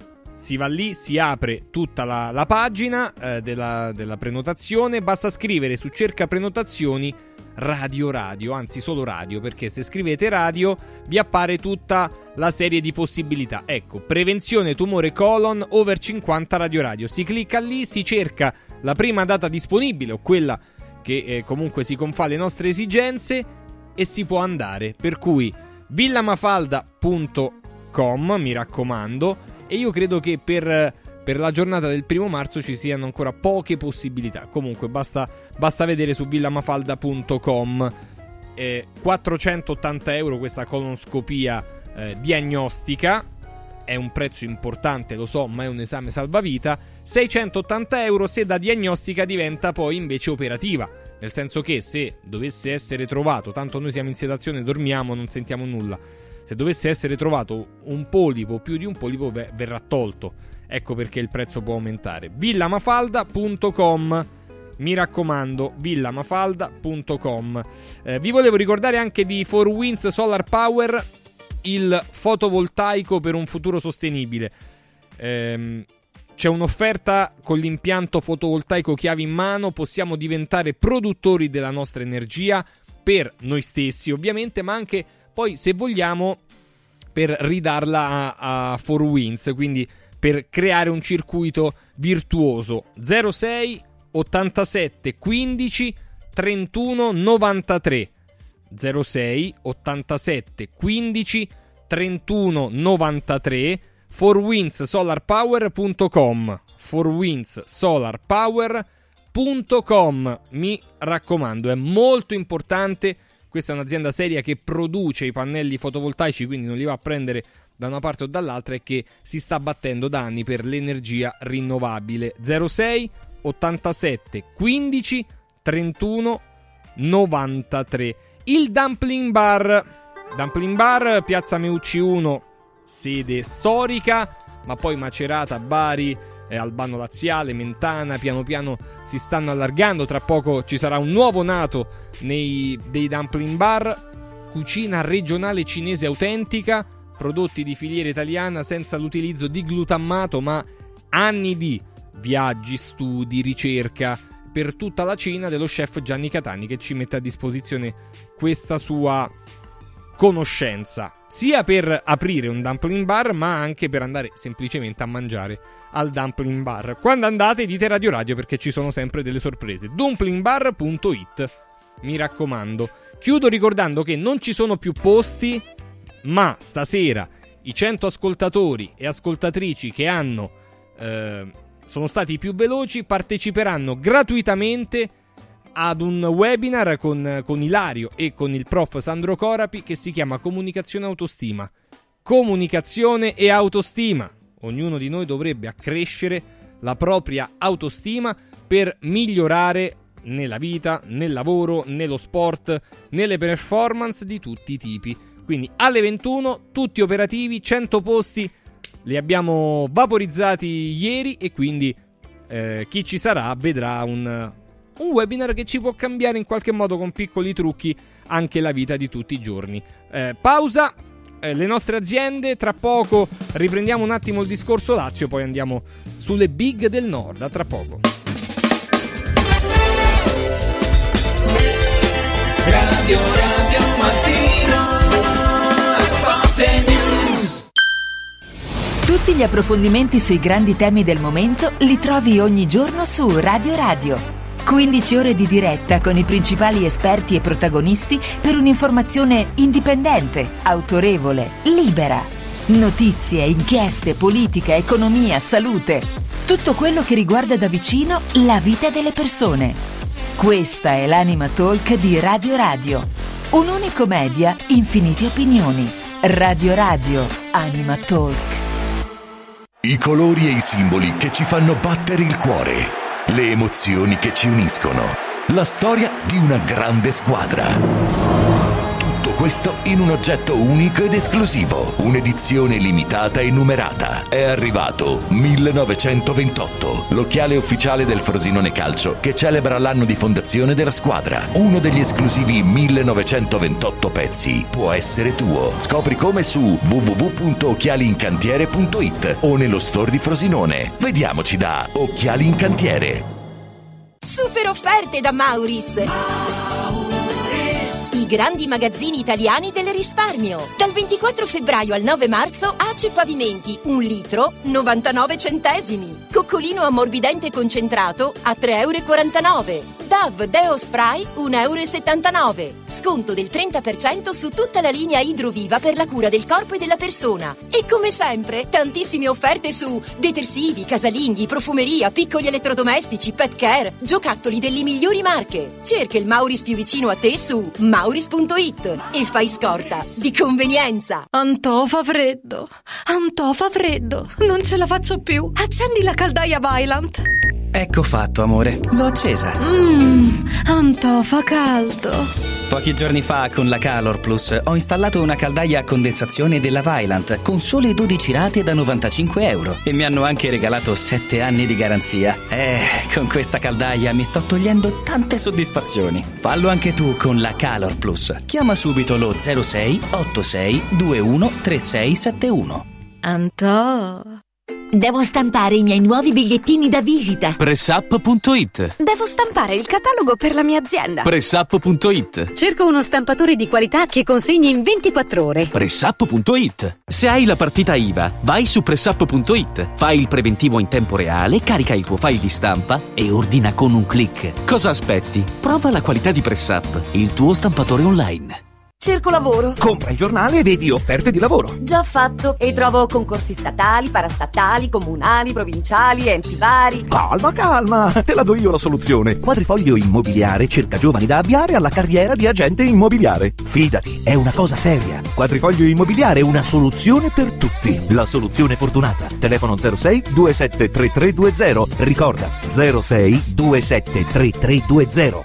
si va lì, si apre tutta la, la pagina eh, della, della prenotazione, basta scrivere su cerca prenotazioni radio radio, anzi solo radio, perché se scrivete radio vi appare tutta la serie di possibilità. Ecco, prevenzione tumore colon over cinquanta radio radio, si clicca lì, si cerca la prima data disponibile o quella che eh, comunque si confà alle nostre esigenze e si può andare, per cui villamafalda punto com, mi raccomando, e io credo che per, per la giornata del primo marzo ci siano ancora poche possibilità. Comunque basta, basta vedere su villamafalda punto com. eh, quattrocentottanta euro questa colonoscopia eh, diagnostica, è un prezzo importante, lo so, ma è un esame salvavita. Seicentottanta euro se da diagnostica diventa poi invece operativa, nel senso che se dovesse essere trovato, tanto noi siamo in sedazione, dormiamo, non sentiamo nulla, se dovesse essere trovato un polipo o più di un polipo beh, verrà tolto. Ecco perché il prezzo può aumentare. villamafalda punto com, mi raccomando, villamafalda punto com. eh, Vi volevo ricordare anche di four winds Solar Power, il fotovoltaico per un futuro sostenibile. ehm, C'è un'offerta con l'impianto fotovoltaico chiave in mano, possiamo diventare produttori della nostra energia per noi stessi ovviamente, ma anche poi se vogliamo per ridarla a, a four winds, quindi per creare un circuito virtuoso. Zero sei ottantasette quindici trentuno novantatré, zero sei ottantasette quindici trentuno novantatré, four winds solar power punto com, four winds solar power punto com, mi raccomando, è molto importante. Questa è un'azienda seria che produce i pannelli fotovoltaici, quindi non li va a prendere da una parte o dall'altra, e che si sta battendo da anni per l'energia rinnovabile. Zero sei ottantasette quindici trentuno novantatré. Il Dumpling Bar, Dumpling Bar, Piazza Meucci uno, sede storica, ma poi Macerata, Bari, eh, Albano Laziale, Mentana, piano piano si stanno allargando. Tra poco ci sarà un nuovo nato nei dei Dumpling Bar. Cucina regionale cinese autentica, prodotti di filiera italiana senza l'utilizzo di glutammato, ma anni di viaggi, studi, ricerca per tutta la Cina dello chef Gianni Catani, che ci mette a disposizione questa sua conoscenza. sia per aprire un dumpling bar, ma anche per andare semplicemente a mangiare al dumpling bar. Quando andate dite Radio Radio, perché ci sono sempre delle sorprese. dumpling bar punto it, mi raccomando. Chiudo ricordando che non ci sono più posti, ma stasera i cento ascoltatori e ascoltatrici che hanno eh, sono stati i più veloci parteciperanno gratuitamente ad un webinar con, con Ilario e con il prof Sandro Corapi che si chiama Comunicazione e Autostima. Comunicazione e autostima. Ognuno di noi dovrebbe accrescere la propria autostima per migliorare nella vita, nel lavoro, nello sport, nelle performance di tutti i tipi. Quindi alle ventuno, tutti operativi, cento posti li abbiamo vaporizzati ieri e quindi eh, chi ci sarà vedrà un... un webinar che ci può cambiare in qualche modo con piccoli trucchi anche la vita di tutti i giorni. Eh, pausa, eh, le nostre aziende, tra poco riprendiamo un attimo il discorso Lazio, poi andiamo sulle big del nord, a tra poco. Radio Radio Mattino, Sport News. Tutti gli approfondimenti sui grandi temi del momento li trovi ogni giorno su Radio Radio. quindici ore di diretta con i principali esperti e protagonisti per un'informazione indipendente, autorevole, libera. Notizie, inchieste, politica, economia, salute. Tutto quello che riguarda da vicino la vita delle persone. Questa è l'Anima Talk di Radio Radio. Un unico media, infinite opinioni. Radio Radio, Anima Talk. I colori e i simboli che ci fanno battere il cuore. Le emozioni che ci uniscono. La storia di una grande squadra. Tutto questo in un oggetto unico ed esclusivo. Un'edizione limitata e numerata. È arrivato millenovecentoventotto, l'occhiale ufficiale del Frosinone Calcio che celebra l'anno di fondazione della squadra. Uno degli esclusivi millenovecentoventotto pezzi può essere tuo. Scopri come su w w w punto occhialiincantiere punto it o nello store di Frosinone. Vediamoci da Occhiali in Cantiere. Super offerte da Mauris. I grandi magazzini italiani del risparmio. Dal ventiquattro febbraio al nove marzo Ace Pavimenti un litro novantanove centesimi. Coccolino ammorbidente concentrato a tre e quarantanove euro. Dove Deo Spray un euro e settantanove. Sconto del trenta per cento su tutta la linea Idroviva per la cura del corpo e della persona. E come sempre tantissime offerte su detersivi, casalinghi, profumeria, piccoli elettrodomestici, pet care, giocattoli delle migliori marche. Cerca il Mauris più vicino a te su mauris punto it e fai scorta di convenienza. Antò fa freddo, Antò fa freddo, non ce la faccio più. Accendi la caldaia Vaillant. Ecco fatto, amore, l'ho accesa. Mmm, Antò fa caldo. Pochi giorni fa con la Calor Plus ho installato una caldaia a condensazione della Vaillant con sole dodici rate da novantacinque euro e mi hanno anche regalato sette anni di garanzia. Eh, con questa caldaia mi sto togliendo tante soddisfazioni. Fallo anche tu con la Calor Plus. Chiama subito lo zero sei otto sei due uno tre sei sette uno. Antò. Devo stampare i miei nuovi bigliettini da visita. Pressup punto it. Devo stampare il catalogo per la mia azienda. Pressup punto it. Cerco uno stampatore di qualità che consegni in ventiquattro ore. Pressup punto it. Se hai la partita I V A, vai su Pressup punto it, fai il preventivo in tempo reale, carica il tuo file di stampa e ordina con un click. Cosa aspetti? Prova la qualità di Pressup, il tuo stampatore online. Cerco lavoro. Compra il giornale e vedi offerte di lavoro. Già fatto. E trovo concorsi statali, parastatali, comunali, provinciali, enti vari. Calma, calma. Te la do io la soluzione. Quadrifoglio Immobiliare cerca giovani da avviare alla carriera di agente immobiliare. Fidati, è una cosa seria. Quadrifoglio Immobiliare è una soluzione per tutti. La soluzione fortunata. Telefono zero sei due sette tre tre due zero. Ricorda, zero sei due sette tre tre due zero.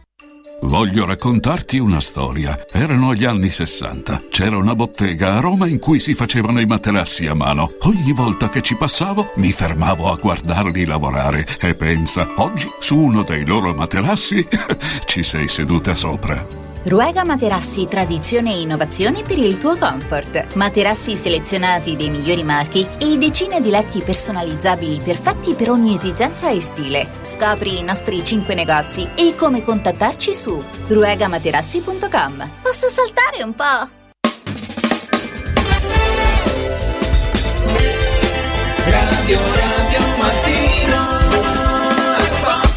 Voglio raccontarti una storia. Erano gli anni sessanta. C'era una bottega a Roma in cui si facevano i materassi a mano. Ogni volta che ci passavo mi fermavo a guardarli lavorare e pensa, oggi su uno dei loro materassi ci sei seduta sopra. Ruega Materassi, tradizione e innovazione per il tuo comfort. Materassi selezionati dei migliori marchi e decine di letti personalizzabili perfetti per ogni esigenza e stile. Scopri i nostri cinque negozi e come contattarci su ruega materassi punto com. Posso saltare un po'? Radio Radio Mattino, Sport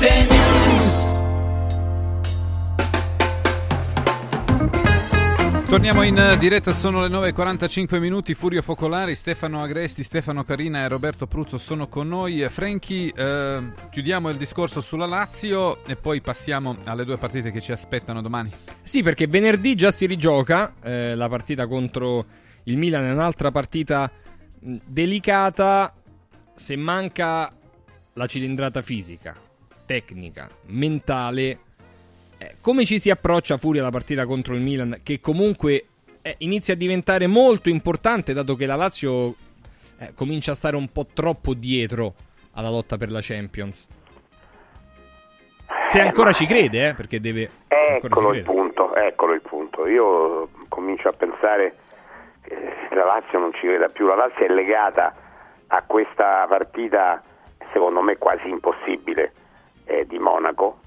News. Torniamo in diretta, sono le nove e quarantacinque minuti. Furio Focolari, Stefano Agresti, Stefano Carina e Roberto Pruzzo sono con noi. Franchi, eh, chiudiamo il discorso sulla Lazio e poi passiamo alle due partite che ci aspettano domani. Sì, perché venerdì già si rigioca eh, la partita contro il Milan, è un'altra partita mh, delicata. Se manca la cilindrata fisica, tecnica, mentale, eh, come ci si approccia Furia alla partita contro il Milan, che comunque eh, inizia a diventare molto importante, dato che la Lazio eh, comincia a stare un po' troppo dietro alla lotta per la Champions? Se ancora ci crede, eh, perché deve... Eccolo il punto, eccolo il punto. Io comincio a pensare che la Lazio non ci creda più. La Lazio è legata a questa partita, secondo me quasi impossibile, eh, di Monaco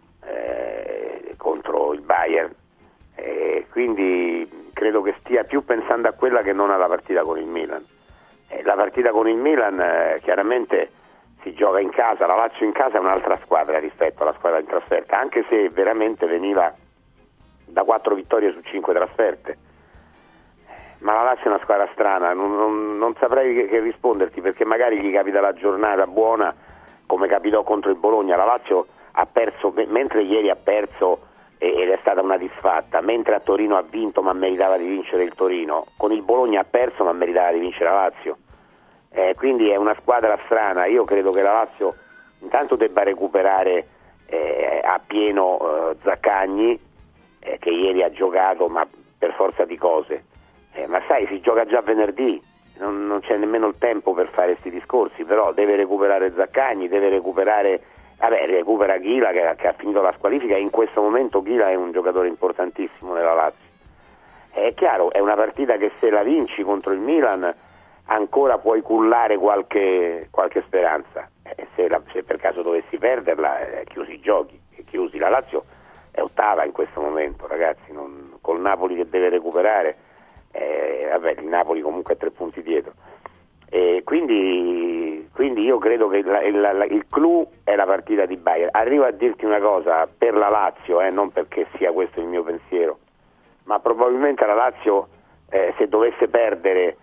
eh, contro il Bayern, eh, quindi credo che stia più pensando a quella che non alla partita con il Milan. Eh, la partita con il Milan eh, chiaramente si gioca in casa, la Lazio in casa è un'altra squadra rispetto alla squadra in trasferta, anche se veramente veniva da quattro vittorie su cinque trasferte. Ma la Lazio è una squadra strana, non, non, non saprei che, che risponderti, perché magari gli capita la giornata buona come capitò contro il Bologna. La Lazio ha perso, mentre ieri ha perso ed è stata una disfatta, mentre a Torino ha vinto ma meritava di vincere il Torino, con il Bologna ha perso ma meritava di vincere la Lazio. Eh, quindi è una squadra strana. Io credo che la Lazio intanto debba recuperare eh, a pieno eh, Zaccagni, eh, che ieri ha giocato ma per forza di cose. Eh, ma sai, si gioca già venerdì, non, non c'è nemmeno il tempo per fare questi discorsi, però deve recuperare Zaccagni, deve recuperare, vabbè, recupera Ghila che, che ha finito la squalifica, e in questo momento Ghila è un giocatore importantissimo nella Lazio. È chiaro, è una partita che se la vinci contro il Milan ancora puoi cullare qualche, qualche speranza, eh, se, la, se per caso dovessi perderla eh, chiusi i giochi, chiusi. La Lazio è ottava in questo momento, ragazzi, non, col Napoli che deve recuperare. Eh, vabbè, il Napoli comunque è tre punti dietro, eh, quindi, quindi io credo che la, la, la, il clou è la partita di Bayern. Arrivo a dirti una cosa per la Lazio, eh, non perché sia questo il mio pensiero, ma probabilmente la Lazio eh, se dovesse perdere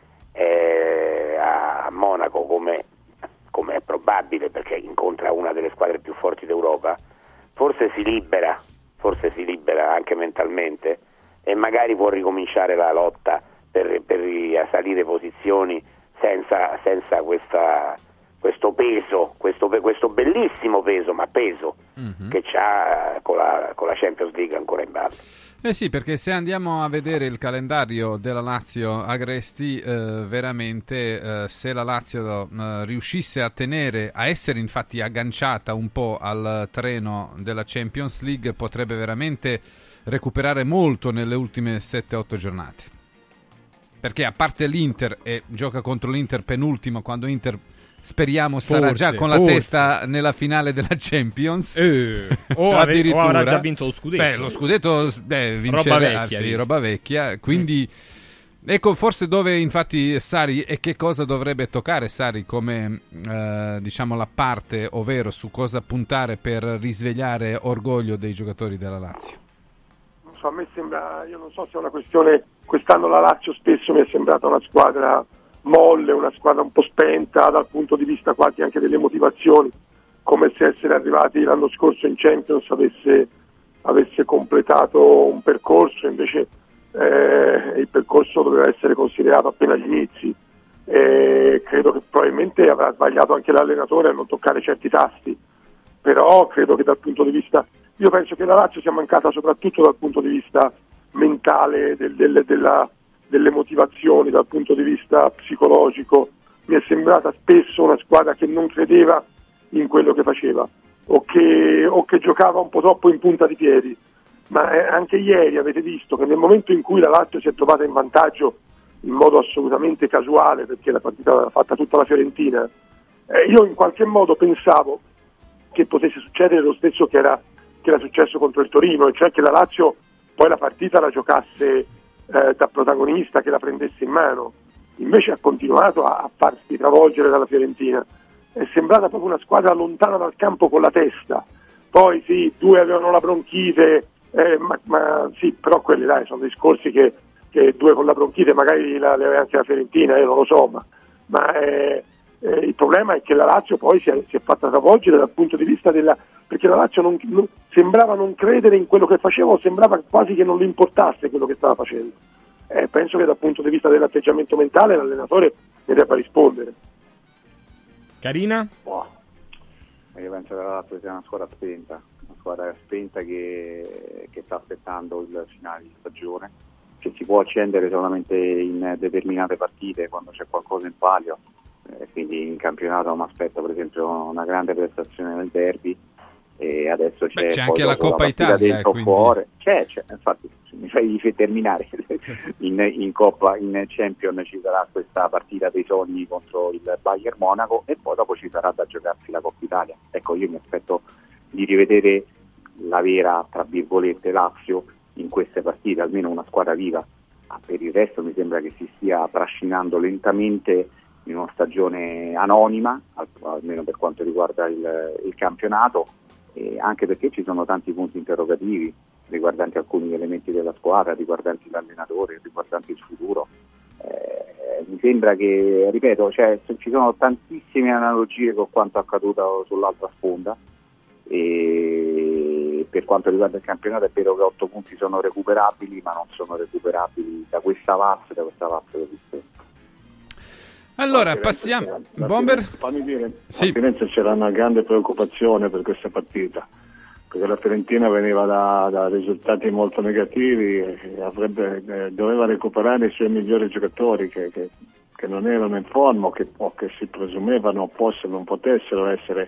eh, a Monaco, come, come è probabile perché incontra una delle squadre più forti d'Europa, forse si libera, forse si libera anche mentalmente, e magari può ricominciare la lotta per, per risalire posizioni senza, senza questa, questo peso, questo, questo bellissimo peso, ma peso mm-hmm. che c'ha con la, con la Champions League ancora in ballo. Eh sì, perché se andiamo a vedere il calendario della Lazio, Agresti, eh, veramente eh, se la Lazio eh, riuscisse a tenere, a essere infatti agganciata un po' al treno della Champions League, potrebbe veramente recuperare molto nelle ultime sette otto giornate, perché a parte l'Inter, e gioca contro l'Inter penultimo, quando Inter speriamo sarà forse, già con la forse. testa nella finale della Champions, eh, o, ave- o avrà già vinto lo scudetto. Beh, lo scudetto beh, vincerà, roba vecchia, sì, roba vecchia, quindi mm. ecco forse dove infatti Sarri, e che cosa dovrebbe toccare Sarri come eh, diciamo la parte, ovvero su cosa puntare per risvegliare orgoglio dei giocatori della Lazio. A me sembra, io non so se è una questione, quest'anno la Lazio spesso mi è sembrata una squadra molle, una squadra un po' spenta dal punto di vista quasi anche delle motivazioni, come se essere arrivati l'anno scorso in Champions avesse, avesse completato un percorso, invece eh, il percorso doveva essere considerato appena agli inizi. Eh, credo che probabilmente avrà sbagliato anche l'allenatore a non toccare certi tasti, però credo che dal punto di vista, io penso che la Lazio sia mancata soprattutto dal punto di vista mentale, del, del, della, delle motivazioni, dal punto di vista psicologico. Mi è sembrata spesso una squadra che non credeva in quello che faceva, o che, o che giocava un po' troppo in punta di piedi. Ma eh, anche ieri avete visto che nel momento in cui la Lazio si è trovata in vantaggio in modo assolutamente casuale, perché la partita l'ha fatta tutta la Fiorentina, eh, io in qualche modo pensavo che potesse succedere lo stesso che era, che era successo contro il Torino, e cioè che la Lazio poi la partita la giocasse eh, da protagonista, che la prendesse in mano. invece ha continuato a, a farsi travolgere dalla Fiorentina. È sembrata proprio una squadra lontana dal campo con la testa. Poi sì, due avevano la bronchite, eh, ma, ma sì, però quelli dai sono discorsi che, che due con la bronchite magari la, le aveva anche la Fiorentina, io non lo so, ma, ma eh, eh, il problema è che la Lazio poi si è, si è fatta travolgere dal punto di vista della, perché la Lazio non, non, sembrava non credere in quello che faceva, o sembrava quasi che non le importasse quello che stava facendo. Eh, penso che dal punto di vista dell'atteggiamento mentale l'allenatore ne debba rispondere. Carina? Wow. Io penso che la Lazio sia una squadra spenta, una squadra spenta che, che sta aspettando il finale di stagione, che si può accendere solamente in determinate partite quando c'è qualcosa in palio, eh, quindi in campionato mi aspetto per esempio una grande prestazione nel derby, e adesso c'è, Beh, c'è poi anche la Coppa la Italia, dentro eh, quindi... fuori. C'è, c'è, infatti mi fai terminare in, in Coppa, in Champion ci sarà questa partita dei sogni contro il Bayern Monaco e poi dopo ci sarà da giocarsi la Coppa Italia. Ecco, io mi aspetto di rivedere la vera, tra virgolette, Lazio in queste partite, almeno una squadra viva. Ma per il resto mi sembra che si stia trascinando lentamente in una stagione anonima, almeno per quanto riguarda il, il campionato, e anche perché ci sono tanti punti interrogativi riguardanti alcuni elementi della squadra, riguardanti l'allenatore, riguardanti il futuro. Eh, mi sembra che, ripeto, cioè, ci sono tantissime analogie con quanto accaduto sull'altra sponda, e per quanto riguarda il campionato è vero che otto punti sono recuperabili, ma non sono recuperabili da questa Lazio, da questa Lazio che esiste. Allora, passiamo. Bomber? Fammi dire, Sì. a Firenze c'era una grande preoccupazione per questa partita, perché la Fiorentina veniva da, da risultati molto negativi e avrebbe, eh, doveva recuperare i suoi migliori giocatori che, che, che non erano in forma, o che, o che si presumevano possano, non potessero essere.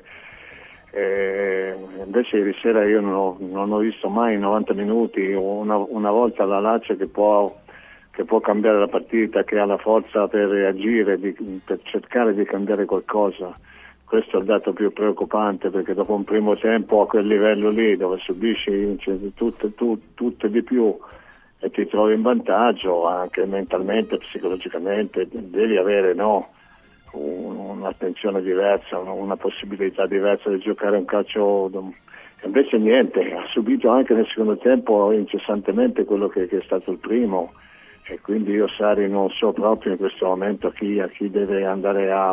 Eh, invece ieri sera io non ho, non ho visto mai in novanta minuti una, una volta la Lazio che può che può cambiare la partita, che ha la forza per reagire, di, per cercare di cambiare qualcosa. Questo è il dato più preoccupante, perché dopo un primo tempo a quel livello lì, dove subisci tutte, tu, tutte di più e ti trovi in vantaggio anche mentalmente, psicologicamente, devi avere no, un, un'attenzione diversa, una possibilità diversa di giocare un calcio. Invece niente, ha subito anche nel secondo tempo incessantemente quello che, che è stato il primo. E quindi io Sarri non so proprio in questo momento a chi, a chi deve andare a,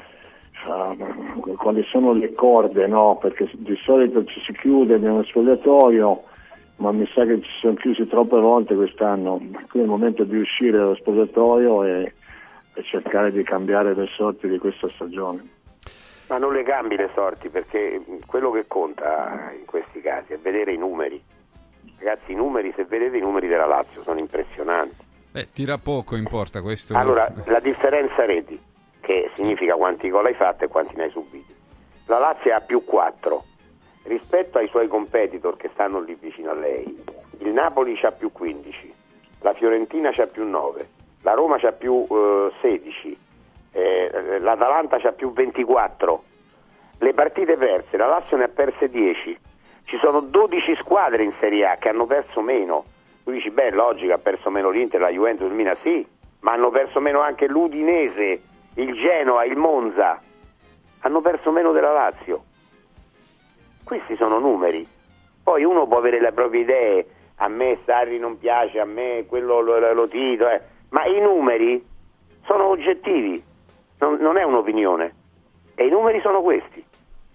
a quali sono le corde, no? Perché di solito ci si chiude nello spogliatoio, ma mi sa che ci sono chiusi troppe volte quest'anno. Quindi è il momento di uscire dallo spogliatoio e, e cercare di cambiare le sorti di questa stagione. Ma non le cambi le sorti, perché quello che conta in questi casi è vedere i numeri. Ragazzi, i numeri, se vedete i numeri della Lazio, sono impressionanti. Beh, tira poco, importa questo. Allora, la differenza reti, che significa quanti gol hai fatto e quanti ne hai subiti. La Lazio ha più quattro rispetto ai suoi competitor che stanno lì vicino a lei. Il Napoli c'ha più quindici, la Fiorentina c'ha più nove, la Roma c'ha più eh, sedici, eh, l'Atalanta c'ha più ventiquattro. Le partite perse, la Lazio ne ha perse dieci. Ci sono dodici squadre in Serie A che hanno perso meno. Tu dici, beh, logica, ha perso meno l'Inter, la Juventus, il Milan, sì, ma hanno perso meno anche l'Udinese, il Genoa, il Monza. Hanno perso meno della Lazio. Questi sono numeri. Poi uno può avere le proprie idee, a me Sarri non piace, a me quello lo, lo, lo tito, eh. Ma i numeri sono oggettivi, non, non è un'opinione. E i numeri sono questi.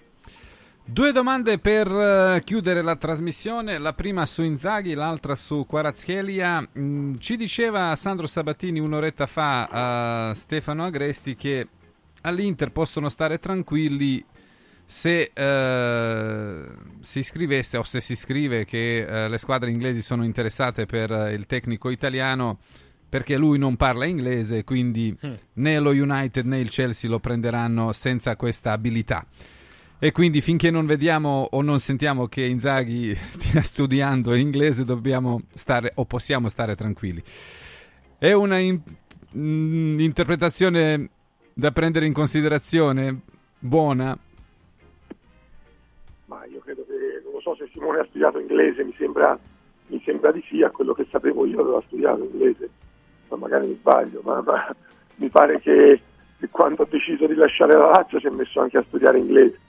Due domande per uh, chiudere la trasmissione, la prima su Inzaghi, l'altra su Kvaratskhelia. Mm, ci diceva Sandro Sabatini un'oretta fa a Stefano Agresti che all'Inter possono stare tranquilli se uh, si scrivesse o se si scrive che uh, le squadre inglesi sono interessate per uh, il tecnico italiano, perché lui non parla inglese, quindi mm. né lo United né il Chelsea lo prenderanno senza questa abilità. E quindi finché non vediamo o non sentiamo che Inzaghi stia studiando inglese dobbiamo stare o possiamo stare tranquilli. È una in, mh, interpretazione da prendere in considerazione buona? Ma io credo che, non lo so se Simone ha studiato inglese, mi sembra, mi sembra di sì, a quello che sapevo io aveva studiato inglese, ma magari mi sbaglio, ma, ma mi pare che, che quando ha deciso di lasciare la Lazio si è messo anche a studiare inglese.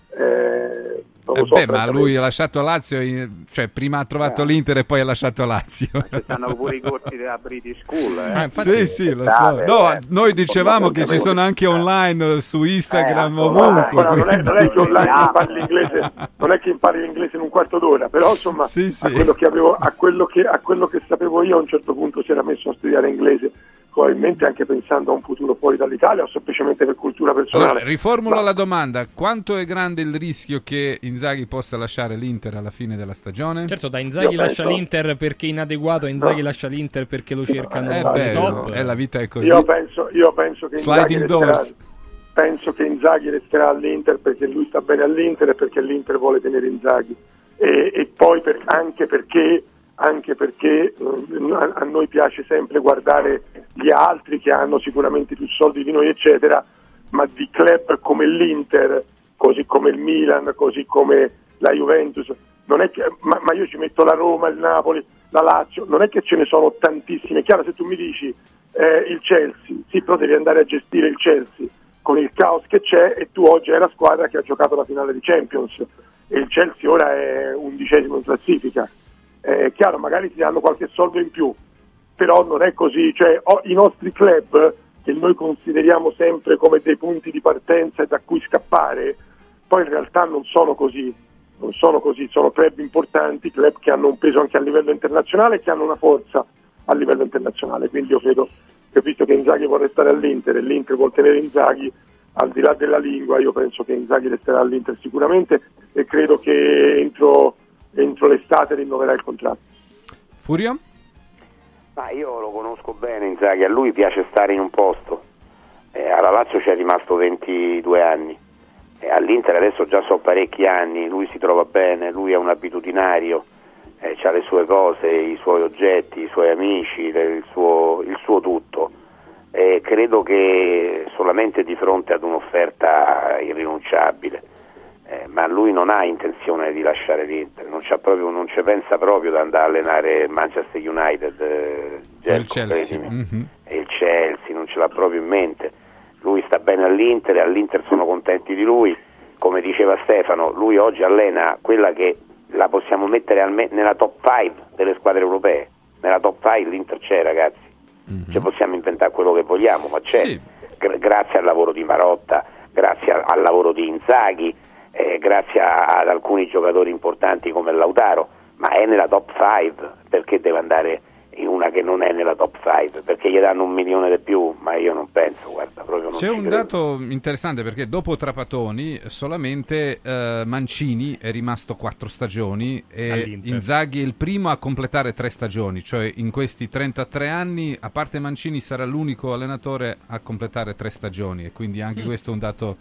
Eh, non lo eh so, beh, ma lui ha lasciato Lazio, in, cioè prima ha trovato eh. l'Inter e poi ha lasciato Lazio. Ci stanno pure i corsi della British School. Eh. Ah, sì, sì, lo so. No, eh. noi dicevamo che ci sono anche online su Instagram Eh, ovunque. no, non, è, non è che online impari l'inglese, non è che impari l'inglese in un quarto d'ora, però insomma sì, sì. A, quello che avevo, a, quello che, a quello che sapevo io a un certo punto si era messo a studiare inglese, probabilmente anche pensando a un futuro fuori dall'Italia o semplicemente per cultura personale. Allora, riformulo Ma... la domanda: quanto è grande il rischio che Inzaghi possa lasciare l'Inter alla fine della stagione? Certo, da Inzaghi Io lascia penso... l'Inter perché è inadeguato, Inzaghi no. lascia l'Inter perché lo cercano è nei bello, top. È la vita è così. Io penso, io penso che Inzaghi Sliding resterà, doors. penso che Inzaghi resterà all'Inter perché lui sta bene all'Inter e perché l'Inter vuole tenere Inzaghi e, e poi per, anche perché anche perché eh, a, a noi piace sempre guardare gli altri che hanno sicuramente più soldi di noi eccetera, ma di club come l'Inter, così come il Milan, così come la Juventus, non è che, ma, ma io ci metto la Roma, il Napoli, la Lazio, non è che ce ne sono tantissime. Chiaro, se tu mi dici eh, il Chelsea, sì, però devi andare a gestire il Chelsea con il caos che c'è e tu oggi hai la squadra che ha giocato la finale di Champions e il Chelsea ora è undicesimo in classifica. È chiaro, magari ti danno qualche soldo in più, però non è così, cioè oh, i nostri club che noi consideriamo sempre come dei punti di partenza e da cui scappare, poi in realtà non sono così, non sono così, sono club importanti, club che hanno un peso anche a livello internazionale e che hanno una forza a livello internazionale, quindi io credo che visto che Inzaghi vuole restare all'Inter e l'Inter vuole tenere Inzaghi, al di là della lingua, io penso che Inzaghi resterà all'Inter sicuramente e credo che entro entro l'estate rinnoverà il contratto. Furio? Ma io lo conosco bene Inzaghi, a lui piace stare in un posto, eh, alla Lazio ci è rimasto ventidue anni, eh, all'Inter adesso già so parecchi anni, lui si trova bene, lui è un abitudinario, eh, ha le sue cose, i suoi oggetti, i suoi amici, il suo, il suo tutto, eh, credo che solamente di fronte ad un'offerta irrinunciabile. Eh, ma lui non ha intenzione di lasciare l'Inter, non c'ha proprio, non ci pensa proprio da andare a allenare Manchester United, eh, il Chelsea mm-hmm. e il Chelsea, non ce l'ha proprio in mente. Lui sta bene all'Inter e all'Inter sono contenti di lui, come diceva Stefano, lui oggi allena quella che la possiamo mettere alme- nella top cinque delle squadre europee, nella top cinque l'Inter c'è, ragazzi, mm-hmm. ci possiamo inventare quello che vogliamo, ma c'è, sì. Gra- grazie al lavoro di Marotta, grazie a- al lavoro di Inzaghi, Eh, grazie a, ad alcuni giocatori importanti come Lautaro, ma è nella top cinque, perché deve andare in una che non è nella top cinque? Perché gli danno un milione di più, ma io non penso, guarda, proprio non C'è ci un credo. dato interessante perché dopo Trapattoni solamente eh, Mancini è rimasto quattro stagioni e All'Inter. Inzaghi è il primo a completare tre stagioni, cioè in questi trentatré anni a parte Mancini sarà l'unico allenatore a completare tre stagioni e quindi anche mm. questo è un dato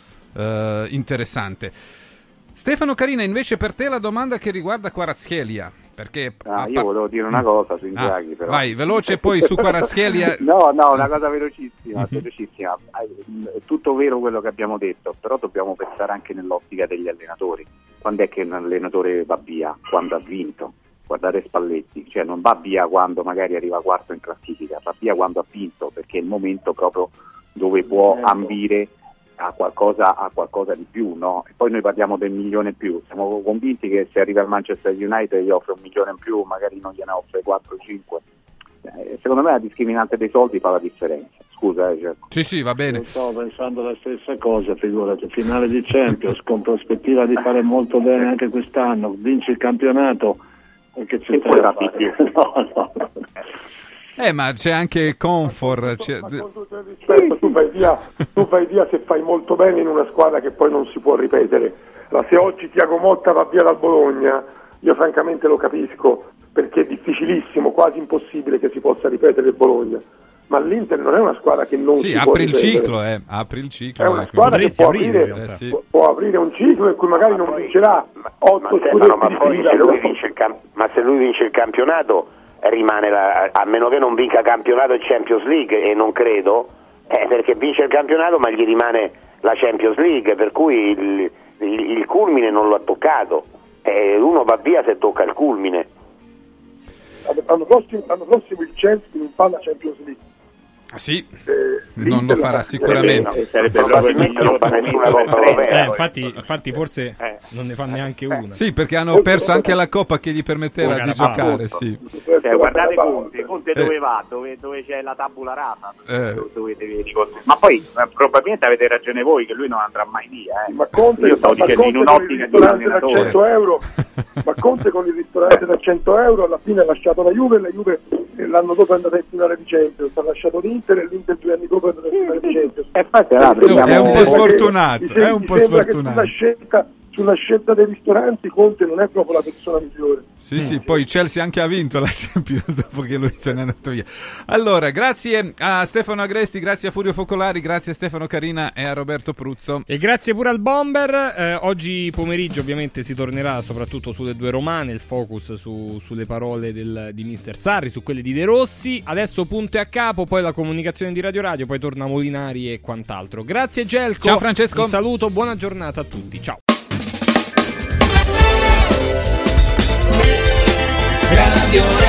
Uh, interessante. Stefano Carina, invece per te la domanda che riguarda Kvaratskhelia, perché ah, pa- io volevo dire una cosa su Inzaghi, ah, però. vai veloce poi su Kvaratskhelia. no no una cosa velocissima, velocissima. È tutto vero quello che abbiamo detto, però dobbiamo pensare anche nell'ottica degli allenatori. Quando è che un allenatore va via? Quando ha vinto. Guardate Spalletti, cioè non va via quando magari arriva quarto in classifica, va via quando ha vinto, perché è il momento proprio dove può ambire a qualcosa, a qualcosa di più, no? E poi noi parliamo del milione in più, siamo convinti che se arriva al Manchester United gli offre un milione in più, magari non gliene offre quattro o cinque. Eh, secondo me la discriminante dei soldi fa la differenza. Scusa, eh, Cerco. Sì, sì, va bene. Io stavo pensando la stessa cosa, figurati, finale di Champions, con prospettiva di fare molto bene anche quest'anno, vinci il campionato, che c'è da fare? Più. no, no, no. Eh, ma c'è anche Comfort. C'è... Ma con tutto il rispetto, tu fai via, tu fai via se fai molto bene in una squadra che poi non si può ripetere. Allora, se oggi Thiago Motta va via dal Bologna, io francamente lo capisco, perché è difficilissimo, quasi impossibile che si possa ripetere il Bologna. Ma l'Inter non è una squadra che non sì, si può ripetere. Sì, apri il ciclo, eh. apri il ciclo. È una squadra che può aprire, eh, sì. può, può aprire un ciclo in cui magari non vincerà otto scudetti ma di poi fila. se lui vince il camp- ma se lui vince il campionato rimane la, a meno che non vinca campionato e Champions League, e non credo, eh, perché vince il campionato ma gli rimane la Champions League, per cui il, il, il culmine non lo ha toccato, eh, uno va via se tocca il culmine. L'anno prossimo, l'anno prossimo il Chelsea non fa la Champions League, Sì, eh, non lo farà sicuramente. Sarebbe probabilmente non fa nessuna Coppa Europea. Eh, infatti, infatti forse eh. non ne fa neanche una. Sì, perché hanno perso anche la Coppa che gli permetteva Oh, di giocare, sì. Cioè, guardate Conte, Conte dove eh. va? Dove, dove c'è la tabula rasa? Eh. Dovete vedere. Ma poi eh, probabilmente avete ragione voi che lui non andrà mai via. Eh. Ma Conte, io stavo ma dicendo Conte in un'ottica di un allenatore. cento euro, ma Conte con il ristorante da cento euro alla fine ha lasciato la Juve e la Juve l'anno dopo è andata in finale di Champions, ha lasciato l'Inter e l'Inter due anni dopo è andata in finale di Champions. E infatti, allora, è un po' sfortunato, mi è un po' sfortunato. Sulla scelta, sulla scelta dei ristoranti Conte non è proprio la persona migliore. Sì, mm. sì, poi Chelsea anche ha vinto la Champions dopo che lui se n'è andato via. Allora, grazie a Stefano Agresti, grazie a Furio Focolari, grazie a Stefano Carina e a Roberto Pruzzo. E grazie pure al Bomber. Eh, oggi pomeriggio ovviamente si tornerà soprattutto sulle due romane, il focus su, sulle parole del, di mister Sarri, su quelle di De Rossi. Adesso punto e a capo, poi la comunicazione di Radio Radio, poi torna Molinari e quant'altro. Grazie Gelco. Ciao Francesco. Un saluto, buona giornata a tutti. Ciao. Radio